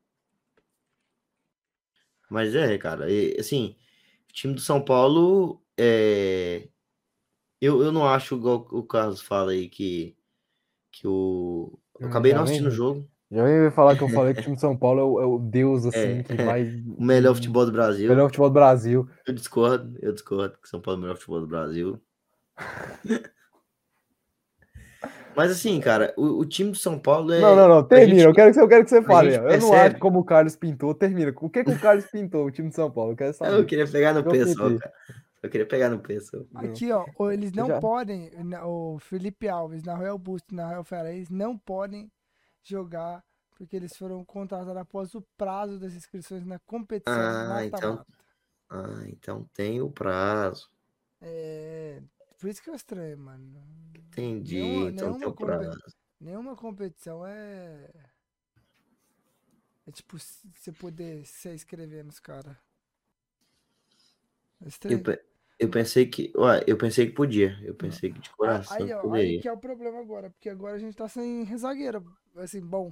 Mas é, cara, e, assim, o time do São Paulo, é, eu, eu não acho igual o Carlos fala aí que, que o. Eu Hum, acabei Já não assistindo o vem, jogo. já vem falar que eu falei que o time de São Paulo é o, é o Deus, assim, É, que vai. o melhor que- futebol do Brasil. melhor futebol do Brasil. Eu discordo, eu discordo que São Paulo é o melhor futebol do Brasil. Mas assim, cara, o, o time do São Paulo é. Não, não, não. A Termina. gente, Eu quero que você, eu quero que você a fale. gente ó. Eu não acho percebe. como o Carlos pintou. Termina. O que, que o Carlos pintou, o time de São Paulo? Eu quero Eu saber. queria pegar no Eu pé só, pintei. cara. Eu queria pegar no pé só. Não. Aqui, ó, o- eles Eu não já- podem, na- o Felipe Alves, Naruel Busto e Naruel Ferraz não podem jogar porque eles foram contratados após o prazo das inscrições na competição Ah, então. mata-mata. Ah, então tem o prazo. É, por isso que eu estranho, mano. Entendi. Nenhuma, Então tem nenhuma, o compe- prazo. nenhuma competição é. É tipo s- você poder se inscrever nos caras. É Eu, estranho. pe- eu pensei que. Ué, eu pensei que podia. Eu Não. pensei que de A- coração Aí, que ó, aí poderia. que é o problema agora, porque agora a gente tá sem rezagueiro, assim, bom,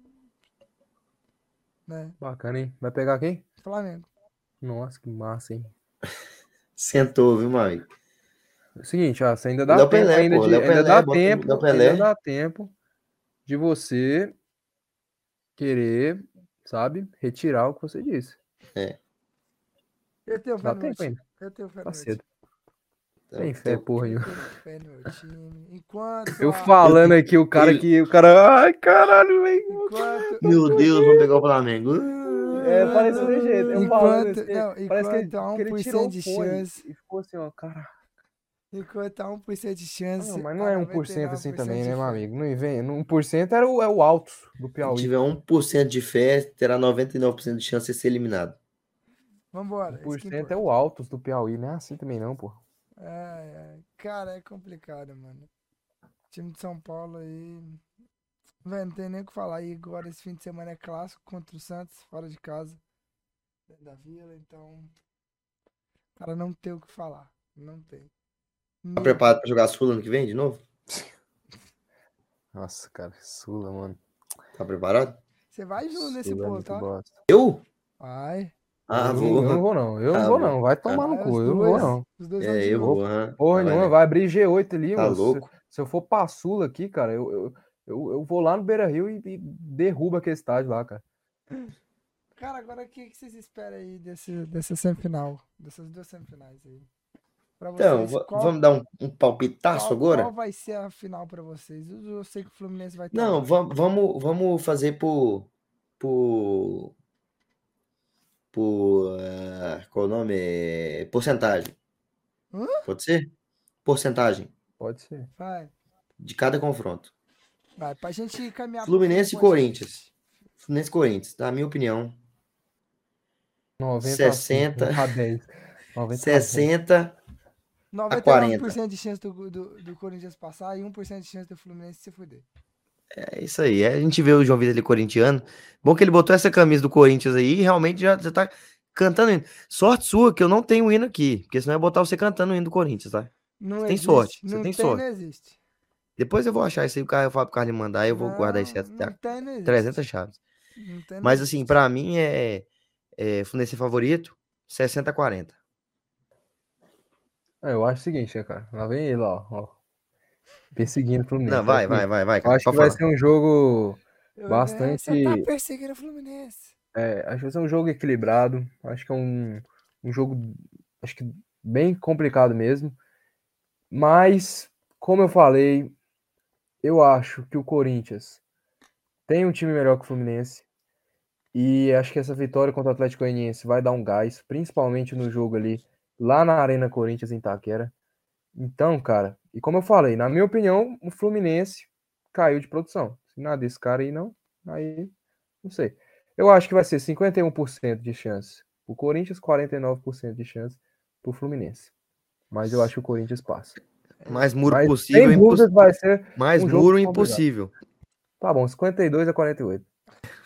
né? Bacana, hein? Vai pegar quem? Flamengo. Nossa, que massa, hein? Sentou, viu, meu amigo? É o seguinte, ó, você ainda O dá Léo tempo Pelé, ainda pô. de, Léo ainda Pelé, dá bota o Léo tempo, ainda Pelé. dá tempo de você querer, sabe, retirar o que você disse. É, Eu tenho fé Dá no meu tempo time. ainda. Eu tenho fé no Tá meu cedo. time. então, Tem fé, tem- porra Eu nenhuma. tenho fé no meu time. Enquanto Eu a- falando aqui, o cara Ele- que. O cara. Ai, caralho, velho. Enquanto. Meu Deus, vamos pegar o Flamengo. É, parece desse jeito. Eu falando Enquanto. assim. Não, Parece que ele, enquanto há que ele tirou um por cento o de fone chance. e ficou assim, ó, cara. Enquanto há um por cento de Ah, chance. não, mas não há é um por cento assim noventa e nove por cento também, de né, meu fé. amigo? Não vem. um por cento era o, é o alto do Se Piauí. tiver um por cento de fé, terá noventa e nove por cento de chance de ser eliminado. Vambora, isso que um por cento é importa. o alto do Piauí, não é assim também não, pô. Ai, ai. Cara, é complicado, mano. Time de São Paulo aí. Velho, não tem nem o que falar. E agora esse fim de semana é clássico contra o Santos, fora de casa. Dentro da Vila, então. Cara, não tem o que falar. Não tem. Tá Medo. preparado pra jogar a Sula ano que vem de novo? Nossa, cara, Sula, mano. Tá preparado? Você vai junto nesse Sula é bolo, muito tá? bosta. Eu? Vai. Ah, eu, vou. eu não vou não, eu Ah, não vou vou. não, vai tomar no Vai, cu, os eu não vou dois. não. Os dois vão É, de eu novo. vou. aham. Porra Tá, vai, nenhuma, né? vai abrir G oito ali, Tá ô. Se, louco? se eu for pra Sula aqui, cara, eu, eu, Eu, eu vou lá no Beira-Rio e, e derrubo aquele estádio lá, cara. Cara, agora o que, que vocês esperam aí desse, dessa semifinal? Dessas duas semifinais aí? Pra Então, vocês, va- qual, vamos dar um, um palpitaço qual, qual agora? vai ser a final pra vocês? Eu, eu sei que o Fluminense vai estar Não, lá. vamos, vamos, vamos fazer por, por, por, ah, qual o nome? É, porcentagem. Hã? Pode ser? Porcentagem Pode ser. Vai, de cada confronto. vai, pra gente caminhar pro fim do Fluminense e podcast. Corinthians. Fluminense e Corinthians, na minha opinião, noventa a cinco, sessenta, a dez. noventa a dez. sessenta a noventa e nove por quarenta. cento de chance do, do, do Corinthians passar e um por cento de chance do Fluminense se fuder. É isso aí. É, a gente vê o João Vitor ali corintiano. Bom que ele botou essa camisa do Corinthians aí e realmente já, já tá cantando hino. Sorte sua que eu não tenho hino aqui, porque senão eu ia botar você cantando o hino do Corinthians, tá? Não Você tem existe. sorte, você Não tem tem, sorte. não existe. Depois eu vou achar isso aí, o cara, eu falo pro cara me mandar e eu vou guardar isso Não, até não tem, não existe. trezentas chaves. Não tem, não Mas existe. assim, pra mim é, é Fluminense favorito, sessenta a quarenta. É, eu acho o seguinte, né, cara? Lá vem ele, ó. ó. Perseguindo o Fluminense. Não, vai, Assim, vai, vai, vai, eu cara. acho que Pode vai falar. ser um jogo Eu- bastante. Você tá perseguindo o Fluminense. É, acho que vai ser um jogo equilibrado. Acho que é um, um jogo, acho que bem complicado mesmo. Mas, como eu falei, eu acho que o Corinthians tem um time melhor que o Fluminense. E acho que essa vitória contra o Atlético Goianiense vai dar um gás, principalmente no jogo ali, lá na Arena Corinthians, em Itaquera. Então, cara, e como eu falei, na minha opinião, o Fluminense caiu de produção. Se nada desse cara aí não, aí não sei. Eu acho que vai ser cinquenta e um por cento de chance o Corinthians, quarenta e nove por cento de chance pro Fluminense. Mas eu acho que o Corinthians passa. Mais muro Mas possível, sem imposs- dúvidas vai ser mais um jogo muro complicado. impossível. Tá bom, cinquenta e dois a quarenta e oito.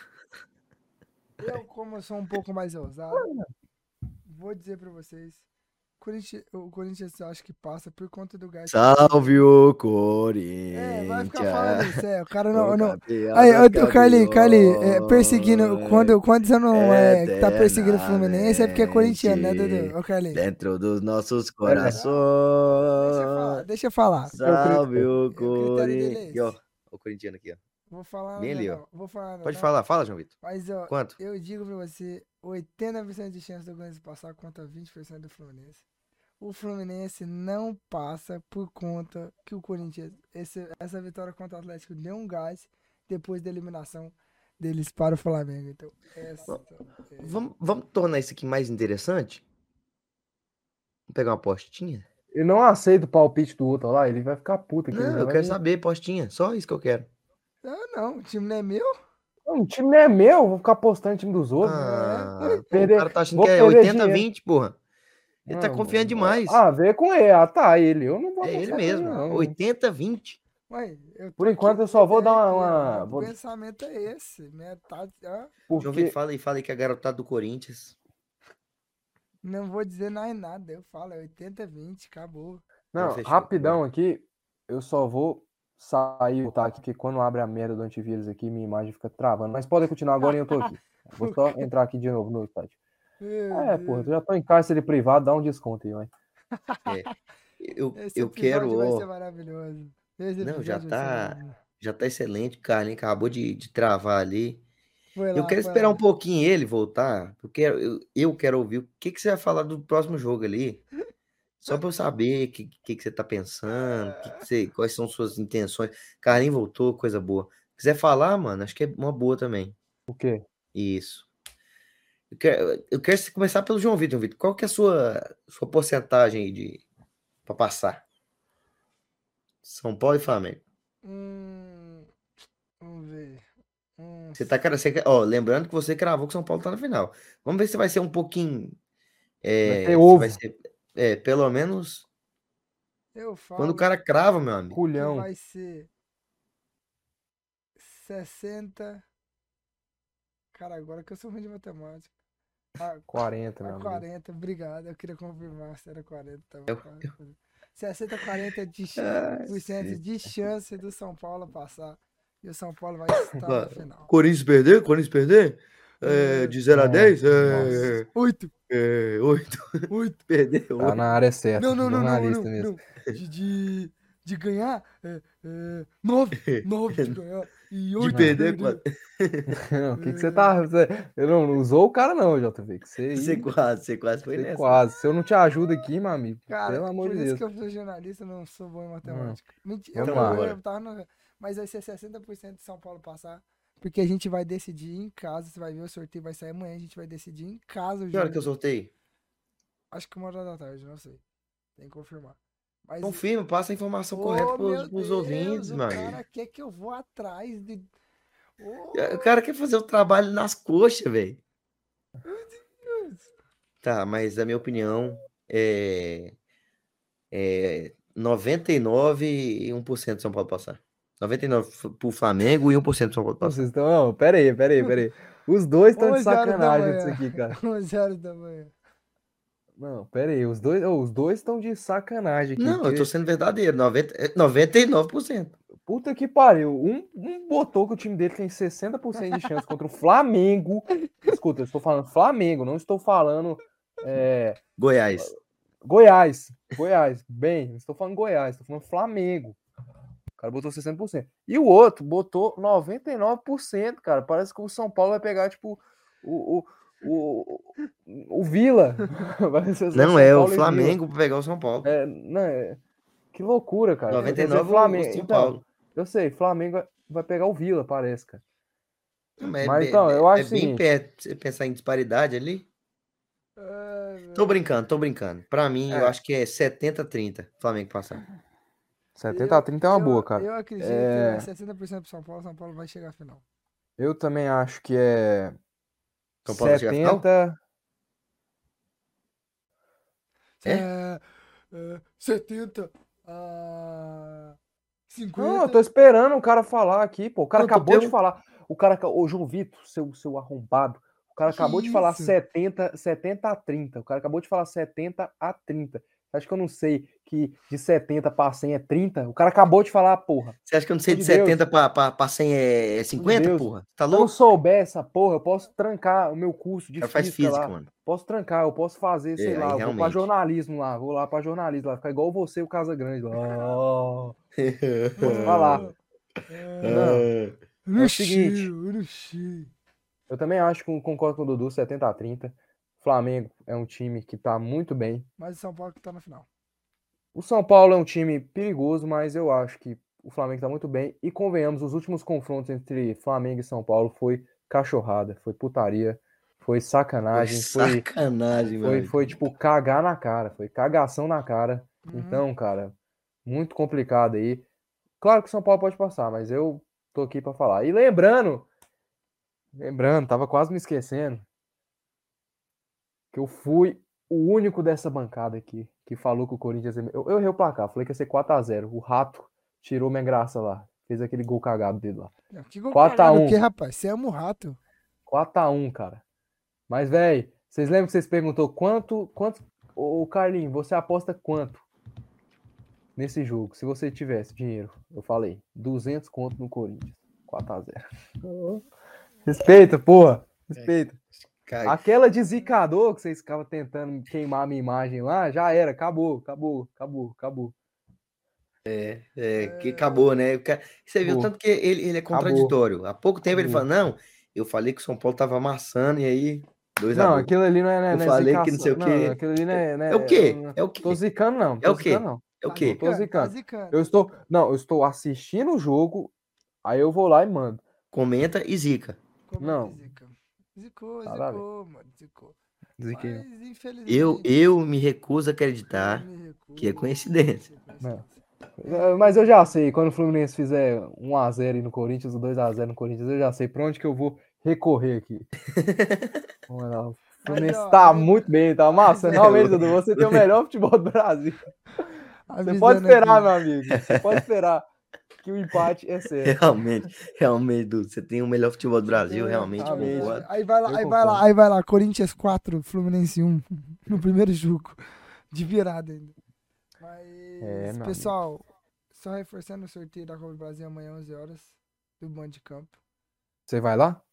Eu, como eu sou um pouco mais ousado, vou dizer pra vocês. Corinthians, o Corinthians eu acho que passa por conta do gás. que o Salve o Corinthians- É, vai ficar falando Corinthians. isso, é. O cara não. O não... campeão Aí, dos o Carly, Carly, é, campeões. perseguindo. Quando, quando você não é, que tá perseguindo o Fluminense, é porque é corintiano, né, Eternamente Dudu? Ô, Carly. Dentro dos nossos Deixa eu falar, corações. deixa eu falar. Salve o O critério dele é Corinthians. Aqui, ó. esse. O corintiano aqui, ó. Vou falar Bem nada, ali, ó. não. Vou falar nada, Pode não. falar, fala, João Vitor. Mas, ó, Quanto? eu digo pra você, oitenta por cento de chance do Corinthians passar contra vinte por cento do Fluminense. O Fluminense não passa por conta que o Corinthians, esse- essa vitória contra o Atlético deu um gás depois da eliminação deles para o Flamengo. Então, essa é- Vamos, vamos tornar isso aqui mais interessante? Vamos pegar uma postinha? Eu não aceito o palpite do outro lá, ele vai ficar puto aqui. ele Não, já eu vai quero me- saber, postinha. Só isso que eu quero. Ah, não, o time não é meu. Não, o time não é meu, vou ficar postando o time dos outros. Ah, vai pô, o perder- cara tá achando vou que é perder oitenta a dinheiro. vinte, porra. Ele tá Não, confiando mano. demais. Ah, vê com ele. Ah, tá, ele. Eu não vou É ele apostar com mesmo. não. oitenta a vinte. Ué, eu tô Por aqui enquanto, com eu só vou ideia dar aqui, uma- ó, vou- O pensamento é esse. Metade, ah, João Vitor, Porque fala aí, fala aí que é a garotada do Corinthians. não vou dizer mais nada. Eu falo, é oitenta a vinte, acabou. Não, Então, fechou. rapidão aqui, eu só vou sair e voltar aqui, porque quando abre a merda do antivírus aqui, minha imagem fica travando. Mas podem continuar agora e eu tô aqui. Vou só entrar aqui de novo no site. Meu É, Deus. porra, eu já tô em cárcere privado, dá um desconto aí, vai. Eu, Esse eu episódio quero. vai ó, ser maravilhoso. Esse Não, já episódio vai ser tá- maravilhoso. Já tá excelente, o Carlinhos acabou de, de travar ali. Foi Eu lá, quero foi esperar lá. um pouquinho ele voltar, porque eu, eu quero ouvir o que, que você vai falar do próximo jogo ali. Só pra eu saber o que, que, que você tá pensando, que que você, quais são suas intenções. Carlinhos voltou, coisa boa. Quiser falar, mano, acho que é uma boa também. O quê? Isso. Eu quero, eu quero começar pelo João Vitor. João Vitor, qual que é a sua, sua porcentagem aí de para passar? São Paulo e Flamengo. Hum, vamos ver. Hum, Você tá, cara, você, quer- ó, lembrando que você cravou que o São Paulo tá na final. Vamos ver se vai ser um pouquinho. É, Vai ter se ovo. vai ser, é, pelo menos eu falo quando o cara crava, meu amigo. que Culhão. vai ser sessenta. Cara, agora que eu sou ruim de matemática. Ah, quarenta, meu a amigo. quarenta, obrigado. Eu queria confirmar se era quarenta. Tava quase. sessenta a quarenta de chan- por cento de chance do São Paulo passar. E o São Paulo vai estar na final. Corinthians perder? Corinthians perder? É, de zero a Nossa, dez? nossa. Oito. É, oito. Oito. Perdeu. Tá na área certa. Não, não, não, não, jornalista não, mesmo. não. De, de, de ganhar, é, é, nove, nove de ganhar e De oito de perder, perder. Não, o que que você tá. Você, eu não, não usou o cara, não, J V. Que você Você aí. quase, você quase foi Você nessa. quase. Se eu não te ajudo aqui, meu amigo, Cara, pelo amor por de isso Deus. que eu sou jornalista, eu não sou bom em Hum, matemática. Mentira, vamos eu, lá. eu, Bora. eu tava no, mas vai ser sessenta por cento de São Paulo passar, porque a gente vai decidir em casa, você vai ver, o sorteio vai sair amanhã, a gente vai decidir em casa o Que hora que eu jogo. sorteio? Acho que uma hora da tarde, não sei. Tem que confirmar. Mas, Confirma, passa a informação ô correta meu pros, pros Deus, ouvintes, o meu cara amigo. quer que eu vou atrás de... O Ô, cara quer fazer o trabalho nas coxas, velho. Deus. Tá, mas a minha opinião é, é noventa e nove e um por cento de São Paulo passar. noventa e nove pro Flamengo e um por cento de São Paulo Não, passar. vocês estão. Não, pera aí, pera aí, pera aí. Os dois estão de onze horas da sacanagem disso manhã. aqui, cara. onze horas da manhã. Não, pera aí. Os dois oh, os dois estão de sacanagem aqui. Não, eu tô Porque, sendo verdadeiro. noventa, é noventa e nove por cento. puta que pariu. Um, um botou que o time dele tem sessenta por cento de chance contra o Flamengo. Escuta, eu estou falando Flamengo, não estou falando. é, Goiás. Goiás. Goiás. Bem, não estou falando Goiás, estou falando Flamengo. O cara botou sessenta por cento. E o outro botou noventa e nove por cento, cara. Parece que o São Paulo vai pegar, tipo, o, o, o, o Vila. Vai ser só Não São é o Paulo e Vila. Flamengo pra pegar o São Paulo. É, não, é- que loucura, cara. Quer dizer, noventa e nove o- o Flamengo. São Então, Paulo. eu sei, Flamengo vai- vai pegar o Vila, parece, cara. Não, mas é, Mas bem- então, eu é acho o bem seguinte. perto. Você pensar em disparidade ali. Ai, Tô meu brincando, tô brincando. Pra mim, eu É, acho que é setenta a trinta Flamengo passar. setenta a Eu, trinta é uma eu, boa, cara. eu acredito que É, vai sessenta por cento pro São Paulo, São Paulo vai chegar à final. eu também acho que é São Paulo vai chegar à final? setenta. É? É, é, setenta a Não, eu tô cinquenta. esperando o cara falar aqui, pô. O cara Não, tô acabou de pergun- falar. O cara, ca- ô João Vitor, seu, seu arrombado. O cara Que acabou de falar isso? setenta, setenta a trinta. O cara acabou de falar setenta a trinta. Acho que eu não sei que de setenta pra cem é trinta? O cara acabou de falar, porra. Você acha que eu não sei Pelo de de Deus. setenta pra, pra, pra cem é, é Pelo de cinquenta, Deus. porra? Tá Se eu não louco? souber essa porra, eu posso trancar o meu curso de O cara faz física física, lá. mano. Posso trancar, eu posso fazer, sei É, lá, aí eu vou pra realmente. jornalismo lá, vou lá pra jornalismo lá, ficar igual você, o Casa Grande lá. Posso falar. Não, Ah, é o seguinte, eu não sei. eu também acho que concordo com o Dudu, setenta a trinta. Flamengo é um time que tá muito bem. Mas o São Paulo que tá na final. O São Paulo é um time perigoso, mas eu acho que o Flamengo tá muito bem. E convenhamos, os últimos confrontos entre Flamengo e São Paulo foi cachorrada, foi putaria, foi foi sacanagem, foi, sacanagem, meu foi, amigo. foi tipo cagar na cara, foi cagação na cara. Uhum. Então, cara, muito complicado aí. Claro que o São Paulo pode passar, mas eu tô aqui pra falar. E lembrando, lembrando, tava quase me esquecendo, que eu fui o único dessa bancada aqui que falou que o Corinthians... ia- Eu, eu errei o placar, falei que ia ser quatro a zero. O Rato tirou minha graça lá, fez aquele gol cagado dele lá. Não, que gol quatro a cagado um. o quê, rapaz? Você ama o rato. quatro a um, cara. Mas, velho, vocês lembram que vocês perguntou quanto... quanto... Ô, Carlinhos, você aposta quanto nesse jogo? Se você tivesse dinheiro, eu falei, duzentos conto no Corinthians. quatro a zero. Respeita, porra. Respeita. Cara, Aquela de zicador que vocês ficavam tentando queimar a minha imagem lá, já era. Acabou, acabou, acabou, acabou. é, que acabou, né? O cara- Você viu Acabou. tanto que ele, ele é contraditório. Há pouco tempo ele Acabou. fala, não, eu falei que o São Paulo tava amassando e aí dois a Não, dois. aquilo ali não é, não é, Eu não é falei que não zicação. sei o Não, quê. aquilo ali não é. Não É o quê? eu não É o Tô quê? zicando, não. É Tô o quê? zicando, não. É o Tá quê? Tô zicando, tá zicando. zicando. Eu estou. Não, eu estou assistindo o jogo, aí eu vou lá e mando. Comenta e zica. Como Não. é que zica? Zicou, Nada a ver. zicou, mano, zicou. Ziquei, não. Mas, infelizmente, Eu, eu me recuso a eu acreditar me recuso. que é coincidência. Não. É, Mas eu já sei, quando o Fluminense fizer um a zero aí no Corinthians, ou dois a zero no Corinthians, eu já sei pra onde que eu vou recorrer aqui. Vamos lá. O Fluminense ó, tá avisa- muito bem, tá massa. é Realmente, louco. Dudu, você tem o melhor futebol do Brasil. Você Avisando pode esperar, aqui. meu amigo. Você pode esperar que o empate é certo. Realmente, realmente, Dudu, você tem o melhor futebol do Brasil, É, realmente, realmente. concordo. Aí vai lá, Eu aí vai lá, concordo. aí vai lá. Corinthians quatro, Fluminense um. No primeiro jogo. De virada ainda. Mas, É, meu pessoal, só reforçando o sorteio da Copa do Brasil amanhã, onze horas. Do Band de Campo. Você vai lá?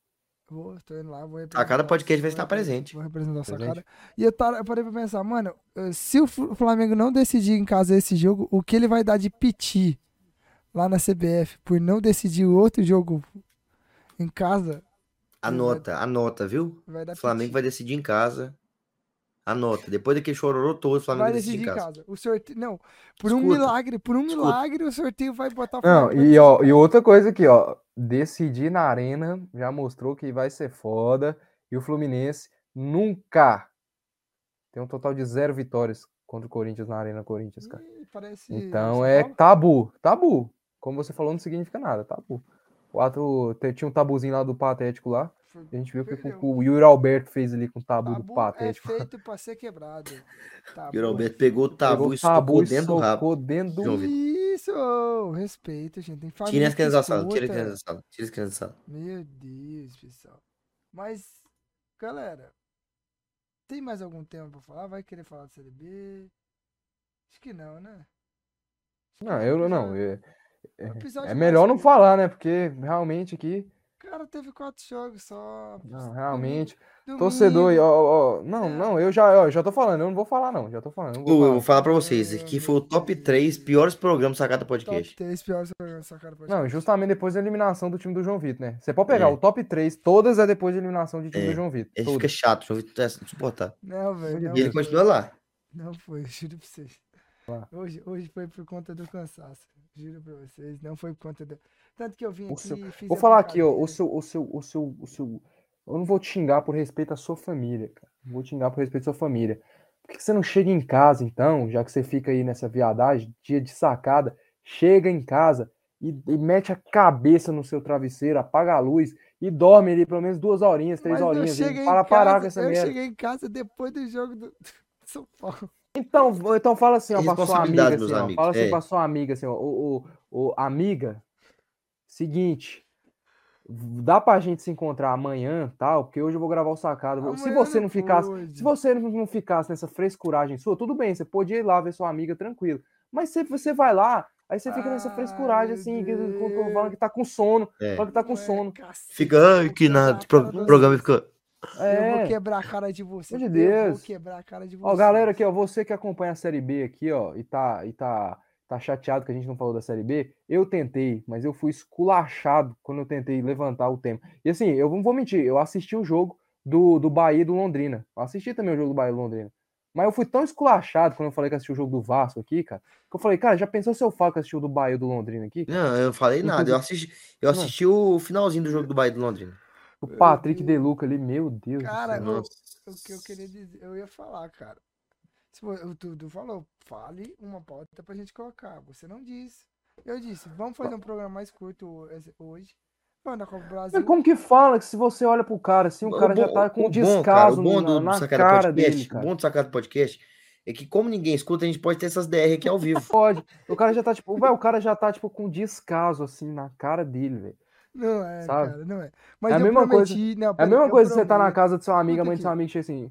Vou, tô indo lá, vou representar. Sacada Podcast vai vou estar repre- presente. Vou representar a Presente. Sacada. E eu, tar- eu parei pra pensar, mano, eh, se o Fl- Flamengo não decidir em casa esse jogo, o que ele vai dar de piti lá na C B F por não decidir o outro jogo em casa, Anota, anota, viu? vai dar O Flamengo piti. vai decidir em casa. Anota. Depois daquele chororô todo, o Flamengo Vai vai decidir decidir em em casa. casa. O sorteio, não, por um Escuta, milagre, por um escuta. milagre, o sorteio vai botar o Não, Flamengo pra e, decidir ó, em e casa. outra coisa aqui, ó. Decidir na arena já mostrou que vai ser foda. E o Fluminense nunca tem um total de zero vitórias contra o Corinthians na Arena Corinthians, cara. Ih, parece Então São é Paulo. tabu, tabu. Como você falou, não significa nada, tabu. O ato, te- tinha um tabuzinho lá do Patético lá. Foi- A gente viu o que o, perdeu. o Yuri Alberto fez ali com o tabu do Tabu é Patético. feito pra ser quebrado. E Tabu o é Alberto pegou o feito pra- tabu Pegou e o tabu socou e dentro do rabo. socou dentro do... João Vitor. Isso! Respeito, gente. Tem Tira família as que crianças da sala, tira as escuta. crianças da sala, tira as crianças da sala. Meu Deus, pessoal. Mas, galera, tem mais algum tema pra falar? Vai querer falar da Série B? Acho que não, né? Acho que Não, o eu não. episódio- É, o episódio é mais melhor não curto. falar, né? Porque realmente aqui, Cara, teve quatro jogos só. não, realmente, Domingo- torcedor, domingo. ó, ó, não, É. não, eu já, ó, já tô falando, eu não vou falar não, já tô falando, não vou Ô, eu falar. vou falar pra vocês, Meu aqui foi o top Deus. três piores programas do Sacada Top Podcast. três piores programas só cara pode Não, justamente depois da eliminação do time do João Vitor, né? Você pode pegar É. o top três, todas é depois da eliminação do time É. do João Vitor. Ele todas. fica chato, o João Vitor é insuportável. Não, velho. de Não E ele foi. continua lá. Não foi, juro pra vocês. Lá. Hoje, hoje foi por conta do cansaço. Juro pra vocês. Não foi por conta do. Tanto que eu vim O aqui seu- e fiz. Vou a falar aqui, ó, o brincadeira. seu, o seu, o seu, o seu, eu não vou te xingar por respeito à sua família, cara. Não vou te xingar por respeito à sua família. Por que que você não chega em casa, então, já que você fica aí nessa viadagem, dia de sacada, chega em casa e, e mete a cabeça no seu travesseiro, apaga a luz e dorme ali pelo menos duas horinhas, três Mas eu horinhas, cheguei para em parar com casa, essa eu merda. cheguei em casa depois do jogo do São Paulo. Então, então fala assim, ó, pra sua Responsabilidade, amiga, meus assim, ó, amigos, fala assim é. pra sua amiga, assim, ó, o, o, o- amiga, seguinte, dá pra gente se encontrar amanhã, tal, porque hoje eu vou gravar o sacado. Se Amanhã você não não ficasse, pode. se você não não ficasse nessa frescuragem sua, tudo bem, você podia ir lá ver sua amiga tranquilo. Mas se você vai lá, aí você fica nessa Ai, frescuragem, meu assim, que- que- que- Deus. falando que tá com sono, É. falando que tá com Não é, sono. cacete, Fica, eu ai, vou que quebrar nada, a o pro- cara de o programa vocês. fica... Eu vou É, quebrar a cara de vocês. Pelo de Eu vou Deus. quebrar a cara de ó, vocês. galera aqui, ó, você que acompanha a Série B aqui, ó, e tá, e tá, tá chateado que a gente não falou da Série B, eu tentei, mas eu fui esculachado quando eu tentei levantar o tema. E assim, eu não vou mentir, eu assisti o jogo do, do Bahia e do Londrina. Eu assisti também o jogo do Bahia e do Londrina. Mas eu fui tão esculachado quando eu falei que assisti o jogo do Vasco aqui, cara, que eu falei, cara, já pensou se eu falo que assistiu o do Bahia e do Londrina aqui? Não, eu não falei nada, eu assisti, eu Não. assisti o finalzinho do jogo do Bahia e do Londrina. O Meu Patrick Deus. De Luca ali, meu Deus Cara, do céu. o, o que eu queria dizer, eu ia falar, cara. Se vo- o Dudu falou, fale uma pauta pra gente colocar. Você não disse. Eu disse, vamos fazer um programa mais curto esse- hoje. Vamos da Copa do Mas Brasil. como que fala que se você olha pro cara assim, o O cara já bom- tá com o um bom, cara, descaso o bom na, do, do na Sacada cara Podcast, dele, o cara. bom do Sacada Podcast é que como ninguém escuta, a gente pode ter essas D R aqui ao vivo. Pode. O cara já tá, tipo, vai, o cara já tá, tipo, com descaso, assim, na cara dele, velho. Não é, Sabe? cara, não é. Mas É a eu mesma coisa- prometi. Não, É a peraí, mesma eu coisa que você tá na prometo. casa do seu amigo, a Escuta mãe do seu aqui. amigo chega assim.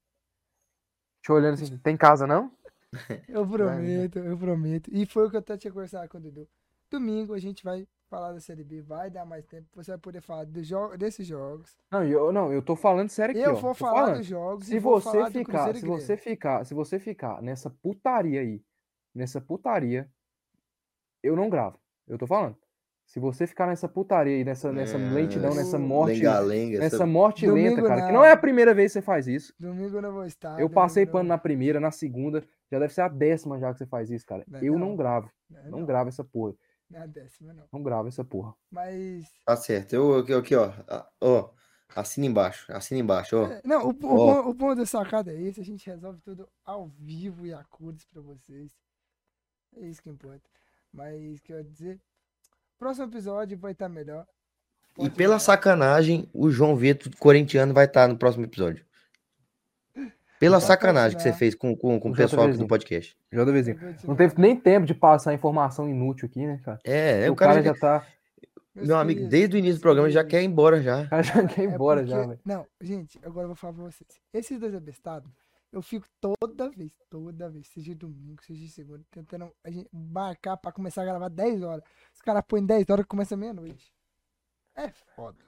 Te olhando assim, tem casa não? Eu prometo, eu prometo. E foi o que eu até tinha conversado com o Dudu. Domingo a gente vai falar da Série B, vai dar mais tempo. Você vai poder falar do jo desses jogos. Não, eu, não, eu tô falando sério aqui, eu ó. vou Tô falar falando. dos jogos Se e vou você falar do ficar, Cruzeiro e se Grêmio. você ficar, se você ficar nessa putaria aí, nessa putaria, eu não gravo. Eu tô falando. Se você ficar nessa putaria aí, nessa, nessa É, lentidão, nessa o- morte, Lenga-lenga. nessa essa- morte Domingo lenta, cara, que não. não é a primeira vez que você faz isso. Domingo eu não vou estar. Eu domingo passei não- pano na primeira, na segunda, já deve ser a décima já que você faz isso, cara. Não, Eu não. não gravo, Não, não não, gravo essa porra, não é a décima, não. não gravo essa porra. Mas. Tá certo. Eu aqui, aqui, ó. Ah, Ó, assina embaixo. Assina embaixo, ó. é, não, o, o, Ó. bom, o bom da sacada é esse. A gente resolve tudo ao vivo e a cores pra vocês. É isso que importa. Mas, quer dizer. Próximo episódio vai estar melhor. E Pode pela mandar. sacanagem, o João Vitor, corintiano, vai estar no próximo episódio. Pela Vai sacanagem que você continuar. fez com, com, com o O pessoal aqui JVzinho. do podcast. Já do vizinho. Vai Não continuar. teve nem tempo de passar informação inútil aqui, né, cara? É, é o o cara, cara já, já tá. Meus meu amigo, queridos, desde o início meus do programa já queridos. quer ir embora já. O cara já quer ir É embora porque- já, velho. Não, gente, agora eu vou falar pra vocês. Esses dois abestados, eu fico toda vez, toda vez, seja domingo, seja segunda, tentando a gente marcar pra começar a gravar dez horas. Os caras põem dez horas e começa meia-noite. É foda.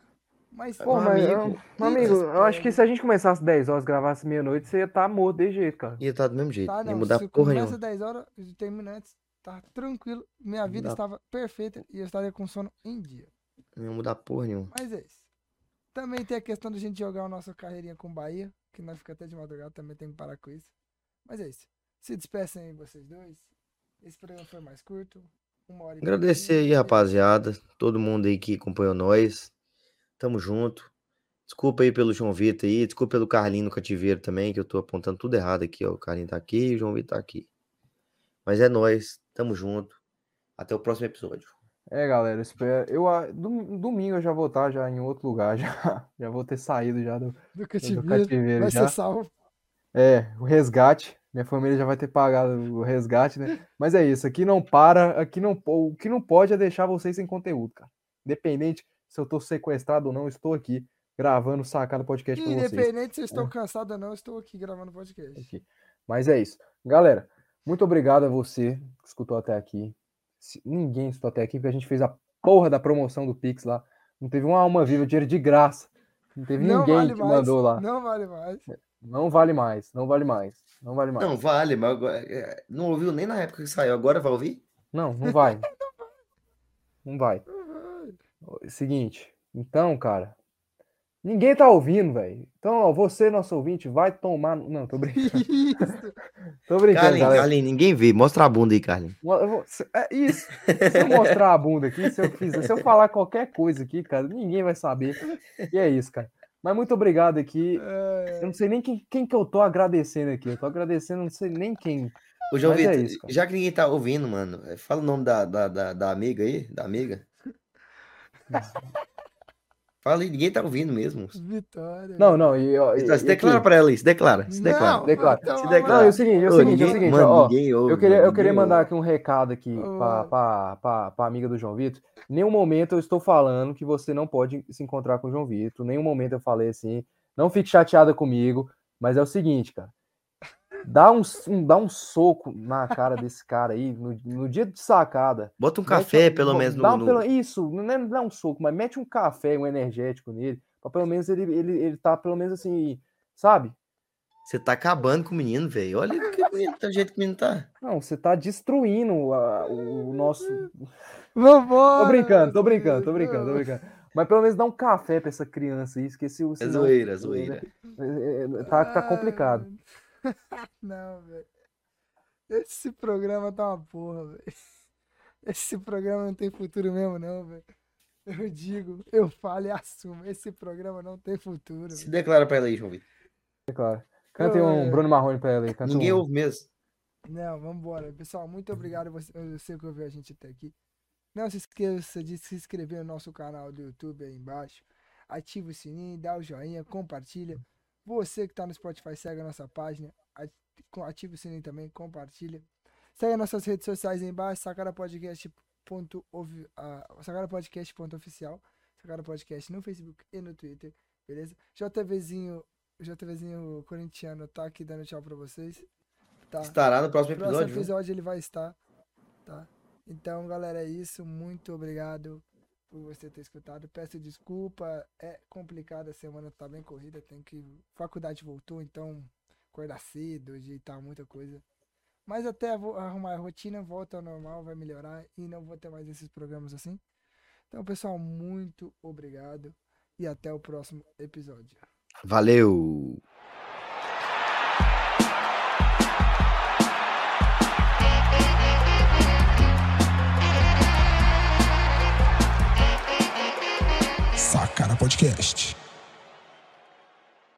Mas, Pô, Um mas, amigo, eu- que meu amigo, eu acho que desespero. se a gente começasse dez horas, gravasse meia-noite, você ia estar morto de jeito, cara. ia estar do mesmo jeito. Tá, Não ia não. mudar Se porra começa nenhuma. dez horas e termina antes, tá tranquilo. Minha Não vida dá- estava perfeita e eu estaria com sono em dia. Não ia mudar porra nenhuma. Mas é isso. Também tem a questão da gente jogar a nossa carreirinha com o Bahia, que nós fica até de madrugada, também tem que parar com isso. Mas é isso. Se despeçam aí vocês dois. Esse programa foi mais curto. Uma hora e Agradecer aí, pouquinho. rapaziada. Todo mundo aí que acompanhou nós. Tamo junto. Desculpa aí pelo João Vitor aí. Desculpa pelo Carlinho no cativeiro também, que eu tô apontando tudo errado aqui, ó. O Carlinho tá aqui e o João Vitor tá aqui. Mas é nóis. Tamo junto. Até o próximo episódio. É, galera, espero. Eu, ah, dom- domingo eu já vou estar já em outro lugar, já, já vou ter saído já do, Do do cativeiro. cativeiro Vai já. ser salvo. É, o resgate. Minha família já vai ter pagado o resgate, né? Mas é isso, aqui não para, aqui não, po- o que não pode é deixar vocês sem conteúdo, cara. Independente se eu tô sequestrado ou não, eu estou aqui gravando o Sacada Podcast pra vocês. Independente se eu estou cansado ou não, eu estou aqui gravando podcast. Aqui. Mas é isso. Galera, muito obrigado a você que escutou até aqui. Se- Ninguém escutou até aqui, porque a gente fez a porra da promoção do Pix lá. Não teve uma alma viva, dinheiro de graça. Não teve Não ninguém vale que mais. mandou lá. Não vale mais. Não vale mais, não vale mais, não vale mais. Não, vale, mas agora- é, não ouviu nem na época que saiu. Agora vai ouvir? Não, não vai. Não vai. Seguinte, então, cara, ninguém tá ouvindo, velho. Então, ó, você, nosso ouvinte, vai tomar. Não, tô brincando. Isso. Tô brincando, Carlinhos, galera. Carlinhos, ninguém vê. Mostra a bunda aí, Carlinhos. Eu vou- se- É isso. Se eu mostrar a bunda aqui, se eu fizer, se eu falar qualquer coisa aqui, cara, ninguém vai saber. E é isso, cara. Mas muito obrigado aqui. É, Eu não sei nem quem, quem que eu tô agradecendo aqui. Eu tô agradecendo, não sei nem quem. Ô, João Mas é Vitor, isso, cara. já que ninguém tá ouvindo, mano, é, fala o nome da, da, da, da amiga aí, da amiga. Fala aí, ninguém tá ouvindo mesmo. Vitória. Não, não, e, ó, Se e- e declara aqui- pra ela aí, se declara, se declara. Não, Declara. vai tomar Se uma- declara. Não, é o seguinte, é o Ô, seguinte, é o ninguém- seguinte, mano, ó, ninguém ouve, eu queria, mano, eu queria ninguém mandar ouve. aqui um recado aqui Ô, pra, mano. pra, pra, pra amiga do João Vitor. Em nenhum momento eu estou falando que você não pode se encontrar com o João Vitor. Em nenhum momento eu falei assim. Não fique chateada comigo, mas é o seguinte, cara. Dá um, um- dá um soco na cara desse cara aí no, no dia de sacada. Bota um Mete café, um- pelo bo- menos, dá no... um- no- pelo- Isso, não é dar um soco, mas mete um café, um energético nele, pra pelo menos ele, ele, ele tá pelo menos assim, sabe? Você tá acabando com o menino, velho. Olha que bonito, o jeito que o menino tá. Não, você tá destruindo a- o nosso. Vambora. Tô brincando, tô brincando, tô brincando, tô brincando. Mas pelo menos dá um café pra essa criança aí, esqueci o. É senão- zoeira, é zoeira. É, é, Tá, tá complicado. Não, velho. Esse programa tá uma porra, velho. Esse programa não tem futuro mesmo, não, velho. Eu digo, eu falo e assumo. Esse programa não tem futuro. Se velho. declara pra ela aí, João Vitor. É claro. Canta aí um É. Bruno Marrone pra ela aí. Canta Ninguém um... ouve mesmo. Não, vambora. Pessoal, muito obrigado a você, você que ouviu a gente até aqui. Não se esqueça de se inscrever no nosso canal do YouTube aí embaixo. Ativa o sininho, dá o joinha, compartilha. Você que tá no Spotify, segue a nossa página. ati- Ativa o sininho também, compartilha. Segue as nossas redes sociais aí embaixo, sacarapodcast.oficial. Sacara Podcast no Facebook e no Twitter, beleza? JVzinho, JVzinho corintiano tá aqui dando tchau pra vocês. Tá? Estará no próximo No próximo episódio. viu? episódio ele vai estar, tá? Então, galera, é isso. Muito obrigado por você ter escutado. Peço desculpa, é complicado, a semana tá bem corrida, tem que... Faculdade voltou, então acordar cedo, ajeitar muita coisa. Mas até vou arrumar a rotina, volta ao normal, vai melhorar e não vou ter mais esses programas assim. Então, pessoal, muito obrigado e até o próximo episódio. Valeu! Sacana Podcast.